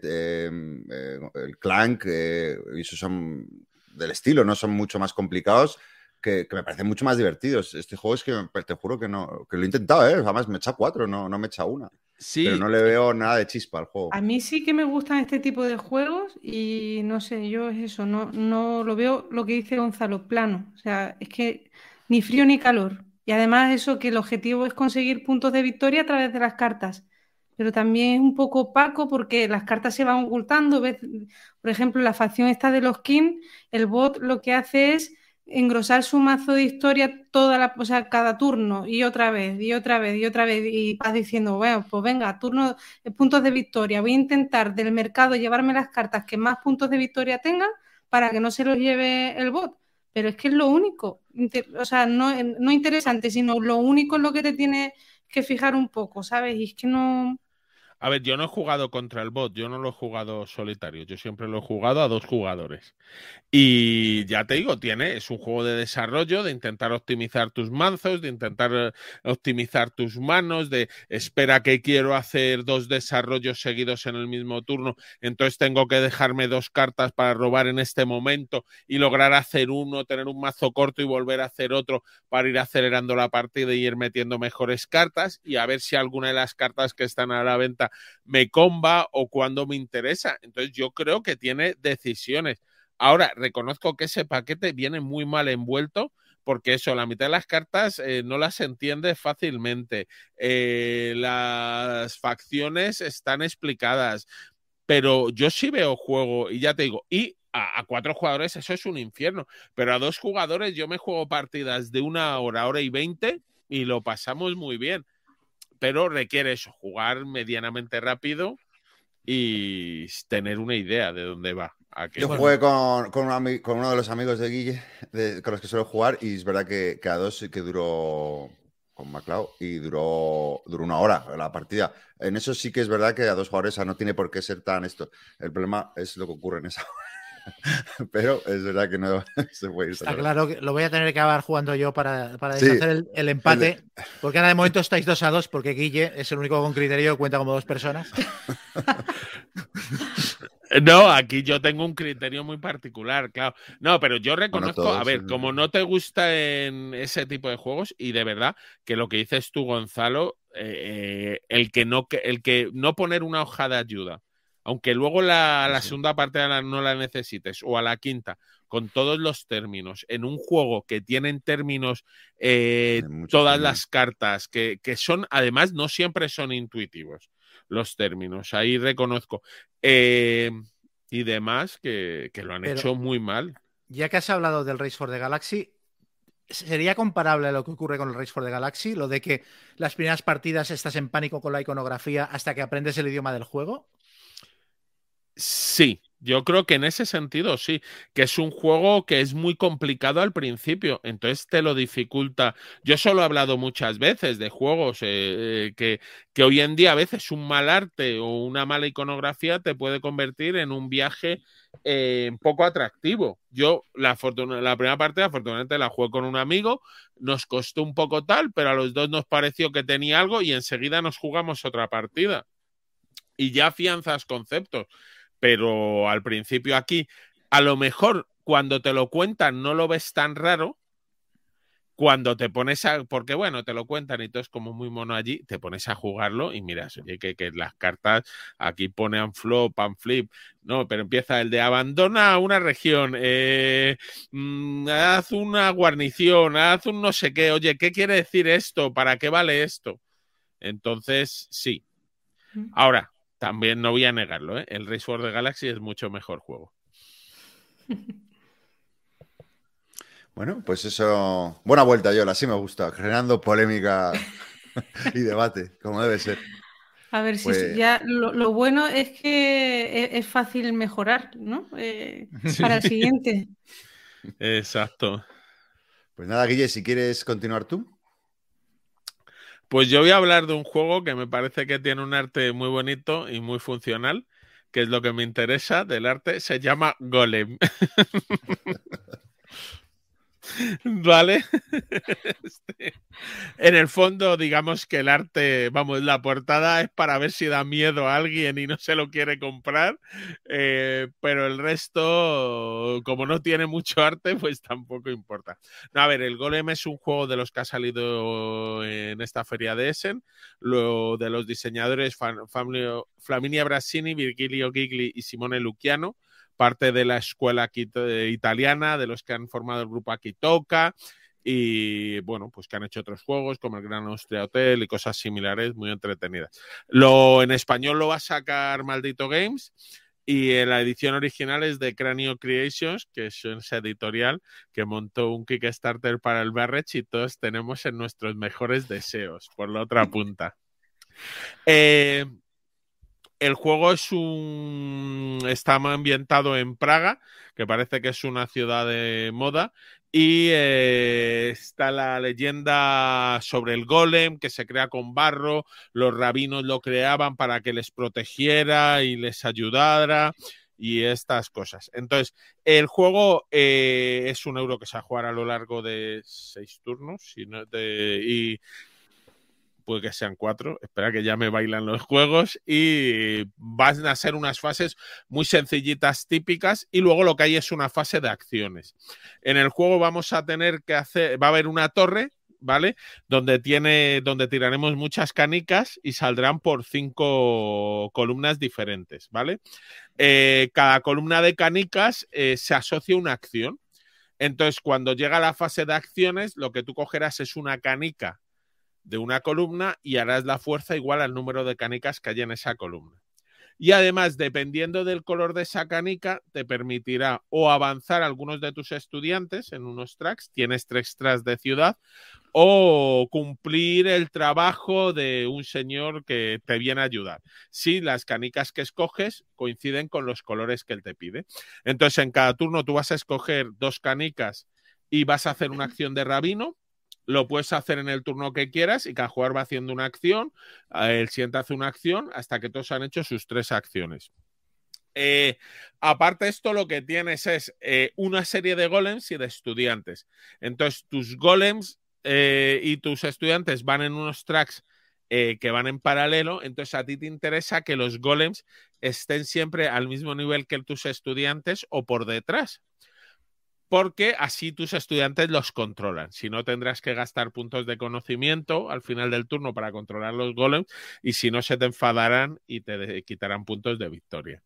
el Clank, y esos son del estilo, no son mucho más complicados, que me parecen mucho más divertidos. Este juego es que te juro que no, que lo he intentado, además me echa 4, no me echa 1. Sí, pero no le veo nada de chispa al juego. A mí sí que me gustan este tipo de juegos y no sé, yo es eso, no lo veo lo que dice Gonzalo, plano. O sea, es que ni frío ni calor. Y además eso que el objetivo es conseguir puntos de victoria a través de las cartas. Pero también es un poco opaco porque las cartas se van ocultando. ¿Ves? Por ejemplo, la facción esta de los King, el bot lo que hace es engrosar su mazo de historia o sea, cada turno y otra vez y otra vez y otra vez y vas diciendo, bueno, pues venga, turno, puntos de victoria, voy a intentar del mercado llevarme las cartas que más puntos de victoria tengan para que no se los lleve el bot, pero es que es lo único, o sea, no interesante, sino lo único en lo que te tienes que fijar un poco, ¿sabes? Y es que no... A ver, yo no he jugado contra el bot, yo no lo he jugado solitario, yo siempre lo he jugado a 2 jugadores. Y ya te digo, es un juego de desarrollo, de intentar optimizar tus mazos, de intentar optimizar tus manos, de espera que quiero hacer 2 desarrollos seguidos en el mismo turno, entonces tengo que dejarme 2 cartas para robar en este momento y lograr hacer uno, tener un mazo corto y volver a hacer otro para ir acelerando la partida y ir metiendo mejores cartas y a ver si alguna de las cartas que están a la venta me comba o cuando me interesa. Entonces yo creo que tiene decisiones. Ahora, reconozco que ese paquete viene muy mal envuelto porque eso, la mitad de las cartas no las entiende fácilmente. Las facciones están explicadas, pero yo sí veo juego y ya te digo, y a 4 jugadores eso es un infierno, pero a 2 jugadores yo me juego partidas de 1 hora, 1:20 y lo pasamos muy bien. Pero requiere eso, jugar medianamente rápido y tener una idea de dónde va. Yo jugué con uno de los amigos de Guille, con los que suelo jugar, y es verdad que a 2 sí que duró con MacLeod y duró 1 hora la partida. En eso sí que es verdad que a 2 jugadores no tiene por qué ser tan esto. El problema es lo que ocurre en esa hora. Pero es verdad que no se puede ir. Está claro que lo voy a tener que acabar jugando yo para Sí. deshacer el empate. Porque ahora de momento estáis 2-2 porque Guille es el único con criterio que cuenta como 2 personas. No, aquí yo tengo un criterio muy particular, claro. No, pero yo reconozco, todos, a ver, como no te gusta en ese tipo de juegos, y de verdad que lo que dices tú, Gonzalo, el que no poner una hoja de ayuda, aunque luego la Sí. segunda parte no la necesites, o a la quinta, con todos los términos, en un juego que tienen términos, muchos todas términos. las cartas, que son, además, no siempre son intuitivos los términos, ahí reconozco. Y demás que lo han hecho muy mal. Ya que has hablado del Race for the Galaxy, ¿sería comparable a lo que ocurre con el Race for the Galaxy? Lo de que las primeras partidas estás en pánico con la iconografía hasta que aprendes el idioma del juego. Sí, yo creo que en ese sentido sí, que es un juego que es muy complicado al principio, entonces te lo dificulta. Yo solo he hablado muchas veces de juegos que hoy en día a veces un mal arte o una mala iconografía te puede convertir en un viaje poco atractivo. Yo la primera parte afortunadamente la jugué con un amigo, nos costó un poco tal, pero a los dos nos pareció que tenía algo y enseguida nos jugamos otra partida. Y ya afianzas conceptos. Pero al principio aquí, a lo mejor cuando te lo cuentan no lo ves tan raro, cuando te pones porque bueno, te lo cuentan y todo es como muy mono allí, te pones a jugarlo y miras, oye, que las cartas aquí pone unflop, unflip, no, pero empieza el de abandona una región, haz una guarnición, haz un no sé qué, oye, ¿qué quiere decir esto? ¿Para qué vale esto? Entonces, sí. Ahora, también no voy a negarlo, ¿eh? El Race for the Galaxy es mucho mejor juego. Bueno, pues eso. Buena vuelta, Yola, así me gusta. Generando polémica y debate, como debe ser. A ver, Pues... si ya lo bueno es que es fácil mejorar, ¿no? Para el siguiente. Exacto. Pues nada, Guille, si quieres continuar tú. Pues yo voy a hablar de un juego que me parece que tiene un arte muy bonito y muy funcional, que es lo que me interesa del arte. Se llama Golem. ¿Vale? En el fondo, digamos que el arte, vamos, la portada es para ver si da miedo a alguien y no se lo quiere comprar, pero el resto, como no tiene mucho arte, pues tampoco importa. No, a ver, el Golem es un juego de los que ha salido en esta feria de Essen, lo de los diseñadores Flaminia Brassini, Virgilio Gigli y Simone Luciano, parte de la escuela italiana, de los que han formado el grupo Akitoka, y bueno, pues que han hecho otros juegos como el Gran Austria Hotel y cosas similares muy entretenidas. En español lo va a sacar Maldito Games y la edición original es de Cranio Creations, que es esa editorial que montó un Kickstarter para el Barrage y todos tenemos en nuestros mejores deseos, por la otra punta. El juego está ambientado en Praga, que parece que es una ciudad de moda, y está la leyenda sobre el golem que se crea con barro. Los rabinos lo creaban para que les protegiera y les ayudara y estas cosas. Entonces, el juego es €1 que se va a jugar a lo largo de 6 turnos y puede que sean 4, espera que ya me bailan los juegos, y van a ser unas fases muy sencillitas, típicas, y luego lo que hay es una fase de acciones. En el juego vamos a tener que va a haber una torre, ¿vale? Donde tiraremos muchas canicas y saldrán por 5 columnas diferentes, ¿vale? Cada columna de canicas se asocia una acción. Entonces, cuando llega la fase de acciones, lo que tú cogerás es una canica de una columna y harás la fuerza igual al número de canicas que hay en esa columna. Y además, dependiendo del color de esa canica, te permitirá o avanzar algunos de tus estudiantes en unos tracks, tienes 3 tracks de ciudad, o cumplir el trabajo de un señor que te viene a ayudar, si las canicas que escoges coinciden con los colores que él te pide. Entonces, en cada turno tú vas a escoger 2 canicas y vas a hacer una acción de rabino. lo puedes hacer en el turno que quieras y cada jugador va haciendo una acción, el siguiente hace una acción hasta que todos han hecho sus 3 acciones. Aparte de esto, lo que tienes es una serie de golems y de estudiantes. Entonces, tus golems y tus estudiantes van en unos tracks que van en paralelo. Entonces, a ti te interesa que los golems estén siempre al mismo nivel que tus estudiantes o por detrás, porque así tus estudiantes los controlan. Si no, tendrás que gastar puntos de conocimiento al final del turno para controlar los golems, y si no, se te enfadarán y te quitarán puntos de victoria.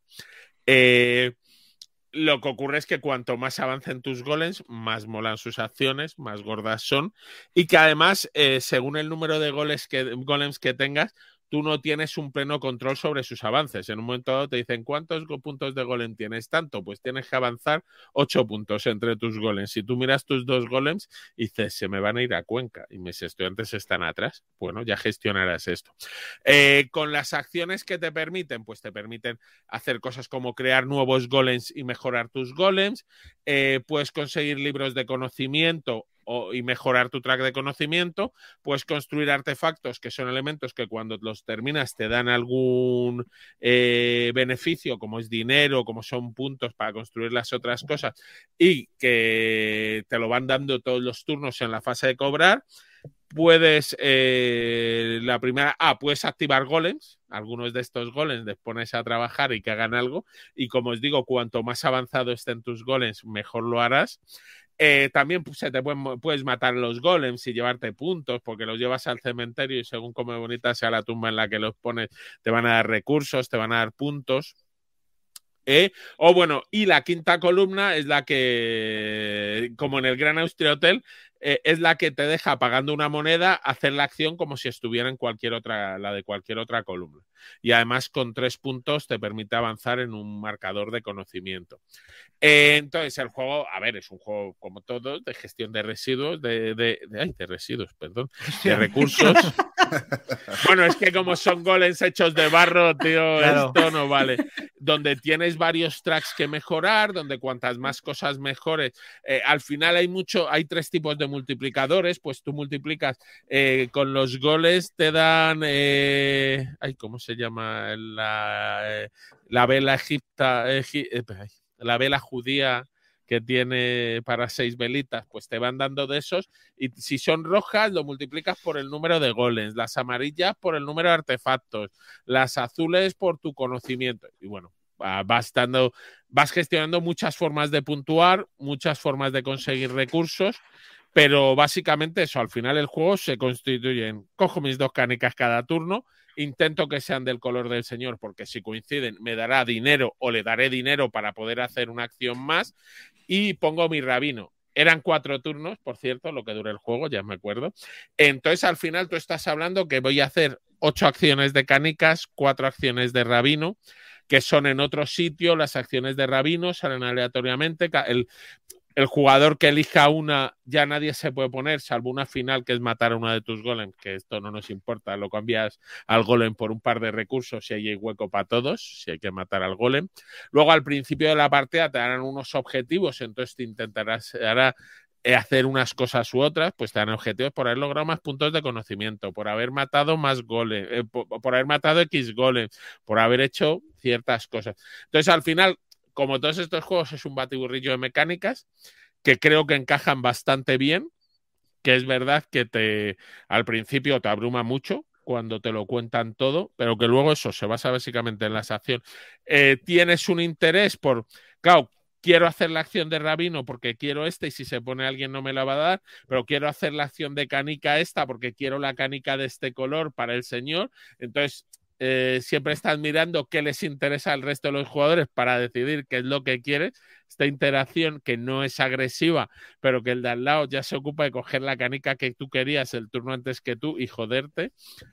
Lo que ocurre es que cuanto más avancen tus golems, más molan sus acciones, más gordas son, y que además, según el número de golems que tengas, tú no tienes un pleno control sobre sus avances. En un momento dado te dicen, ¿cuántos puntos de golem tienes? Tanto, pues tienes que avanzar 8 puntos entre tus golems. Si tú miras tus 2 golems y dices, se me van a ir a Cuenca y mis estudiantes están atrás, bueno, ya gestionarás esto. Con las acciones que te permiten, pues te permiten hacer cosas como crear nuevos golems y mejorar tus golems. Puedes conseguir libros de conocimiento y mejorar tu track de conocimiento. Puedes construir artefactos que son elementos que cuando los terminas te dan algún beneficio, como es dinero, como son puntos para construir las otras cosas, y que te lo van dando todos los turnos en la fase de cobrar. Puedes, puedes activar golems. Algunos de estos golems les pones a trabajar y que hagan algo, y como os digo, cuanto más avanzado estén tus golems, mejor lo harás. También puedes matar los golems y llevarte puntos, porque los llevas al cementerio y según como bonita sea la tumba en la que los pones, te van a dar recursos, te van a dar puntos. Y la quinta columna es la que, como en el Gran Austria Hotel, es la que te deja pagando una moneda hacer la acción como si estuviera en la de cualquier otra columna. Y además con 3 puntos te permite avanzar en un marcador de conocimiento. Entonces el juego, es un juego como todo, de gestión de residuos, de recursos. Bueno, es que como son golems hechos de barro, tío, claro. Esto no vale. Donde tienes varios tracks que mejorar, donde cuantas más cosas mejores. Al final hay 3 tipos de multiplicadores, pues tú multiplicas con los goles, te dan ¿cómo se llama? La vela la vela judía que tiene para 6 velitas, pues te van dando de esos, y si son rojas lo multiplicas por el número de golems, las amarillas por el número de artefactos, las azules por tu conocimiento, y bueno, vas gestionando muchas formas de puntuar, muchas formas de conseguir recursos, pero básicamente eso, al final el juego se constituye en, cojo mis 2 canicas cada turno, intento que sean del color del señor, porque si coinciden me dará dinero o le daré dinero para poder hacer una acción más, y pongo mi rabino. Eran 4 turnos, por cierto, lo que dura el juego, ya me acuerdo. Entonces, al final tú estás hablando que voy a hacer 8 acciones de canicas, 4 acciones de rabino, que son en otro sitio. Las acciones de rabino salen aleatoriamente. El jugador que elija una, ya nadie se puede poner, salvo una final, que es matar a uno de tus golems, que esto no nos importa, lo cambias al golem por un par de recursos si hay hueco para todos, si hay que matar al golem. Luego, al principio de la partida te darán unos objetivos, entonces te intentarás hacer unas cosas u otras, pues te dan objetivos por haber logrado más puntos de conocimiento, por haber matado más golems, por haber matado X golems, por haber hecho ciertas cosas. Entonces, al final, como todos estos juegos, es un batiburrillo de mecánicas que creo que encajan bastante bien, que es verdad que al principio te abruma mucho cuando te lo cuentan todo, pero que luego eso se basa básicamente en las acciones. Tienes un interés claro, quiero hacer la acción de rabino porque quiero y si se pone alguien no me la va a dar, pero quiero hacer la acción de canica porque quiero la canica de este color para el señor. Entonces, siempre estás mirando qué les interesa al resto de los jugadores para decidir qué es lo que quieres. Esta interacción que no es agresiva, pero que el de al lado ya se ocupa de coger la canica que tú querías el turno antes que tú y joderte.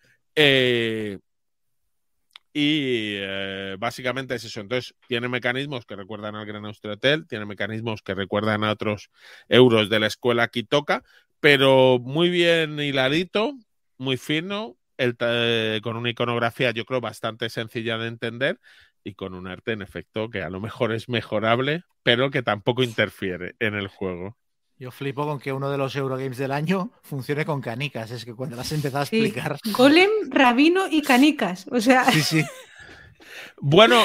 Básicamente es eso. Entonces tiene mecanismos que recuerdan al Gran Austria Hotel, tiene mecanismos que recuerdan a otros euros de la escuela Kitoka, pero muy bien hiladito, muy fino, con una iconografía yo creo bastante sencilla de entender y con un arte en efecto que a lo mejor es mejorable, pero que tampoco interfiere en el juego. Yo flipo con que uno de los Eurogames del año funcione con canicas. Es que cuando las has empezado a Sí. explicar. Golem, Rabino y canicas. O sea, Sí, sí. Bueno,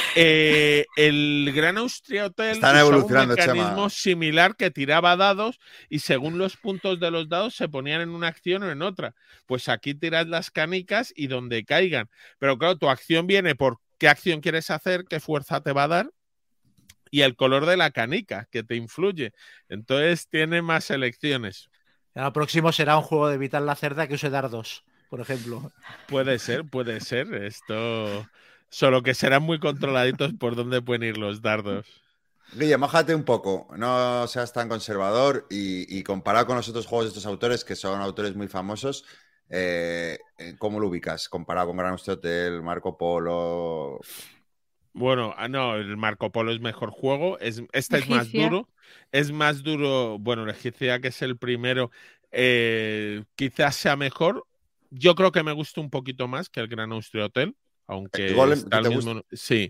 el Gran Austria Hotel Están usaba evolucionando, un mecanismo Chema. similar que tiraba dados y según los puntos de los dados se ponían en una acción o en otra. Pues aquí tiras las canicas y donde caigan. Pero claro, tu acción viene por qué acción quieres hacer, qué fuerza te va a dar y el color de la canica que te influye. Entonces tiene más elecciones. Ahora próximo será un juego de Vital la Cerda que use dardos, por ejemplo. Puede ser. Esto... Solo que serán muy controladitos por dónde pueden ir los dardos. Guille, mójate un poco, no seas tan conservador y comparado con los otros juegos de estos autores, que son autores muy famosos, ¿cómo lo ubicas? Comparado con Gran Austria Hotel, Marco Polo... Bueno, no, el Marco Polo es mejor juego. Este es más Legicia. duro. Es más duro. Bueno, Legicia, que es el primero, quizás sea mejor. Yo creo que me gusta un poquito más que el Gran Austria Hotel, aunque Golem, está ¿qué te al mismo. Sí,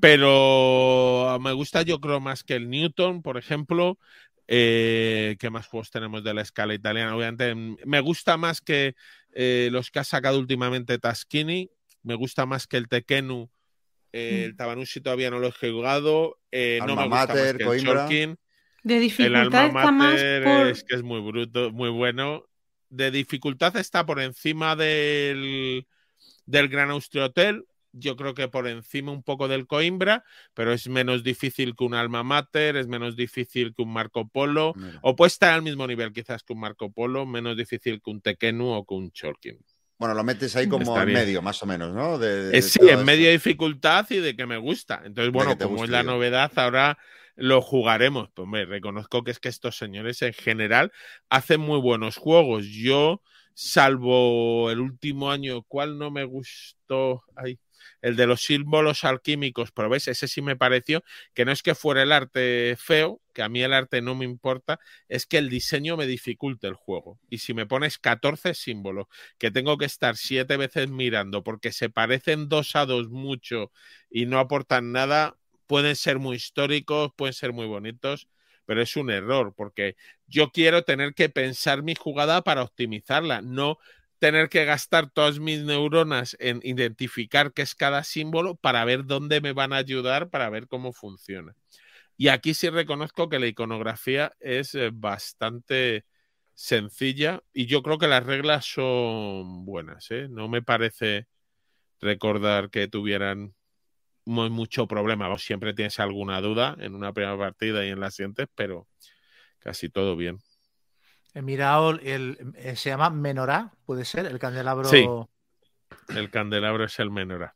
pero me gusta, yo creo, más que el Newton, por ejemplo. ¿Qué más juegos tenemos de la escala italiana? Obviamente, me gusta más que los que ha sacado últimamente Taschini. Me gusta más que el Tekkenu. El Tabanushi todavía no lo he jugado. No me Alma gusta más Mater, que el Coimbra. Chorkin. de El dificultad Alma está más Mater por... es que es muy bruto, muy bueno. De dificultad está por encima del Gran Austria Hotel. Yo creo que por encima un poco del Coimbra, pero es menos difícil que un Alma Mater, es menos difícil que un Marco Polo, Mira. o puede estar al mismo nivel quizás que un Marco Polo, menos difícil que un Tekkenu o que un Chorkin. Bueno, lo metes ahí como Estaría. en medio, más o menos, ¿no? Sí, todo en medio de esto. dificultad y de que me gusta. Entonces, De bueno, que te como guste, es la digo. novedad, ahora lo jugaremos. Pues me reconozco que es que estos señores en general hacen muy buenos juegos. Yo, salvo el último año, ¿cuál no me gustó? Ay, el de los símbolos alquímicos, pero ves, ese sí me pareció que no es que fuera el arte feo, que a mí el arte no me importa, es que el diseño me dificulta el juego. Y si me pones 14 símbolos que tengo que estar 7 veces mirando porque se parecen 2 a 2 mucho y no aportan nada, pueden ser muy históricos, pueden ser muy bonitos, pero es un error porque yo quiero tener que pensar mi jugada para optimizarla, no tener que gastar todas mis neuronas en identificar qué es cada símbolo para ver dónde me van a ayudar, para ver cómo funciona. Y aquí sí reconozco que la iconografía es bastante sencilla y yo creo que las reglas son buenas, ¿eh? No me parece recordar que tuvieran mucho problema. Siempre tienes alguna duda en una primera partida y en las siguientes, pero casi todo bien. He mirado, se llama Menorá, puede ser, el candelabro. Sí. El candelabro es el Menorá.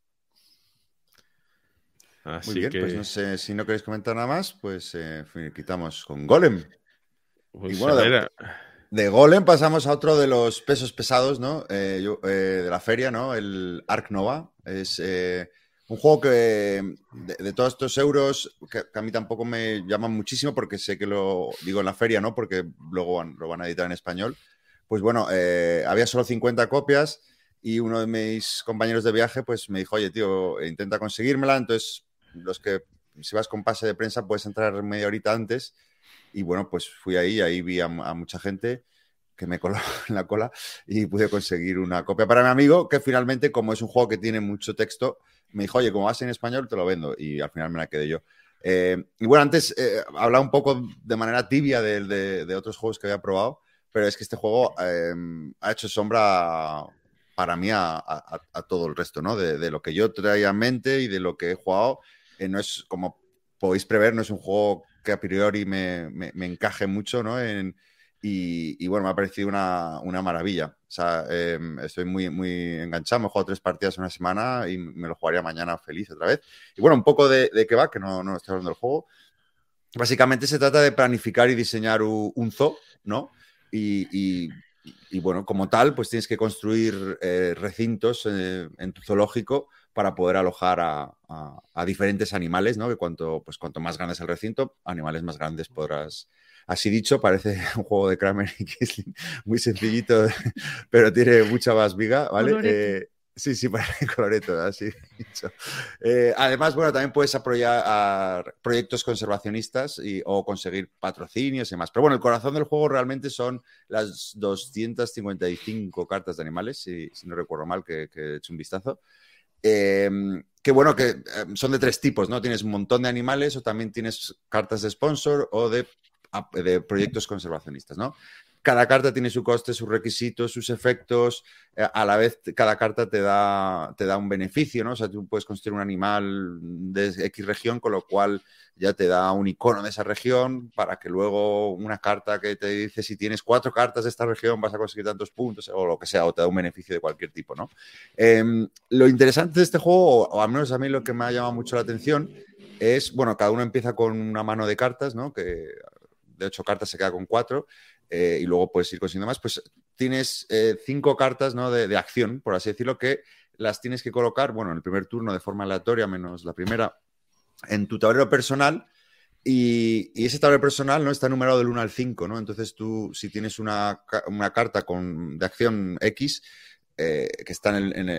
Así Muy bien, que... pues no sé, si no queréis comentar nada más, pues quitamos con Golem. Pues y bueno, de Golem pasamos a otro de los pesos pesados, ¿no? De la feria, ¿no? El Ark Nova. Es un juego que de todos estos euros que a mí tampoco me llaman muchísimo porque sé que lo digo en la feria, ¿no? Porque luego lo van a editar en español. Pues bueno, había solo 50 copias y uno de mis compañeros de viaje pues me dijo, oye, tío, intenta conseguírmela. Entonces, si vas con pase de prensa puedes entrar media horita antes. Y bueno, pues fui ahí vi a mucha gente que me coló en la cola y pude conseguir una copia para mi amigo, que finalmente, como es un juego que tiene mucho texto, me dijo, oye, como vas en español, te lo vendo. Y al final me la quedé yo. Y bueno, antes hablaba un poco de manera tibia de otros juegos que había probado, pero es que este juego ha hecho sombra para mí a todo el resto, ¿no? De lo que yo traía en mente y de lo que he jugado. No es, como podéis prever, no es un juego que a priori me encaje mucho, ¿no? Y bueno, me ha parecido una maravilla. O sea, estoy muy, muy enganchado. Me he jugado 3 partidas en una semana y me lo jugaría mañana feliz otra vez. Y bueno, un poco de qué va, que no estoy hablando del juego. Básicamente se trata de planificar y diseñar un zoo, ¿no? Y bueno, como tal, pues tienes que construir recintos en tu zoológico para poder alojar a diferentes animales, ¿no? Que cuanto más grande es el recinto, animales más grandes podrás... Así dicho, parece un juego de Kramer y Kisling muy sencillito, pero tiene mucha más viga, ¿vale? Sí, sí, para el coloreto, así dicho. Además, bueno, también puedes apoyar proyectos conservacionistas o conseguir patrocinios y demás. Pero bueno, el corazón del juego realmente son las 255 cartas de animales, si no recuerdo mal, que he hecho un vistazo. Que bueno, que son de 3 tipos, ¿no? Tienes un montón de animales o también tienes cartas de sponsor o de proyectos conservacionistas, ¿no? Cada carta tiene su coste, sus requisitos, sus efectos. A la vez, cada carta te da un beneficio, ¿no? O sea, tú puedes construir un animal de X región, con lo cual ya te da un icono de esa región para que luego una carta que te dice si tienes 4 cartas de esta región vas a conseguir tantos puntos o lo que sea, o te da un beneficio de cualquier tipo, ¿no? Lo interesante de este juego, o al menos a mí lo que me ha llamado mucho la atención, es, bueno, cada uno empieza con una mano de cartas, ¿no? Que de 8 cartas se queda con 4. Y luego puedes ir consiguiendo más, pues tienes 5 cartas, ¿no? de acción, por así decirlo, que las tienes que colocar, bueno, en el primer turno de forma aleatoria, menos la primera, en tu tablero personal. Y ese tablero personal, ¿no? Está numerado del 1 al 5, ¿no? Entonces tú, si tienes una carta de acción X, que está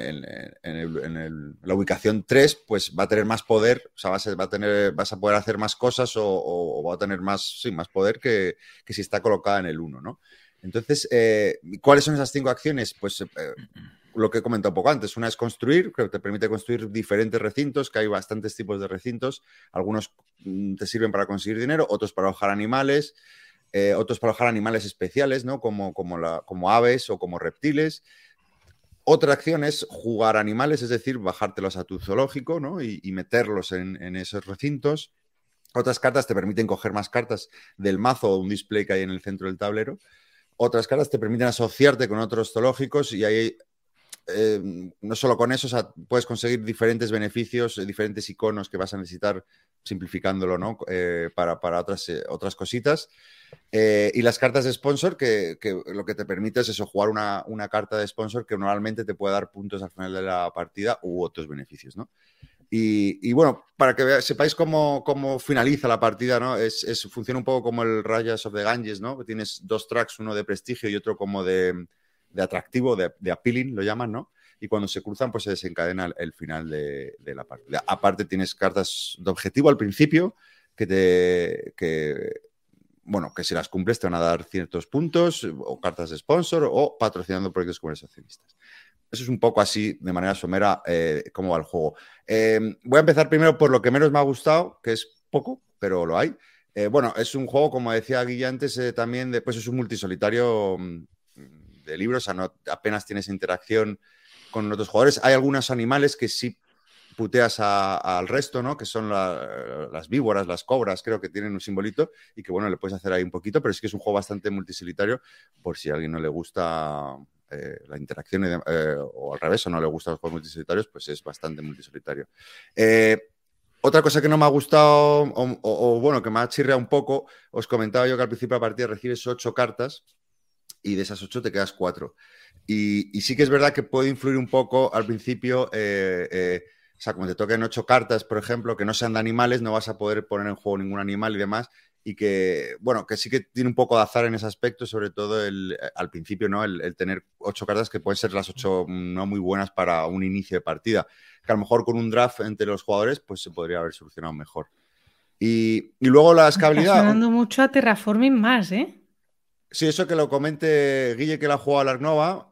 en la ubicación 3, pues va a tener más poder, o sea, vas a poder hacer más cosas o va a tener más poder que si está colocada en el 1, ¿no? Entonces, ¿cuáles son esas 5 acciones? Pues lo que he comentado un poco antes. Una es construir, que te permite construir diferentes recintos, que hay bastantes tipos de recintos. Algunos te sirven para conseguir dinero, otros para alojar animales, otros para alojar animales especiales, ¿no? Como aves o como reptiles. Otra acción es jugar animales, es decir, bajártelos a tu zoológico, ¿no? y meterlos en esos recintos. Otras cartas te permiten coger más cartas del mazo o un display que hay en el centro del tablero. Otras cartas te permiten asociarte con otros zoológicos y ahí no solo con eso, o sea, puedes conseguir diferentes beneficios, diferentes iconos que vas a necesitar, simplificándolo, ¿no? Para otras cositas. Y las cartas de sponsor, que lo que te permite es eso, jugar una carta de sponsor que normalmente te puede dar puntos al final de la partida u otros beneficios, ¿no? Y bueno, para que sepáis cómo finaliza la partida, ¿no? Funciona un poco como el Rise of the Ganges, ¿no? Tienes 2 tracks, uno de prestigio y otro como de atractivo, de appealing, lo llaman, ¿no? Y cuando se cruzan, pues se desencadena el final de la partida. Aparte, tienes cartas de objetivo al principio que si las cumples te van a dar ciertos puntos, o cartas de sponsor, o patrocinando proyectos comunes accionistas. Eso es un poco así, de manera somera, cómo va el juego. Voy a empezar primero por lo que menos me ha gustado, que es poco, pero lo hay. Es un juego, como decía Guille antes, también pues es un multisolitario de libros, o sea, no apenas tienes interacción con otros jugadores. Hay algunos animales que sí puteas al resto, ¿no? Que son las víboras, las cobras, creo que tienen un simbolito y que, bueno, le puedes hacer ahí un poquito, pero es que es un juego bastante multisolitario por si a alguien no le gusta la interacción o al revés, o no le gustan los juegos multisolitarios, pues es bastante multisolitario. Otra cosa que no me ha gustado, bueno, que me ha chirreado un poco, os comentaba yo que al principio de la partida recibes 8 cartas y de esas 8 te quedas 4. Y sí que es verdad que puede influir un poco al principio, o sea, como te toquen 8 cartas, por ejemplo, que no sean de animales, no vas a poder poner en juego ningún animal y demás, y que, bueno, que sí que tiene un poco de azar en ese aspecto, sobre todo al principio, ¿no? El tener 8 cartas que pueden ser las 8 no muy buenas para un inicio de partida, que a lo mejor con un draft entre los jugadores, pues se podría haber solucionado mejor. Y luego la escalabilidad... Está sonando mucho a Terraforming más, ¿eh? Sí, eso que lo comente Guille, que la ha jugado a la Arnova,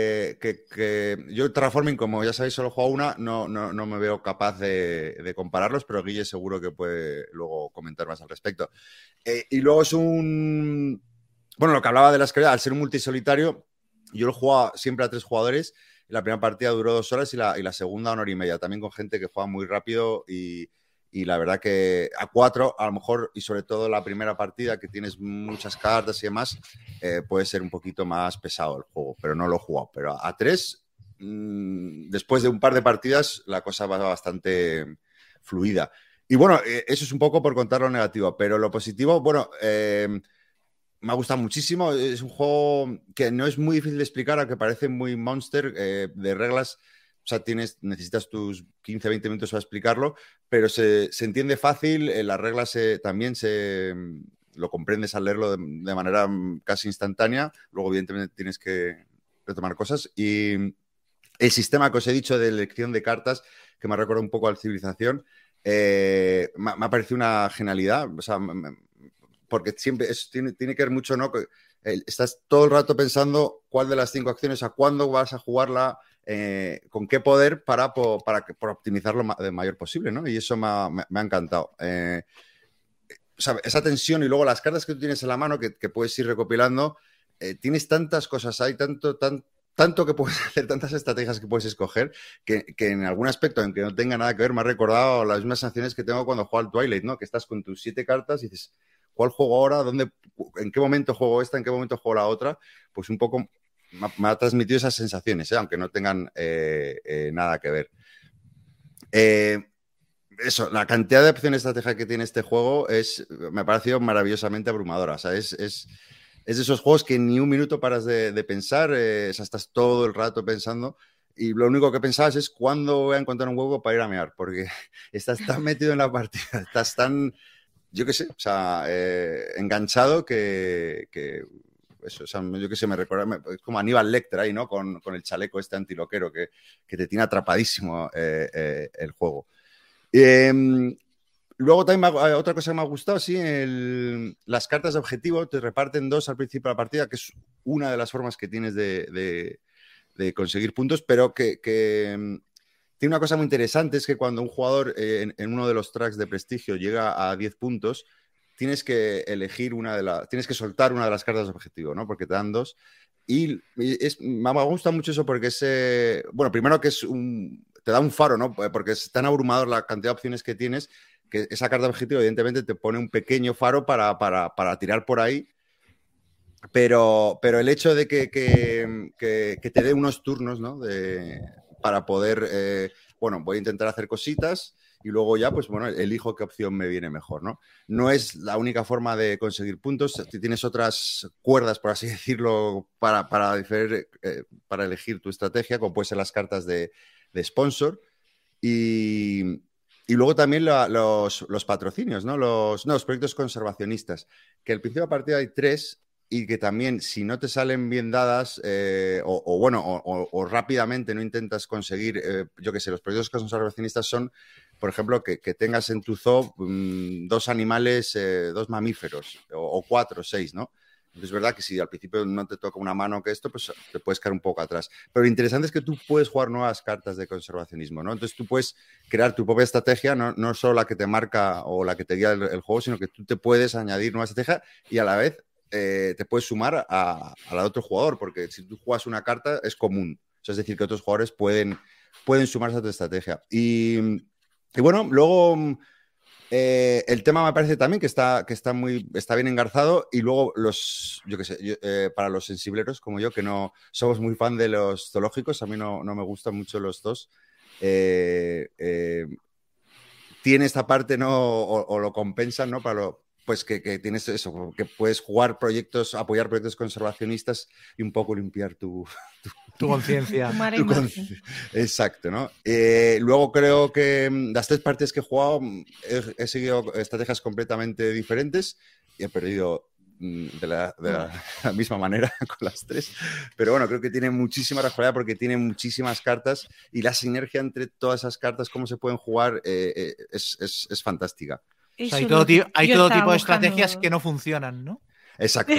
que yo Terraforming, como ya sabéis, solo he jugado una, no me veo capaz de compararlos, pero Guille seguro que puede luego comentar más al respecto. Y luego es bueno, lo que hablaba de la escalera, al ser un multisolitario, yo lo jugaba siempre a 3 jugadores, la primera partida duró 2 horas y la segunda 1 hora y media, también con gente que juega muy rápido y la verdad que a 4, a lo mejor, y sobre todo la primera partida, que tienes muchas cartas y demás, puede ser un poquito más pesado el juego, pero no lo he jugado. Pero a 3, después de un par de partidas, la cosa va bastante fluida. Y bueno, eso es un poco por contar lo negativo, pero lo positivo, bueno, me ha gustado muchísimo. Es un juego que no es muy difícil de explicar, aunque parece muy Monster, de reglas. O sea, necesitas tus 15-20 minutos para explicarlo, pero se entiende fácil, las reglas también lo comprendes al leerlo de manera casi instantánea, luego evidentemente tienes que retomar cosas y el sistema que os he dicho de elección de cartas, que me recuerda un poco a la Civilización, me ha parecido una genialidad. O sea, porque siempre tiene que ver mucho, ¿no? Estás todo el rato pensando cuál de las 5 acciones, a cuándo vas a jugarla, con qué poder para optimizar lo mayor posible, ¿no? Y eso me ha encantado. O sea, esa tensión y luego las cartas que tú tienes en la mano que puedes ir recopilando, tienes tantas cosas, hay tanto que puedes hacer, tantas estrategias que puedes escoger, que en algún aspecto, aunque no tenga nada que ver, me ha recordado las mismas sensaciones que tengo cuando juego al Twilight, ¿no? Que estás con tus 7 cartas y dices, ¿cuál juego ahora? ¿En qué momento juego esta? ¿En qué momento juego la otra? Pues un poco me ha transmitido esas sensaciones, aunque no tengan nada que ver. Eso, la cantidad de opciones de estrategia que tiene este juego me ha parecido maravillosamente abrumadora. O sea, es de esos juegos que ni un minuto paras de pensar, o sea, estás todo el rato pensando y lo único que pensabas es cuándo voy a encontrar un huevo para ir a mear, porque estás tan metido en la partida, estás tan, yo qué sé, o sea, enganchado que eso, o sea, yo qué sé, me recuerda, es como Aníbal Lecter ahí, ¿no? Con el chaleco este antiloquero que te tiene atrapadísimo el juego. Luego también otra cosa que me ha gustado, sí, las cartas de objetivo te reparten 2 al principio de la partida, que es una de las formas que tienes de conseguir puntos, pero que tiene una cosa muy interesante, es que cuando un jugador en uno de los tracks de prestigio llega a 10 puntos, tienes que elegir tienes que soltar una de las cartas de objetivo, ¿no? Porque te dan 2. Y me gusta mucho eso porque bueno, primero que te da un faro, ¿no? Porque es tan abrumador la cantidad de opciones que tienes que esa carta de objetivo evidentemente te pone un pequeño faro para tirar por ahí, pero el hecho de que te dé unos turnos, ¿no? Para poder, bueno, voy a intentar hacer cositas y luego ya, pues bueno, elijo qué opción me viene mejor, ¿no? No es la única forma de conseguir puntos, tienes otras cuerdas, por así decirlo, para elegir tu estrategia, como pueden ser las cartas de sponsor y luego también los patrocinios, ¿no? Los proyectos conservacionistas, que al principio de la partida hay 3 y que también si no te salen bien dadas o rápidamente no intentas conseguir, yo qué sé, los proyectos conservacionistas son, por ejemplo, que tengas en tu zoo 2 animales, 2 mamíferos o 4 o 6, ¿no? Es verdad que si al principio no te toca una mano que esto, pues te puedes caer un poco atrás. Pero lo interesante es que tú puedes jugar nuevas cartas de conservacionismo, ¿no? Entonces tú puedes crear tu propia estrategia, no solo la que te marca o la que te guía el juego, sino que tú te puedes añadir nueva estrategia y a la vez te puedes sumar a la de otro jugador, porque si tú juegas una carta es común. O sea, es decir, que otros jugadores pueden sumarse a tu estrategia. Y bueno, luego... el tema me parece también que está bien engarzado y luego yo qué sé, para los sensibleros como yo, que no somos muy fan de los zoológicos, a mí no me gustan mucho los dos, tiene esta parte, ¿no? O lo compensan, ¿no? Pues que tienes eso, que puedes apoyar proyectos conservacionistas y un poco limpiar tu conciencia. Exacto, ¿no? Luego creo que las 3 partidas que he jugado he seguido estrategias completamente diferentes y he perdido de la misma manera con las 3. Pero bueno, creo que tiene muchísima regularidad porque tiene muchísimas cartas y la sinergia entre todas esas cartas, cómo se pueden jugar, es fantástica. O sea, hay todo tipo de estrategias que no funcionan, ¿no? Exacto.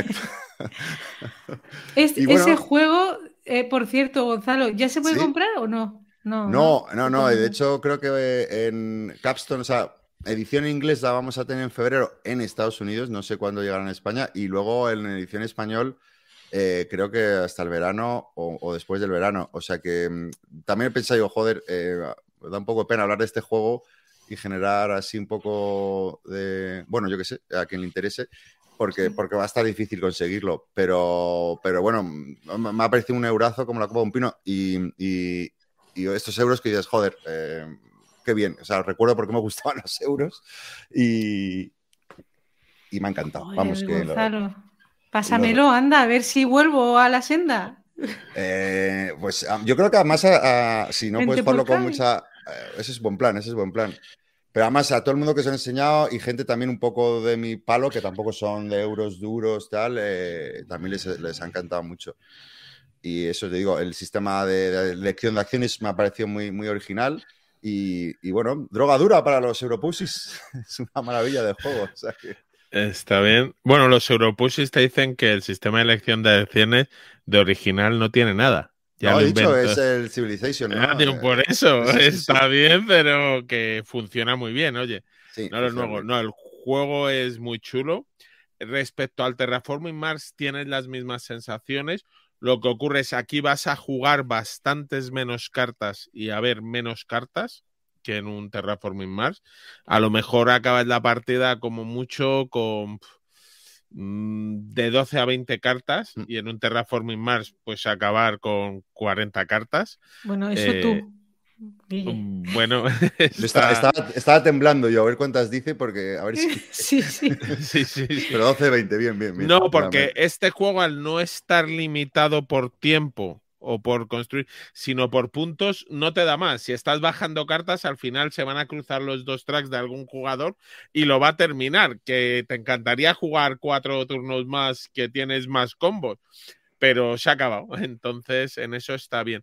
Ese juego, por cierto, Gonzalo, ¿ya se puede comprar o no? No. De hecho, creo que en Capstone, o sea, edición en inglés la vamos a tener en febrero en Estados Unidos, no sé cuándo llegará en España, y luego en edición español creo que hasta el verano o después del verano. O sea que también he pensado, joder, da un poco de pena hablar de este juego y generar así un poco de... Bueno, yo qué sé, a quien le interese, porque va a estar difícil conseguirlo. Pero bueno, me ha parecido un eurazo como la copa de un pino y estos euros que dices, joder, qué bien. O sea, recuerdo por qué me gustaban los euros y me ha encantado. Oye, vamos, que Gonzalo, pásamelo, anda, a ver si vuelvo a la senda. Pues yo creo que además si no puedes jugarlo con mucha... ese es buen plan. Pero además a todo el mundo que se ha enseñado y gente también un poco de mi palo, que tampoco son de euros duros, tal, también les ha encantado mucho. Y eso te digo, el sistema de elección de acciones me ha parecido muy, muy original. Y bueno, droga dura para los Europussies. Es una maravilla de juego. O sea que... Está bien. Bueno, los Europussies te dicen que el sistema de elección de acciones de original no tiene nada. Ya No, lo he dicho, inventó. es el Civilization, ¿no? Digo, por eso, sí, está bien, pero que funciona muy bien, oye. Sí, No, el juego es muy chulo. Respecto al Terraforming Mars, tienes las mismas sensaciones. Lo que ocurre es aquí vas a jugar bastantes menos cartas y a ver menos cartas que en un Terraforming Mars. A lo mejor acabas la partida como mucho con de 12 a 20 cartas y en un Terraforming Mars pues acabar con 40 cartas. Bueno, eso tú, Guille. Bueno, estaba temblando yo a ver cuántas dice porque a ver si... Sí. sí. Pero 12, 20, bien. No, porque este juego al no estar limitado por tiempo o por construir, sino por puntos, no te da más. Si estás bajando cartas, al final se van a cruzar los dos tracks de algún jugador y lo va a terminar. Que te encantaría jugar 4 turnos más, que tienes más combos, pero se ha acabado. Entonces, en eso está bien.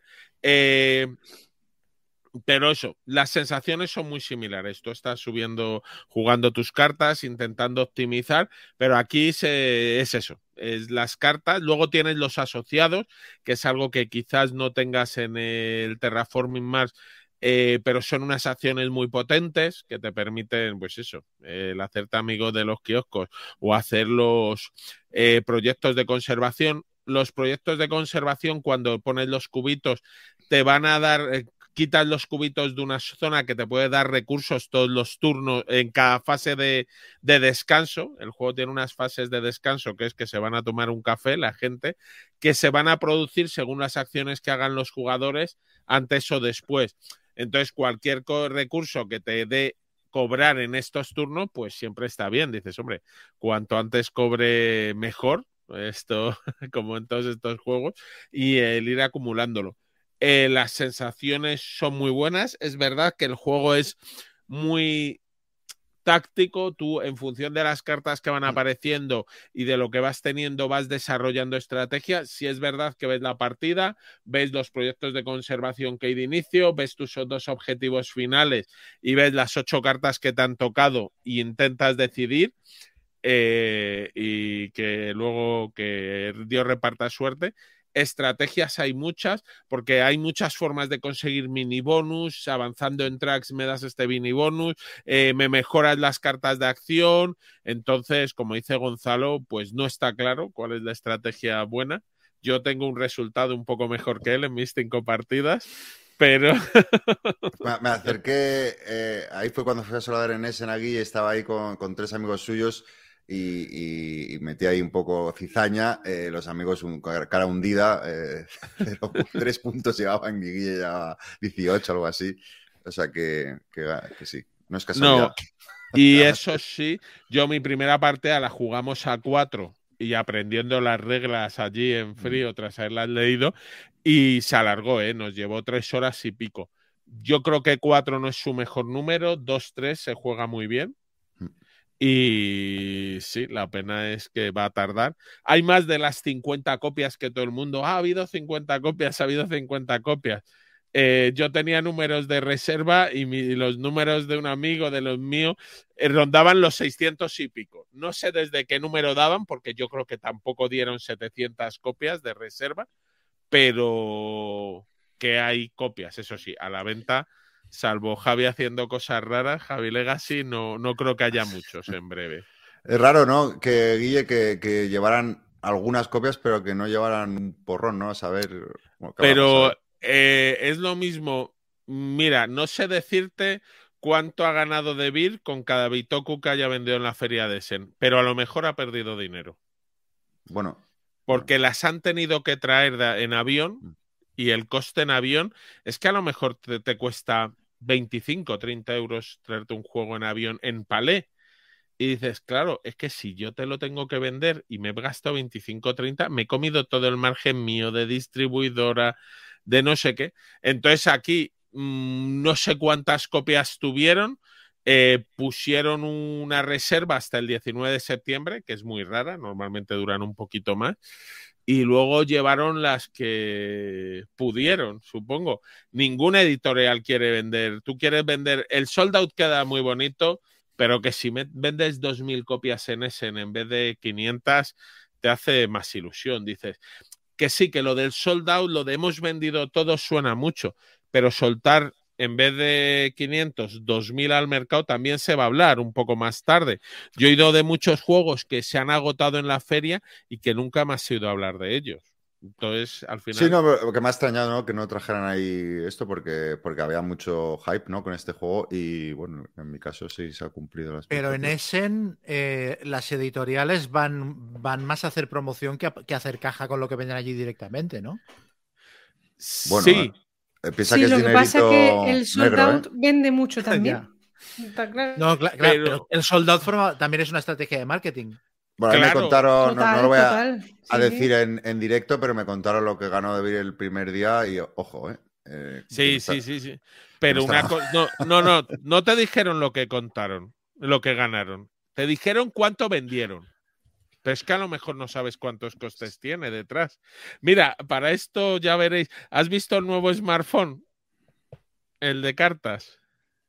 Pero eso, las sensaciones son muy similares. Tú estás jugando tus cartas, intentando optimizar, pero aquí es eso, es las cartas. Luego tienes los asociados, que es algo que quizás no tengas en el Terraforming Mars, pero son unas acciones muy potentes que te permiten, pues eso, el hacerte amigo de los kioscos o hacer los proyectos de conservación. Los proyectos de conservación, cuando pones los cubitos, te van a dar... quitas los cubitos de una zona que te puede dar recursos todos los turnos en cada fase de descanso. El juego tiene unas fases de descanso, que es que se van a tomar un café la gente, que se van a producir según las acciones que hagan los jugadores antes o después. Entonces, cualquier recurso que te dé cobrar en estos turnos, pues siempre está bien. Dices, hombre, cuanto antes cobre, mejor. Esto, como en todos estos juegos, y el ir acumulándolo. Las sensaciones son muy buenas. Es verdad que el juego es muy táctico. Tú, en función de las cartas que van apareciendo y de lo que vas teniendo, vas desarrollando estrategias. Si es verdad que ves la partida, ves los proyectos de conservación que hay de inicio, ves tus 2 objetivos finales y ves las 8 cartas que te han tocado y intentas decidir. Y que luego que Dios reparta suerte. Estrategias hay muchas, porque hay muchas formas de conseguir mini bonus. Avanzando en tracks me das este mini bonus, me mejoras las cartas de acción. Entonces, como dice Gonzalo, pues no está claro cuál es la estrategia buena. Yo tengo un resultado un poco mejor que él en mis 5 partidas, pero... me acerqué, ahí fue cuando fui a Solar en Essen aquí y estaba ahí con 3 amigos suyos. Y metí ahí un poco cizaña, los amigos cara hundida, 3 puntos llevaban, Guille llevaba 18, algo así. O sea que sí, no es casualidad. No, y eso sí, yo mi primera partida la jugamos a 4 y aprendiendo las reglas allí en frío tras haberlas leído, y se alargó, nos llevó 3 horas y pico. Yo creo que 4 no es su mejor número, 2-3 se juega muy bien. Y sí, la pena es que va a tardar. Hay más de las 50 copias que todo el mundo. Ha habido 50 copias, ha habido 50 copias. Yo tenía números de reserva y los números de un amigo, de los míos, rondaban los 600 y pico. No sé desde qué número daban, porque yo creo que tampoco dieron 700 copias de reserva, pero que hay copias, eso sí, a la venta. Salvo Javi haciendo cosas raras, Javi Legacy, no creo que haya muchos en breve. Es raro, ¿no? Que Guille, que llevaran algunas copias, pero que no llevaran un porrón, ¿no? A saber... Pero es lo mismo. Mira, no sé decirte cuánto ha ganado De Beer con cada Bitoku que haya vendido en la feria de Essen, pero a lo mejor ha perdido dinero. Bueno. Porque las han tenido que traer en avión. Y el coste en avión es que a lo mejor te cuesta 25, 30 euros traerte un juego en avión en Palais. Y dices, claro, es que si yo te lo tengo que vender y me he gastado 25, 30, me he comido todo el margen mío de distribuidora, de no sé qué. Entonces aquí no sé cuántas copias tuvieron. Pusieron una reserva hasta el 19 de septiembre, que es muy rara, normalmente duran un poquito más. y luego llevaron las que pudieron, supongo. Ninguna editorial quiere vender. Tú quieres vender... El Sold Out queda muy bonito, pero que si vendes 2.000 copias en Essen en vez de 500, te hace más ilusión. Dices que sí, que lo del Sold Out, lo de hemos vendido todo suena mucho, pero soltar en vez de 500, 2.000 al mercado también se va a hablar un poco más tarde. Yo he oído de muchos juegos que se han agotado en la feria y que nunca más he oído hablar de ellos. Entonces, al final... Sí, no, lo que me ha extrañado, ¿no? Que no trajeran ahí esto porque había mucho hype, ¿no? Con este juego y, bueno, en mi caso sí se ha cumplido la Pero en expectativa. Essen las editoriales van más a hacer promoción que a hacer caja con lo que venden allí directamente, ¿no? Bueno, sí. Piensa Sí, que es lo que pasa es que dinerito el Sold negro, Out vende mucho también. Ya. Está claro. No, claro, pero el Sold Out también es una estrategia de marketing. Bueno, a mí me Claro. contaron, no lo voy Total. a Sí, decir sí. en directo, pero me contaron lo que ganó Devir el primer día y, ojo, Sí. Pero no una está- cosa... No te dijeron lo que contaron, lo que ganaron. Te dijeron cuánto vendieron. Pero es que a lo mejor no sabes cuántos costes tiene detrás. Mira, para esto ya veréis. ¿Has visto el nuevo smartphone? El de cartas.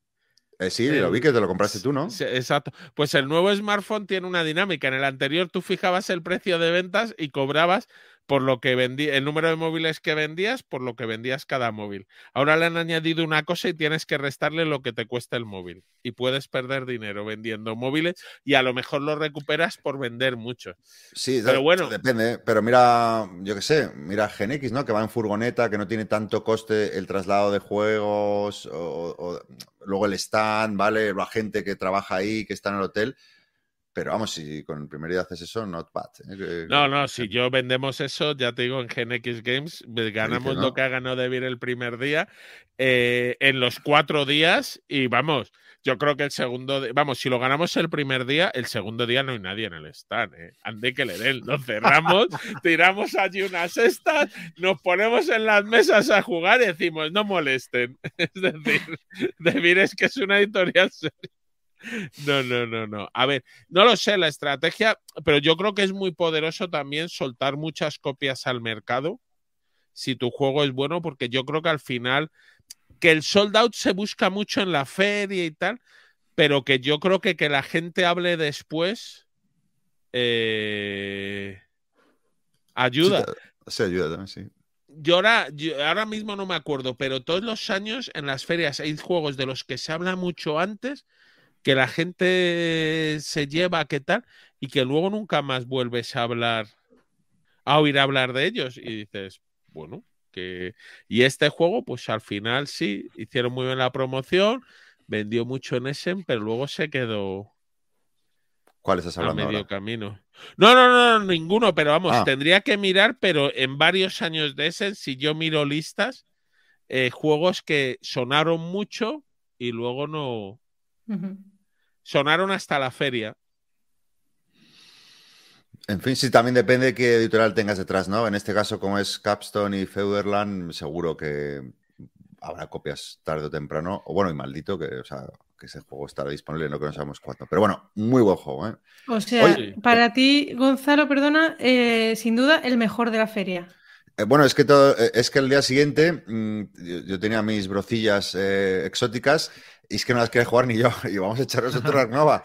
Sí, lo vi que te lo compraste tú, ¿no? Sí, exacto. Pues el nuevo smartphone tiene una dinámica. En el anterior tú fijabas el precio de ventas y cobrabas por lo que vendí, el número de móviles que vendías, por lo que vendías cada móvil. Ahora le han añadido una cosa y tienes que restarle lo que te cuesta el móvil. Y puedes perder dinero vendiendo móviles y a lo mejor lo recuperas por vender mucho. Sí, Pero bueno, depende. Pero mira, yo qué sé, mira GeneX, ¿no? Que va en furgoneta, que no tiene tanto coste el traslado de juegos, o luego el stand, ¿vale? La gente que trabaja ahí, que está en el hotel. Pero vamos, si con el primer día haces eso, not bad. No, si yo vendemos eso, ya te digo, en GeneX Games ganamos dices, ¿no? lo que ha ganado Devir el primer día en los 4 días y vamos, yo creo que el segundo, vamos, si lo ganamos el primer día, el segundo día no hay nadie en el stand, Ande que le den, lo cerramos, tiramos allí unas cestas, nos ponemos en las mesas a jugar y decimos, no molesten. Es decir, Devir es que es una editorial seria. No. A ver, no lo sé, la estrategia, pero yo creo que es muy poderoso también soltar muchas copias al mercado si tu juego es bueno, porque yo creo que al final que el sold out se busca mucho en la feria y tal, pero que yo creo que la gente hable después ayuda. Sí, ayuda también, sí. Yo ahora mismo no me acuerdo, pero todos los años en las ferias hay juegos de los que se habla mucho antes, que la gente se lleva, ¿qué tal? Y que luego nunca más vuelves a oír hablar de ellos. Y dices, bueno, que... Y este juego, pues al final sí, hicieron muy bien la promoción, vendió mucho en Essen, pero luego se quedó ¿Cuál estás a hablando medio ahora? camino. No, ninguno, pero vamos, Ah, tendría que mirar, pero en varios años de Essen, si yo miro listas, juegos que sonaron mucho y luego no... Sonaron hasta la feria. en fin, sí, también depende de qué editorial tengas detrás, ¿no? En este caso, como es Capstone y Feuerland, seguro que habrá copias tarde o temprano. O bueno, y maldito, que ese juego estará disponible, no que no sabemos cuándo. Pero bueno, muy buen juego, ¿eh? O sea, Oye, para ti, Gonzalo, perdona, sin duda el mejor de la feria. Bueno, es que el día siguiente yo tenía mis brocillas exóticas y es que no las quería jugar ni yo. Y vamos a echaros otro Ragnova.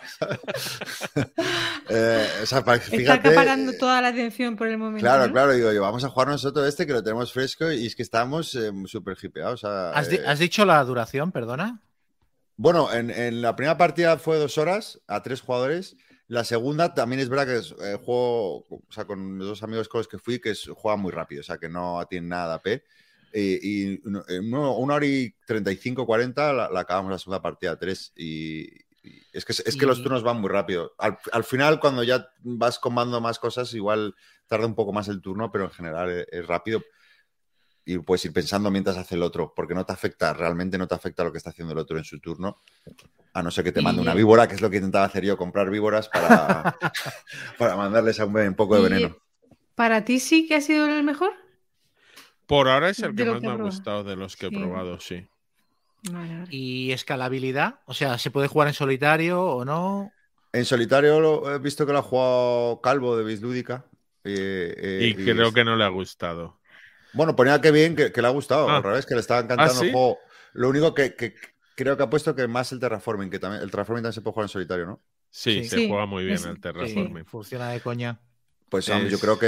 O sea, Está fíjate. acaparando toda la atención por el momento. Claro, ¿no? claro, digo yo, vamos a jugar nosotros este que lo tenemos fresco y es que estamos súper hipeados. O sea, ¿Has dicho la duración, perdona? bueno, en la primera partida fue 2 horas a 3 jugadores. La segunda también es verdad que es juego, o sea, con los 2 amigos con los que fui, que juega muy rápido, o sea, que no tiene nada de AP. Y en 1 hora y 35, 40 la acabamos la segunda partida a 3. Y es que los turnos van muy rápido. Al final, cuando ya vas comando más cosas, igual tarda un poco más el turno, pero en general es rápido. Y puedes ir pensando mientras hace el otro, porque no te afecta, realmente no te afecta lo que está haciendo el otro en su turno, a no ser que te mande una víbora, que es lo que intentaba hacer yo, comprar víboras para mandarles a un poco de veneno. ¿Para ti sí que ha sido el mejor? Por ahora es el De que lo más que me ha he probado. gustado de los que he Sí. probado, sí. Vale. ¿Y escalabilidad? O sea, ¿se puede jugar en solitario o no? En solitario he visto que lo ha jugado Calvo de Bislúdica Y creo que no le ha gustado. Bueno, ponía que bien, que le ha gustado. Ah. Al revés, que le estaba encantando ¿Sí? el juego. Lo único que creo que ha puesto que más el terraforming, que también el terraforming también se puede jugar en solitario, ¿no? Sí, Sí. se Sí, juega muy bien es- el Sí, terraforming. funciona de coña. Pues hombre, yo Es- creo que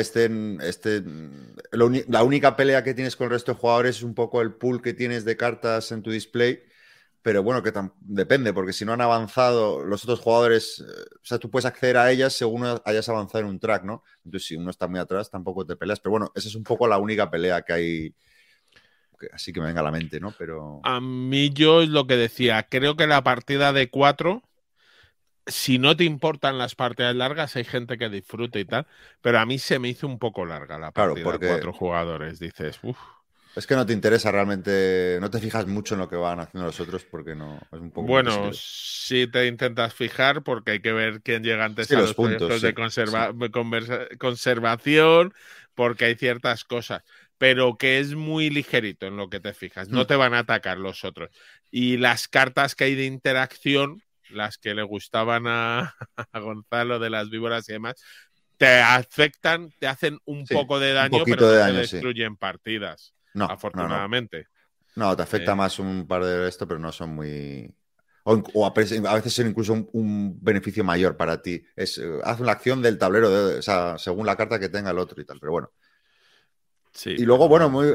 la única pelea que tienes con el resto de jugadores es un poco el pool que tienes de cartas en tu display, pero bueno, que depende, porque si no han avanzado los otros jugadores, o sea, tú puedes acceder a ellas según hayas avanzado en un track, ¿no? Entonces, si uno está muy atrás, tampoco te peleas, pero bueno, esa es un poco la única pelea que hay, así que me venga a la mente, ¿no? Pero A mí yo es lo que decía, creo que la partida de 4, si no te importan las partidas largas, hay gente que disfruta y tal, pero a mí se me hizo un poco larga la Claro, partida porque- de 4 jugadores. Dices, uff. es que no te interesa realmente, no te fijas mucho en lo que van haciendo los otros porque no, es un poco... Bueno, muy sí te intentas fijar porque hay que ver quién llega antes Sí, a los los puntos, proyectos sí, de conservación, porque hay ciertas cosas, pero que es muy ligerito en lo que te fijas. No te van a atacar los otros. Y las cartas que hay de interacción, las que le gustaban a Gonzalo de las víboras y demás, te afectan, te hacen un Sí, poco de un daño, poquito pero de no daño, te sí. destruyen partidas, No, no. afortunadamente. No, te afecta más un par de esto, pero no son muy... O a veces son incluso un beneficio mayor para ti. Haz una acción del tablero, o sea, según la carta que tenga el otro y tal, pero bueno. Sí, Y luego, pero- bueno,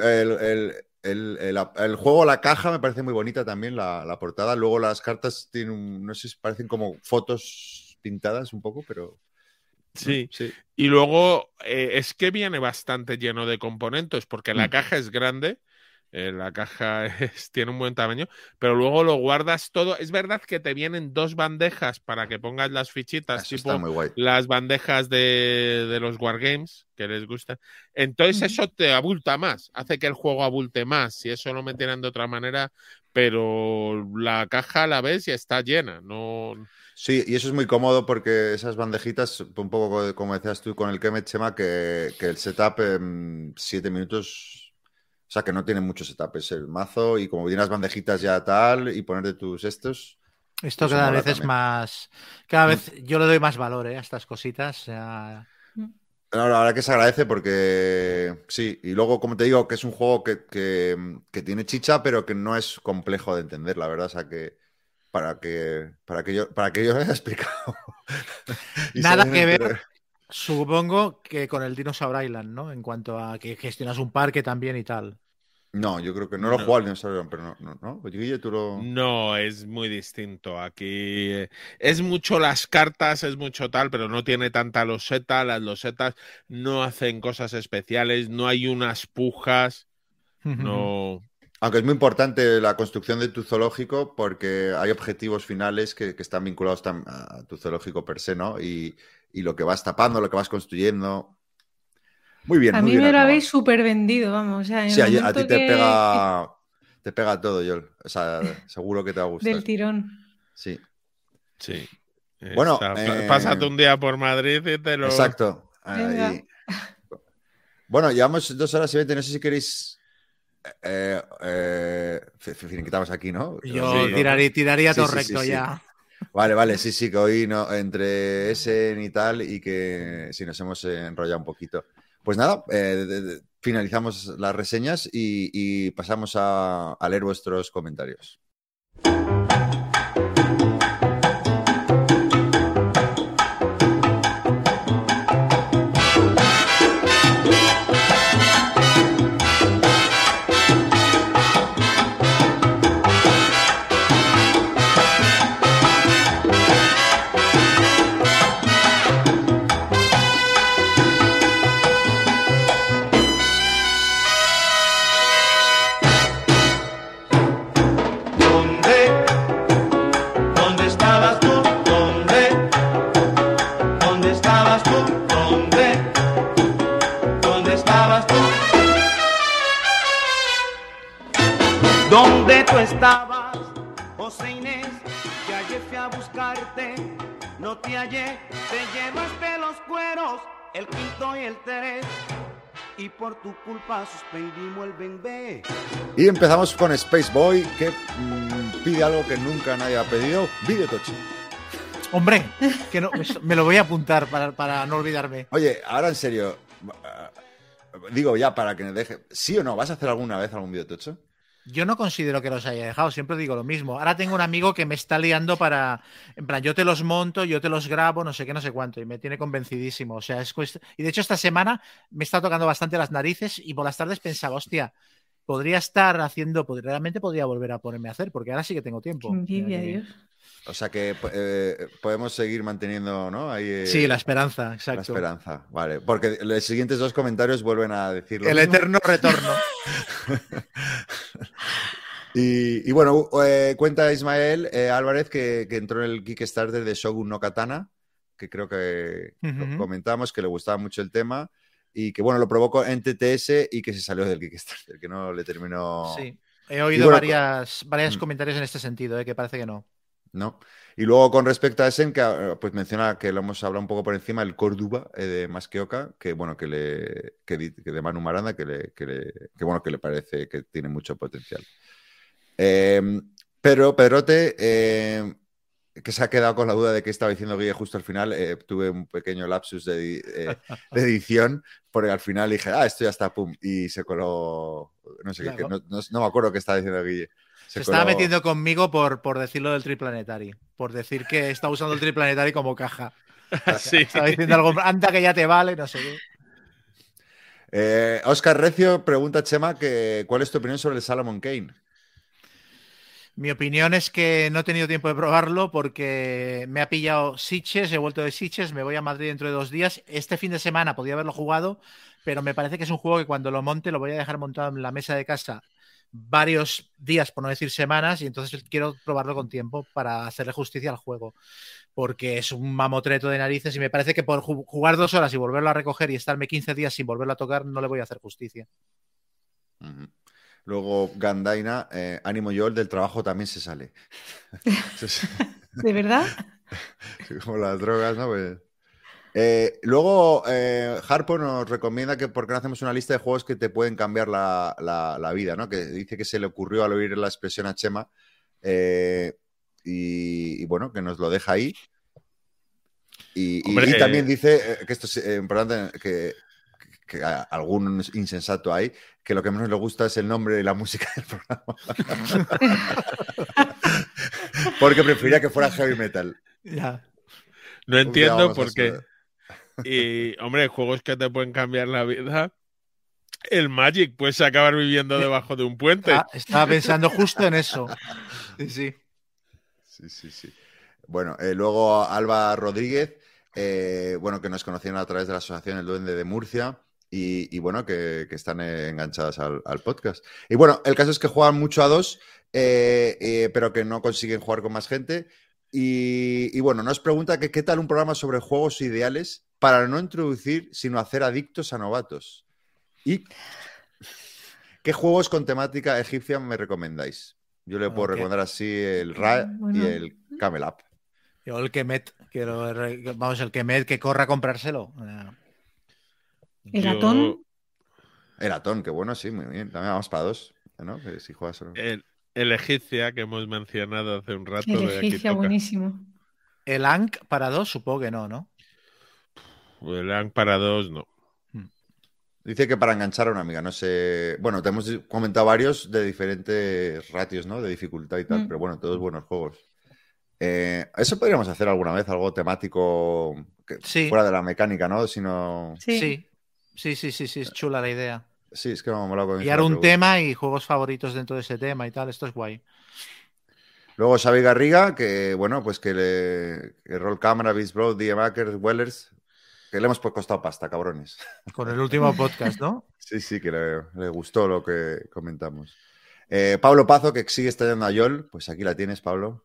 el juego, la caja me parece muy bonita también, la portada. Luego las cartas tienen no sé si parecen como fotos pintadas un poco, pero... Sí. Sí. Y luego es que viene bastante lleno de componentes, porque la Mm. caja es grande, la caja tiene un buen tamaño, pero luego lo guardas todo. Es verdad que te vienen 2 bandejas para que pongas las fichitas, Eso está tipo muy guay. las bandejas de los Wargames, que les gustan. Entonces eso te abulta más, hace que el juego abulte más, si eso lo metieran de otra manera, pero la caja la ves y está llena, no... Sí, y eso es muy cómodo porque esas bandejitas, un poco como decías tú con el Kemet, Chema, que el setup en 7 minutos, o sea, que no tiene mucho setup, es el mazo y como tienes las bandejitas ya tal y ponerte tus estos. Esto Eso cada mola vez es también. más. Cada vez yo le doy más valor a estas cositas. O sea, No, la verdad que se agradece porque sí, y luego, como te digo, que es un juego que tiene chicha, pero que no es complejo de entender, la verdad, o sea, que para que yo lo haya explicado. Y nada se que entere- ver, supongo, que con el Dinosaur Island, ¿no? En cuanto a que gestionas un parque también y tal. No, yo creo que no lo he No. jugado al Dinosaurio, pero no. Oye, Guille, tú lo... No, es muy distinto. Aquí es mucho las cartas, es mucho tal, pero no tiene tanta loseta. Las losetas no hacen cosas especiales, no hay unas pujas, no. Aunque es muy importante la construcción de tu zoológico porque hay objetivos finales que están vinculados a tu zoológico per se, ¿no? Y lo que vas tapando, lo que vas construyendo. Muy bien, A muy mí bien me lo acabado. habéis súper vendido, vamos. O sea, en Sí, el a ti momento te que- te pega todo, Yol. O sea, seguro que te va a gustar. del tirón. Sí. Sí. Bueno, Pásate un día por Madrid y te lo. Exacto. Venga. Bueno, llevamos 2 horas y 20. No sé si queréis. Finiquitamos aquí, ¿no? Yo Sí. tiraría Sí, todo sí, recto sí, sí. ya. Vale, sí, que hoy no, entre ese y tal, y que sí nos hemos enrollado un poquito. Pues nada, finalizamos las reseñas y pasamos a leer vuestros comentarios. ¿Dónde estabas tú? ¿Dónde estabas tú? ¿Dónde estabas tú? ¿Dónde tú estabas, José Inés? Que ayer fui a buscarte, no te hallé, te llevaste los cueros, el quinto y el tres, y por tu culpa suspendimos el bembé. Y empezamos con Space Boy, que pide algo que nunca nadie ha pedido: Videotochi. Hombre, que no, me lo voy a apuntar para no olvidarme. Oye, ahora en serio, Digo ya, para que me deje... ¿Sí o no? ¿Vas a hacer alguna vez algún videotocho? Yo no considero que los haya dejado, siempre digo lo mismo. Ahora tengo un amigo que me está liando para, en plan, yo te los monto, yo te los grabo, no sé qué, no sé cuánto, y me tiene convencidísimo. O sea, y de hecho esta semana me está tocando bastante las narices y por las tardes pensaba, hostia, podría estar haciendo, realmente podría volver a ponerme a hacer, porque ahora sí que tengo tiempo. Qué envidia, Dios. O sea que podemos seguir manteniendo, ¿no? Ahí, Sí, la esperanza, exacto. La esperanza, vale. Porque los siguientes dos comentarios vuelven a decirlo. El eterno retorno. Y bueno, cuenta Ismael Álvarez que entró en el Kickstarter de Shogun no Katana, que creo que comentamos, que le gustaba mucho el tema y que, bueno, lo provocó en TTS y que se salió del Kickstarter, que no le terminó... Sí, he oído varios comentarios en este sentido, que parece que no. ¿No? Y luego con respecto a Essen, que pues menciona que lo hemos hablado un poco por encima, el Córdoba de Masqueoka, que bueno, que de Manu Maranda, que bueno, que le parece que tiene mucho potencial. Pero Pedrote, que se ha quedado con la duda de qué estaba diciendo Guille justo al final, tuve un pequeño lapsus de edición, porque al final dije, esto ya está, pum, y se coló, no sé, claro. No me acuerdo qué estaba diciendo Guille. Se estaba metiendo conmigo por decirlo del Triplanetary, por decir que está usando el Triplanetary como caja. Sí. Estaba diciendo algo, anda que ya te vale, no sé qué. Óscar Recio pregunta a Chema cuál es tu opinión sobre el Salomon Kane. Mi opinión es que no he tenido tiempo de probarlo porque me ha pillado Sitges, he vuelto de Sitges, me voy a Madrid dentro de 2 días. Este fin de semana podía haberlo jugado, pero me parece que es un juego que cuando lo monte lo voy a dejar montado en la mesa de casa varios días, por no decir semanas, y entonces quiero probarlo con tiempo para hacerle justicia al juego, porque es un mamotreto de narices y me parece que por jugar 2 horas y volverlo a recoger y estarme 15 días sin volverlo a tocar no le voy a hacer justicia. Luego Gandaina, ánimo Joel, del trabajo también se sale. ¿De verdad? Como las drogas, ¿no? Pues... luego Harpo nos recomienda que por qué no hacemos una lista de juegos que te pueden cambiar la vida, ¿no? Que dice que se le ocurrió al oír la expresión a Chema y bueno, que nos lo deja ahí y también dice que esto es importante, que algún insensato hay, que lo que menos le gusta es el nombre y la música del programa porque prefería que fuera heavy metal. Ya. No entiendo por qué. Y, hombre, juegos que te pueden cambiar la vida. El Magic, puedes acabar viviendo debajo de un puente. Estaba pensando justo en eso. Sí. Bueno, luego Alba Rodríguez, bueno, que nos conocieron a través de la asociación El Duende de Murcia y bueno, que están enganchadas al podcast. Y bueno, el caso es que juegan mucho a 2, pero que no consiguen jugar con más gente. Y bueno, nos pregunta que qué tal un programa sobre juegos ideales para no introducir, sino hacer adictos a novatos. ¿Y qué juegos con temática egipcia me recomendáis? Yo le puedo recomendar así el Ra y el Camel Up. Yo el Kemet, el Kemet que corra a comprárselo. ¿El Atón? El Atón, que bueno, sí, muy bien. También vamos para 2, ¿no? Que si juegas... El Egipcia, que hemos mencionado hace un rato. El Egipcia, buenísimo. El Ankh para 2, supongo que no. El Ankh para 2, no. Dice que para enganchar a una amiga, no sé... Bueno, te hemos comentado varios de diferentes ratios, ¿no? De dificultad y tal, pero bueno, todos buenos juegos. Eso podríamos hacer alguna vez, algo temático fuera de la mecánica, ¿no? Sino... Sí, es chula la idea. Sí, es que me ha molado con pillar un tema y juegos favoritos dentro de ese tema y tal, esto es guay. Luego Xavi Garriga, que bueno, pues que Roll Camera, Beast Bro, DM Hackers, Wellers, que le hemos costado pasta, cabrones. Con el último podcast, ¿no? Sí, que le gustó lo que comentamos. Pablo Pazo, que sigue estallando a Yol, pues aquí la tienes, Pablo.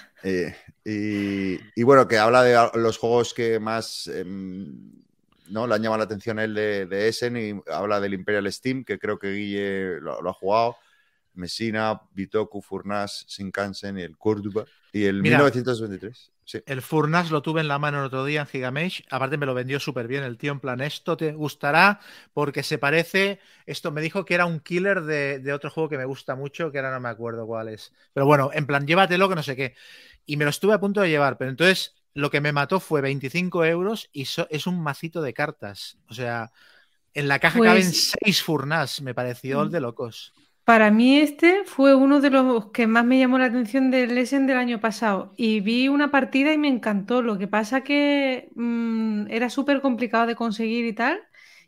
Y bueno, que habla de los juegos que más... ¿no? Le han llamado la atención a él de Essen y habla del Imperial Steam, que creo que Guille lo ha jugado. Messina, Bitoku, Furnas, Shinkansen y el Córdoba. Y el 1923. Sí. El Furnas lo tuve en la mano el otro día en Gigamesh. Aparte me lo vendió súper bien el tío. En plan, esto te gustará porque se parece... Esto me dijo que era un killer de otro juego que me gusta mucho, que ahora no me acuerdo cuál es. Pero bueno, en plan, llévatelo que no sé qué. Y me lo estuve a punto de llevar, pero entonces... Lo que me mató fue 25 euros y es un macito de cartas. O sea, En la caja Pues- caben 6 Furnas, me pareció el de locos. Para mí este fue uno de los que más me llamó la atención del Essen del año pasado y vi una partida y me encantó. Lo que pasa que era súper complicado de conseguir y tal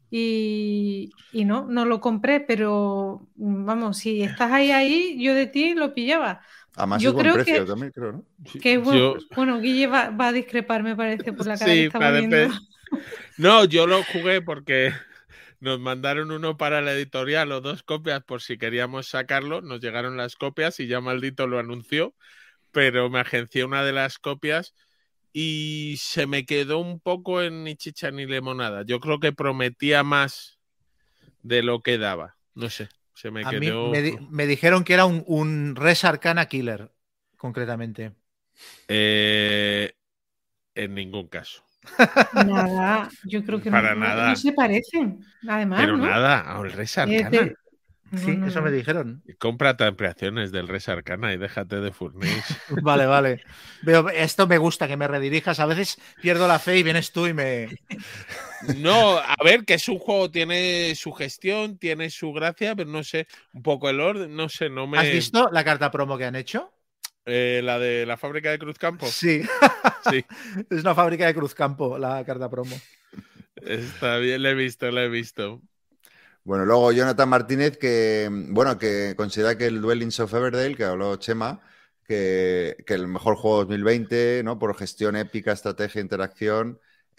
y no lo compré, pero vamos, si estás ahí, yo de ti lo pillaba. Además Yo es buen creo precio que, también, creo, ¿no? que Yo, bueno, Guille va a discrepar, me parece, por la cara que sí, está poniendo. no, yo lo jugué porque nos mandaron uno para la editorial o 2 copias por si queríamos sacarlo. Nos llegaron las copias y ya Maldito lo anunció, pero me agencié una de las copias y se me quedó un poco en ni chicha ni limonada. Yo creo que prometía más de lo que daba. No sé, se me A mí quedó... me dijeron que era un Res Arcana Killer, concretamente. En ningún caso. Nada, yo creo que Para no, nada. no se parecen, además, Pero ¿no? nada, al Res Es Arcana. de- Sí, no, eso no. me dijeron. Y cómprate ampliaciones del Res Arcana y déjate de Furnace. Vale, vale. Veo, esto me gusta, que me redirijas. A veces pierdo la fe y vienes tú y me... No, a ver, que es un juego, tiene su gestión, tiene su gracia, pero no sé, un poco el orden, no sé, no me... ¿Has visto la carta promo que han hecho? La de la fábrica de Cruzcampo. Sí. Sí, Es una fábrica de Cruzcampo, la carta promo. está bien, la he visto. Bueno, luego Jonathan Martínez, que considera que el Dwellings of Everdale, que habló Chema, que el mejor juego 2020, ¿no? Por gestión épica, estrategia, interacción,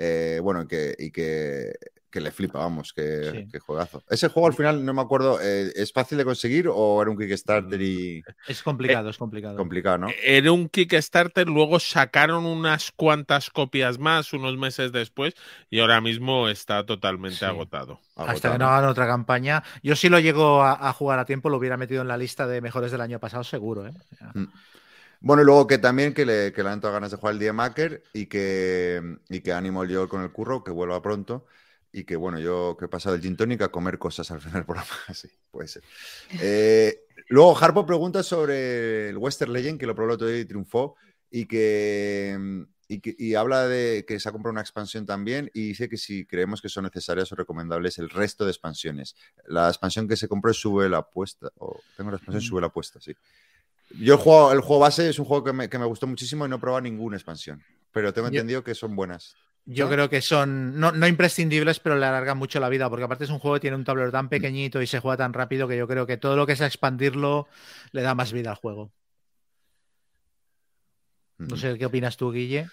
que le flipa, vamos, Sí. que juegazo. Ese juego al final, no me acuerdo, ¿es fácil de conseguir o era un Kickstarter y Es complicado, es complicado. complicado, no? Era un Kickstarter, luego sacaron unas cuantas copias más unos meses después y ahora mismo está totalmente Sí. agotado. Hasta que no hagan otra campaña. Yo si lo llego a jugar a tiempo, lo hubiera metido en la lista de mejores del año pasado, seguro, ¿eh? Bueno, y luego que también que le dan todas ganas de jugar el Die Maker y que ánimo yo con el curro, que vuelva pronto. Y que bueno, yo que he pasado el gin tonic a comer cosas al final del programa. Sí, puede ser. Luego Harpo pregunta sobre el Western Legend, que lo probó el otro día y triunfó. Y habla de que se ha comprado una expansión también y dice que si creemos que son necesarias o recomendables el resto de expansiones. La expansión que se compró es Sube la Apuesta. Tengo la expansión Sube la Apuesta, sí. Yo el juego base es un juego que me gustó muchísimo y no he probado ninguna expansión. Pero tengo entendido que son buenas. Yo creo que son no imprescindibles, pero le alargan mucho la vida, porque aparte es un juego que tiene un tablero tan pequeñito y se juega tan rápido que yo creo que todo lo que es expandirlo le da más vida al juego. No sé, ¿qué opinas tú, Guille?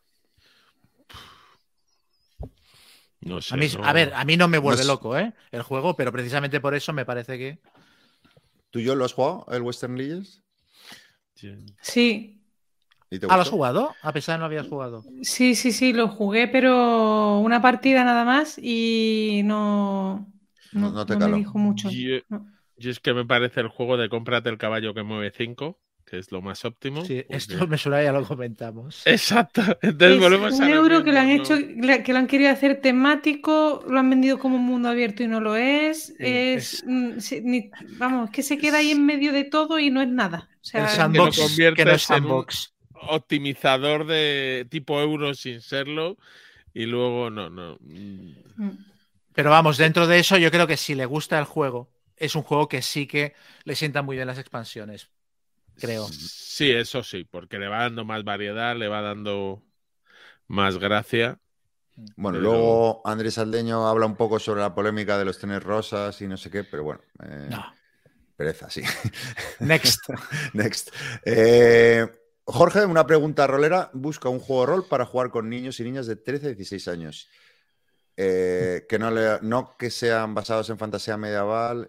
No sé. A mí, no... a ver, a mí no me vuelve No es- loco, ¿eh? El juego, pero precisamente por eso me parece que... ¿Tú y yo lo has jugado, el Western Legends? Sí, ¿Y te ¿Ah, lo has gustó? jugado? A pesar de no habías jugado. sí, lo jugué, pero una partida nada más y no No te me caló. dijo mucho. Yo- No. Yo es que me parece el juego de cómprate el caballo que mueve 5, que es lo más óptimo. Sí, porque- esto me suena, ya lo comentamos. Exacto. Entonces Es volvemos un a lo euro que lo han mismo, hecho, ¿no? que lo han querido hacer temático, lo han vendido como un mundo abierto y no lo es. Vamos, que se queda ahí en medio de todo y no es nada. O sea, El Que sandbox, lo conviertes que no es en un sandbox. optimizador de tipo euro sin serlo y luego no. Pero vamos, dentro de eso yo creo que si le gusta el juego, es un juego que sí que le sientan muy bien las expansiones. Creo. Sí, eso sí, porque le va dando más variedad, le va dando más gracia. Bueno, Pero- luego Andrés Aldeño habla un poco sobre la polémica de los trenes rosas y no sé qué, pero bueno. No. Pereza, sí. Next. Next. Jorge, una pregunta rolera. Busca un juego de rol para jugar con niños y niñas de 13 a 16 años. Que no que sean basados en fantasía medieval,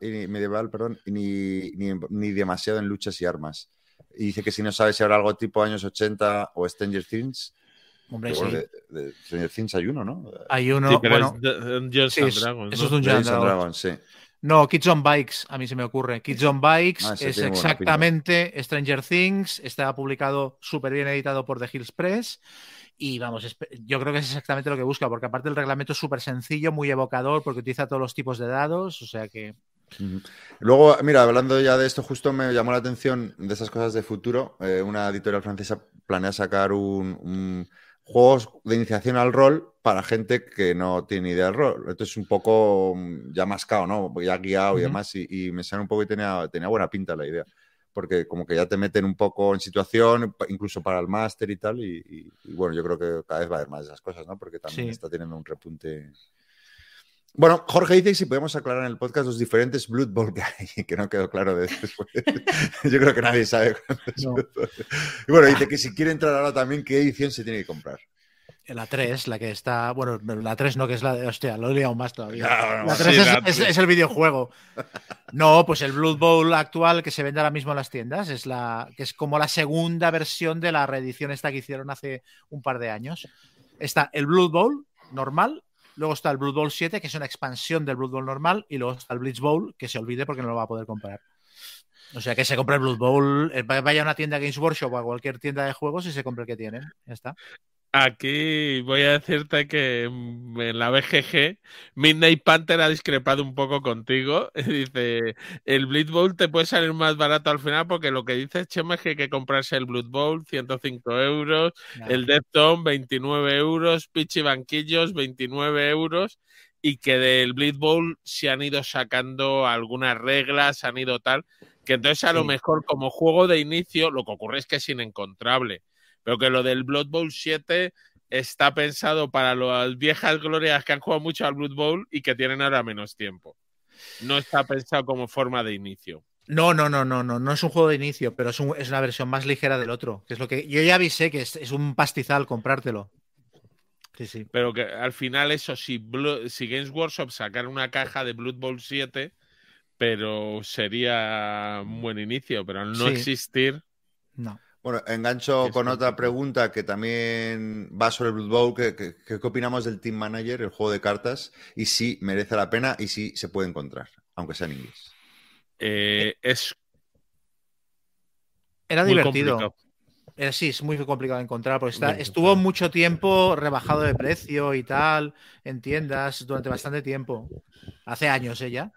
ni demasiado en luchas y armas. Y dice que si no sabe si habrá algo tipo años 80 o Stranger Things. Hombre, Igual sí. de Stranger Things hay uno, ¿no? Hay uno. Sí, pero bueno, es Dungeons sí, and eso Dragons, es ¿no? Dungeons and Dungeons and Dragons. Dragons, sí. No, Kids on Bikes, a mí se me ocurre. Kids on Bikes Ese es tiene buena exactamente Stranger Things, está publicado súper bien editado por The Hills Press y vamos, yo creo que es exactamente lo que busca, porque aparte el reglamento es súper sencillo, muy evocador, porque utiliza todos los tipos de dados, o sea que... Ujú. Luego, mira, hablando ya de esto, justo me llamó la atención de esas cosas de futuro. Una editorial francesa planea sacar un juegos de iniciación al rol para gente que no tiene idea del rol. Entonces, un poco ya mascado, ¿no? Ya guiado y demás, y me sale un poco y tenía buena pinta la idea. Porque como que ya te meten un poco en situación, incluso para el máster y tal, y bueno, yo creo que cada vez va a haber más de esas cosas, ¿no? Porque también está teniendo un repunte. Bueno, Jorge dice si podemos aclarar en el podcast los diferentes Blood Bowl que hay, que no quedó claro después. Yo creo que nadie sabe cuántos es Blood Bowl. Y bueno, dice que si quiere entrar ahora también, ¿qué edición se tiene que comprar? La 3, la que está. Bueno, la 3 no, que es la de. Hostia, lo he liado más todavía. Claro, la 3 es el videojuego. No, pues el Blood Bowl actual que se vende ahora mismo en las tiendas que es como la segunda versión de la reedición esta que hicieron hace un par de años. Está el Blood Bowl normal, luego está el Blood Bowl 7, que es una expansión del Blood Bowl normal, y luego está el Blitz Bowl, que se olvide porque no lo va a poder comprar. O sea, que se compre el Blood Bowl, vaya a una tienda Games Workshop o a cualquier tienda de juegos y se compre el que tienen. Ya está. Aquí voy a decirte que en la BGG Midnight Panther ha discrepado un poco contigo. Dice, el Blood Bowl te puede salir más barato al final porque lo que dice Chema es que hay que comprarse el Blood Bowl, 105 euros, el Defton, 29 euros, Pichi Banquillos, 29 euros, y que del Blood Bowl se han ido sacando algunas reglas, han ido tal, que entonces a lo mejor como juego de inicio lo que ocurre es que es inencontrable. Pero que lo del Blood Bowl 7 está pensado para las viejas glorias que han jugado mucho al Blood Bowl y que tienen ahora menos tiempo. No está pensado como forma de inicio. No es un juego de inicio, pero es una versión más ligera del otro. Que es lo que yo ya avisé que es un pastizal comprártelo. Sí. Pero que al final eso, si Games Workshop sacara una caja de Blood Bowl 7, pero sería un buen inicio, pero al no existir... No. Bueno, engancho con otra pregunta que también va sobre el Blood Bowl. ¿Qué opinamos del Team Manager, el juego de cartas? Y si merece la pena y si se puede encontrar, aunque sea en inglés. Era divertido. Sí, es muy complicado de encontrar porque estuvo mucho tiempo rebajado de precio y tal en tiendas durante bastante tiempo. Hace años ya.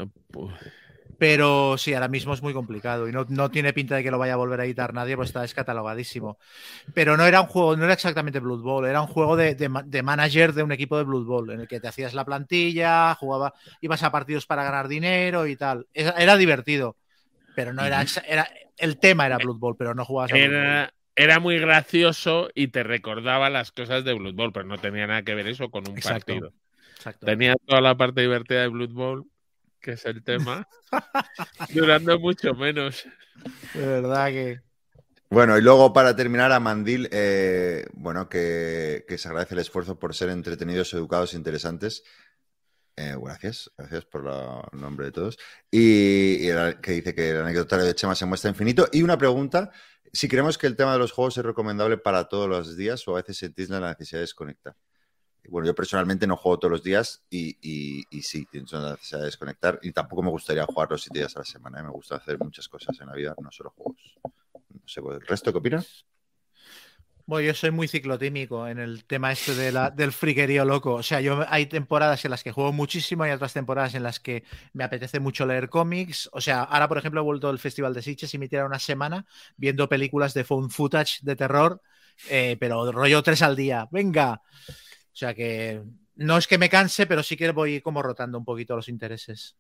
Pero sí, ahora mismo es muy complicado y no tiene pinta de que lo vaya a volver a editar nadie, pues está descatalogadísimo. Pero no era un juego, no era exactamente Blood Bowl, era un juego de manager de un equipo de Blood Bowl, en el que te hacías la plantilla, ibas a partidos para ganar dinero y tal. Era divertido, pero no era el tema era Blood Bowl, pero no jugabas a Blood Bowl. Era muy gracioso y te recordaba las cosas de Blood Bowl, pero no tenía nada que ver eso con un partido. Exacto. Tenía toda la parte divertida de Blood Bowl, que es el tema, durando mucho menos. De verdad que... Bueno, y luego para terminar a Mandil, bueno, que se agradece el esfuerzo por ser entretenidos, educados e interesantes. Gracias por el nombre de todos. Y que dice que el anecdotario de Chema se muestra infinito. Y una pregunta, si creemos que el tema de los juegos es recomendable para todos los días o a veces sentís la necesidad de desconectar. Bueno, yo personalmente no juego todos los días y sí, tengo la necesidad de desconectar y tampoco me gustaría jugar los 7 días a la semana. Me gusta hacer muchas cosas en la vida, no solo juegos. No sé, ¿el resto qué opinas? Bueno, yo soy muy ciclotímico en el tema este del friquerío loco. O sea, hay temporadas en las que juego muchísimo y otras temporadas en las que me apetece mucho leer cómics. O sea, ahora, por ejemplo, he vuelto al Festival de Sitges y me tiré una semana viendo películas de found footage de terror, pero rollo 3 al día. ¡Venga! O sea que no es que me canse, pero sí que voy como rotando un poquito los intereses.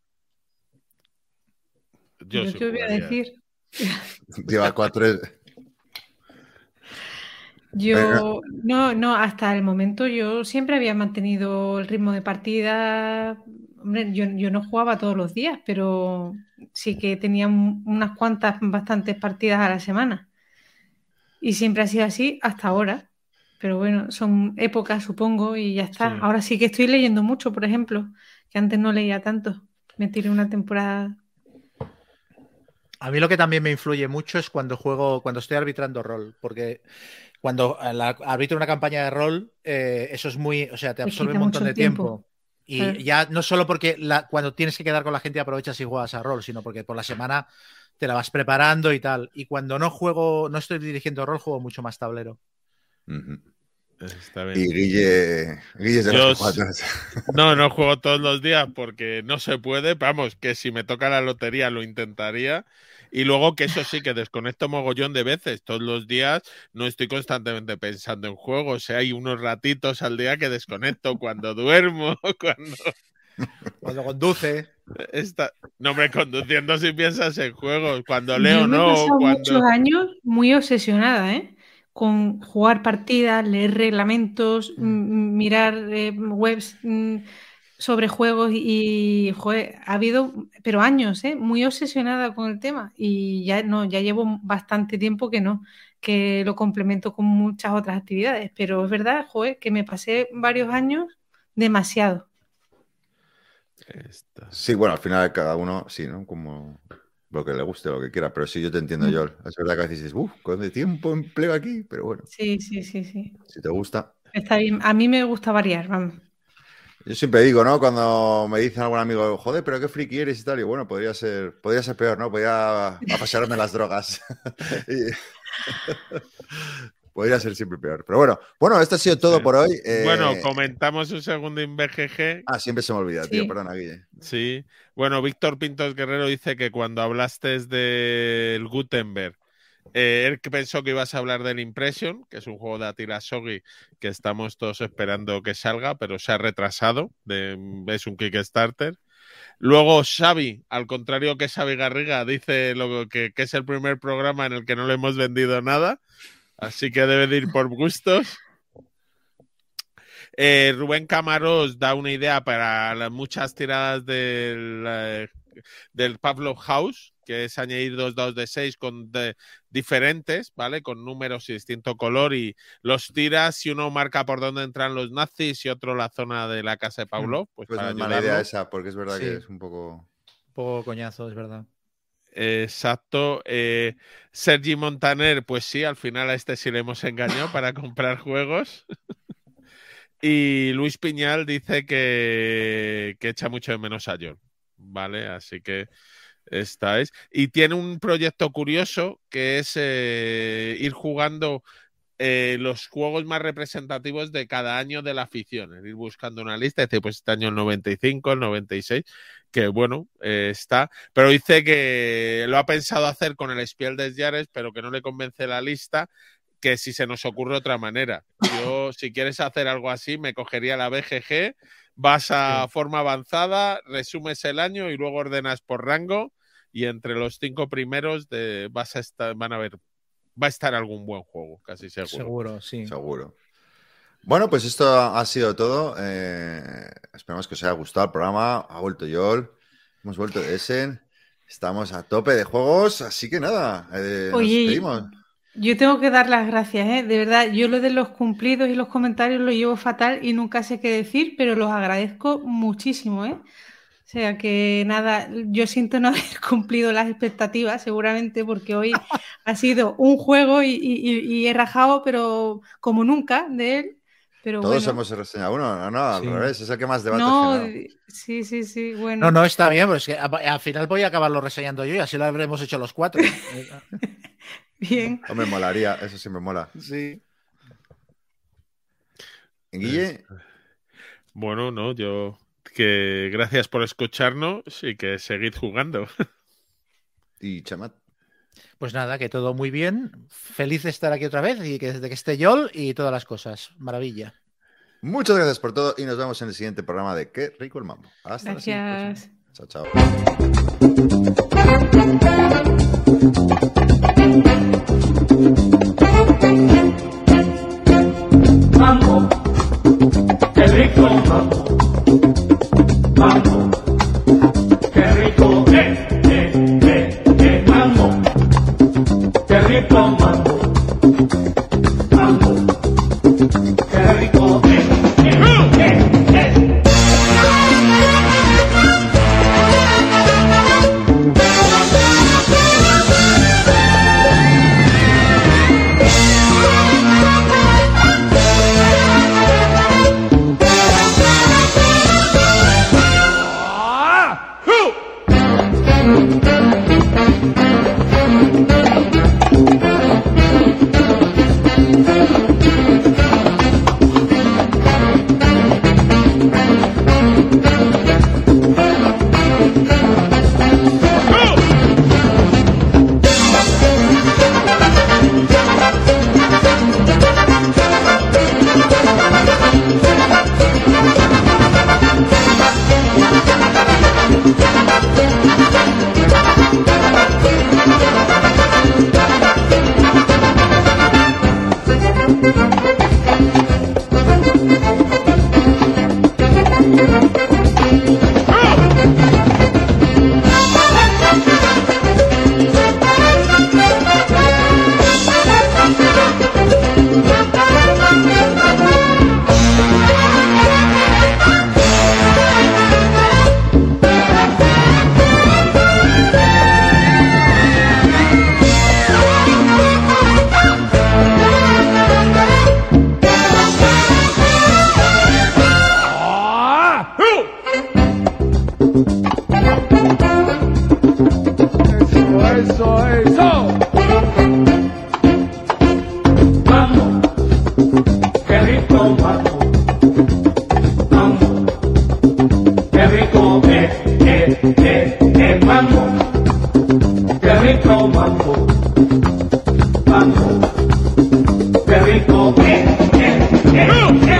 Yo te voy a decir. Lleva 4. Yo no, hasta el momento yo siempre había mantenido el ritmo de partida. Hombre, yo no jugaba todos los días, pero sí que tenía unas cuantas, bastantes partidas a la semana. Y siempre ha sido así hasta ahora. Pero bueno, son épocas, supongo, y ya está. Sí. Ahora sí que estoy leyendo mucho, por ejemplo, que antes no leía tanto. Me tiré una temporada. A mí lo que también me influye mucho es cuando estoy arbitrando rol, porque cuando arbitro una campaña de rol, eso es muy, o sea, te absorbe un montón de tiempo. Y ya no solo porque cuando tienes que quedar con la gente aprovechas y juegas a rol, sino porque por la semana te la vas preparando y tal. Y cuando no estoy dirigiendo rol, juego mucho más tablero. Uh-huh. Está bien. Y Guille es de los que juega. No juego todos los días porque no se puede. Vamos, que si me toca la lotería lo intentaría. Y luego que eso sí, que desconecto mogollón de veces. Todos los días no estoy constantemente pensando en juegos. O sea, hay unos ratitos al día que desconecto cuando duermo, Cuando conduce. No me conduciendo si piensas en juegos. Cuando leo, Yo me he pasado cuando... muchos años muy obsesionada, con jugar partidas, leer reglamentos, mirar webs sobre juegos y joder, ha habido, pero años, muy obsesionada con el tema y ya llevo bastante tiempo que lo complemento con muchas otras actividades, pero es verdad, joder, que me pasé varios años demasiado. Sí, bueno, al final cada uno, sí, ¿no? Como lo que le guste, lo que quiera, pero sí, yo te entiendo, Joel. Es verdad que a veces dices, ¿cuánto tiempo empleo aquí? Pero bueno. Sí. Si te gusta. Está bien, a mí me gusta variar, vamos. Yo siempre digo, ¿no? Cuando me dicen algún amigo, joder, pero qué friki eres y tal, y bueno, podría ser peor, ¿no? Podría apasionarme las drogas. Podría ser siempre peor. Pero bueno, esto ha sido todo por hoy. Bueno, comentamos un segundo en BGG. Siempre se me olvida, tío. Perdona, Guille. Sí. Bueno, Víctor Pintos Guerrero dice que cuando hablaste del Gutenberg, él pensó que ibas a hablar del Impression, que es un juego de Attila Szögy que estamos todos esperando que salga, pero se ha retrasado. Es un Kickstarter. Luego Xavi, al contrario que Xavi Garriga, dice que es el primer programa en el que no le hemos vendido nada. Así que debe de ir por gustos. Rubén Camarós da una idea para muchas tiradas del Pavlov House, que es añadir 2 dados de 6 diferentes, ¿vale? Con números y distinto color, y los tiras y uno marca por dónde entran los nazis y otro la zona de la casa de Pavlov. Pues no es mala idea esa, porque es verdad que es un poco coñazo, es verdad. Exacto. Sergi Montaner, pues sí, al final a este sí le hemos engañado para comprar juegos. Y Luis Piñal dice que echa mucho de menos a John, ¿vale? Así que estáis. Y tiene un proyecto curioso que es ir jugando los juegos más representativos de cada año de la afición, es ir buscando una lista, dice, pues este año el 95, el 96, que bueno, está, pero dice que lo ha pensado hacer con el Spiel des Jahres, pero que no le convence la lista, que si se nos ocurre otra manera. Yo, si quieres hacer algo así, me cogería la BGG, vas a forma avanzada, resumes el año y luego ordenas por rango, y entre los 5 primeros va a estar algún buen juego, casi seguro. Seguro, sí. Seguro. Bueno, pues esto ha sido todo. Esperamos que os haya gustado el programa. Ha vuelto Joel. Hemos vuelto de Essen. Estamos a tope de juegos. Así que nada, nos despedimos. Yo tengo que dar las gracias, de verdad. Yo lo de los cumplidos y los comentarios lo llevo fatal y nunca sé qué decir, pero los agradezco muchísimo, O sea que nada, yo siento no haber cumplido las expectativas seguramente porque hoy ha sido un juego y he rajado, pero como nunca de él. Pero todos bueno. hemos reseñado uno, no, al revés, es el que más debate no, ha generado. Sí, bueno. No, está bien, pues que al final voy a acabarlo reseñando yo y así lo habremos hecho los 4. Bien. Me molaría, eso sí me mola. Sí. Guille. Bueno, no, yo que gracias por escucharnos y que seguid jugando. Y Chamat. Pues nada, que todo muy bien. Feliz de estar aquí otra vez y que desde que esté Joel y todas las cosas. Maravilla. Muchas gracias por todo y nos vemos en el siguiente programa de Qué rico el mambo. Hasta gracias. La chao. Mambo, qué rico mambo. Mambo, qué rico, mambo, qué rico mambo. Mambo, qué rico, Eso. Mambo, qué rico mambo. Mambo, qué rico mambo. Qué rico mambo. Mambo, qué rico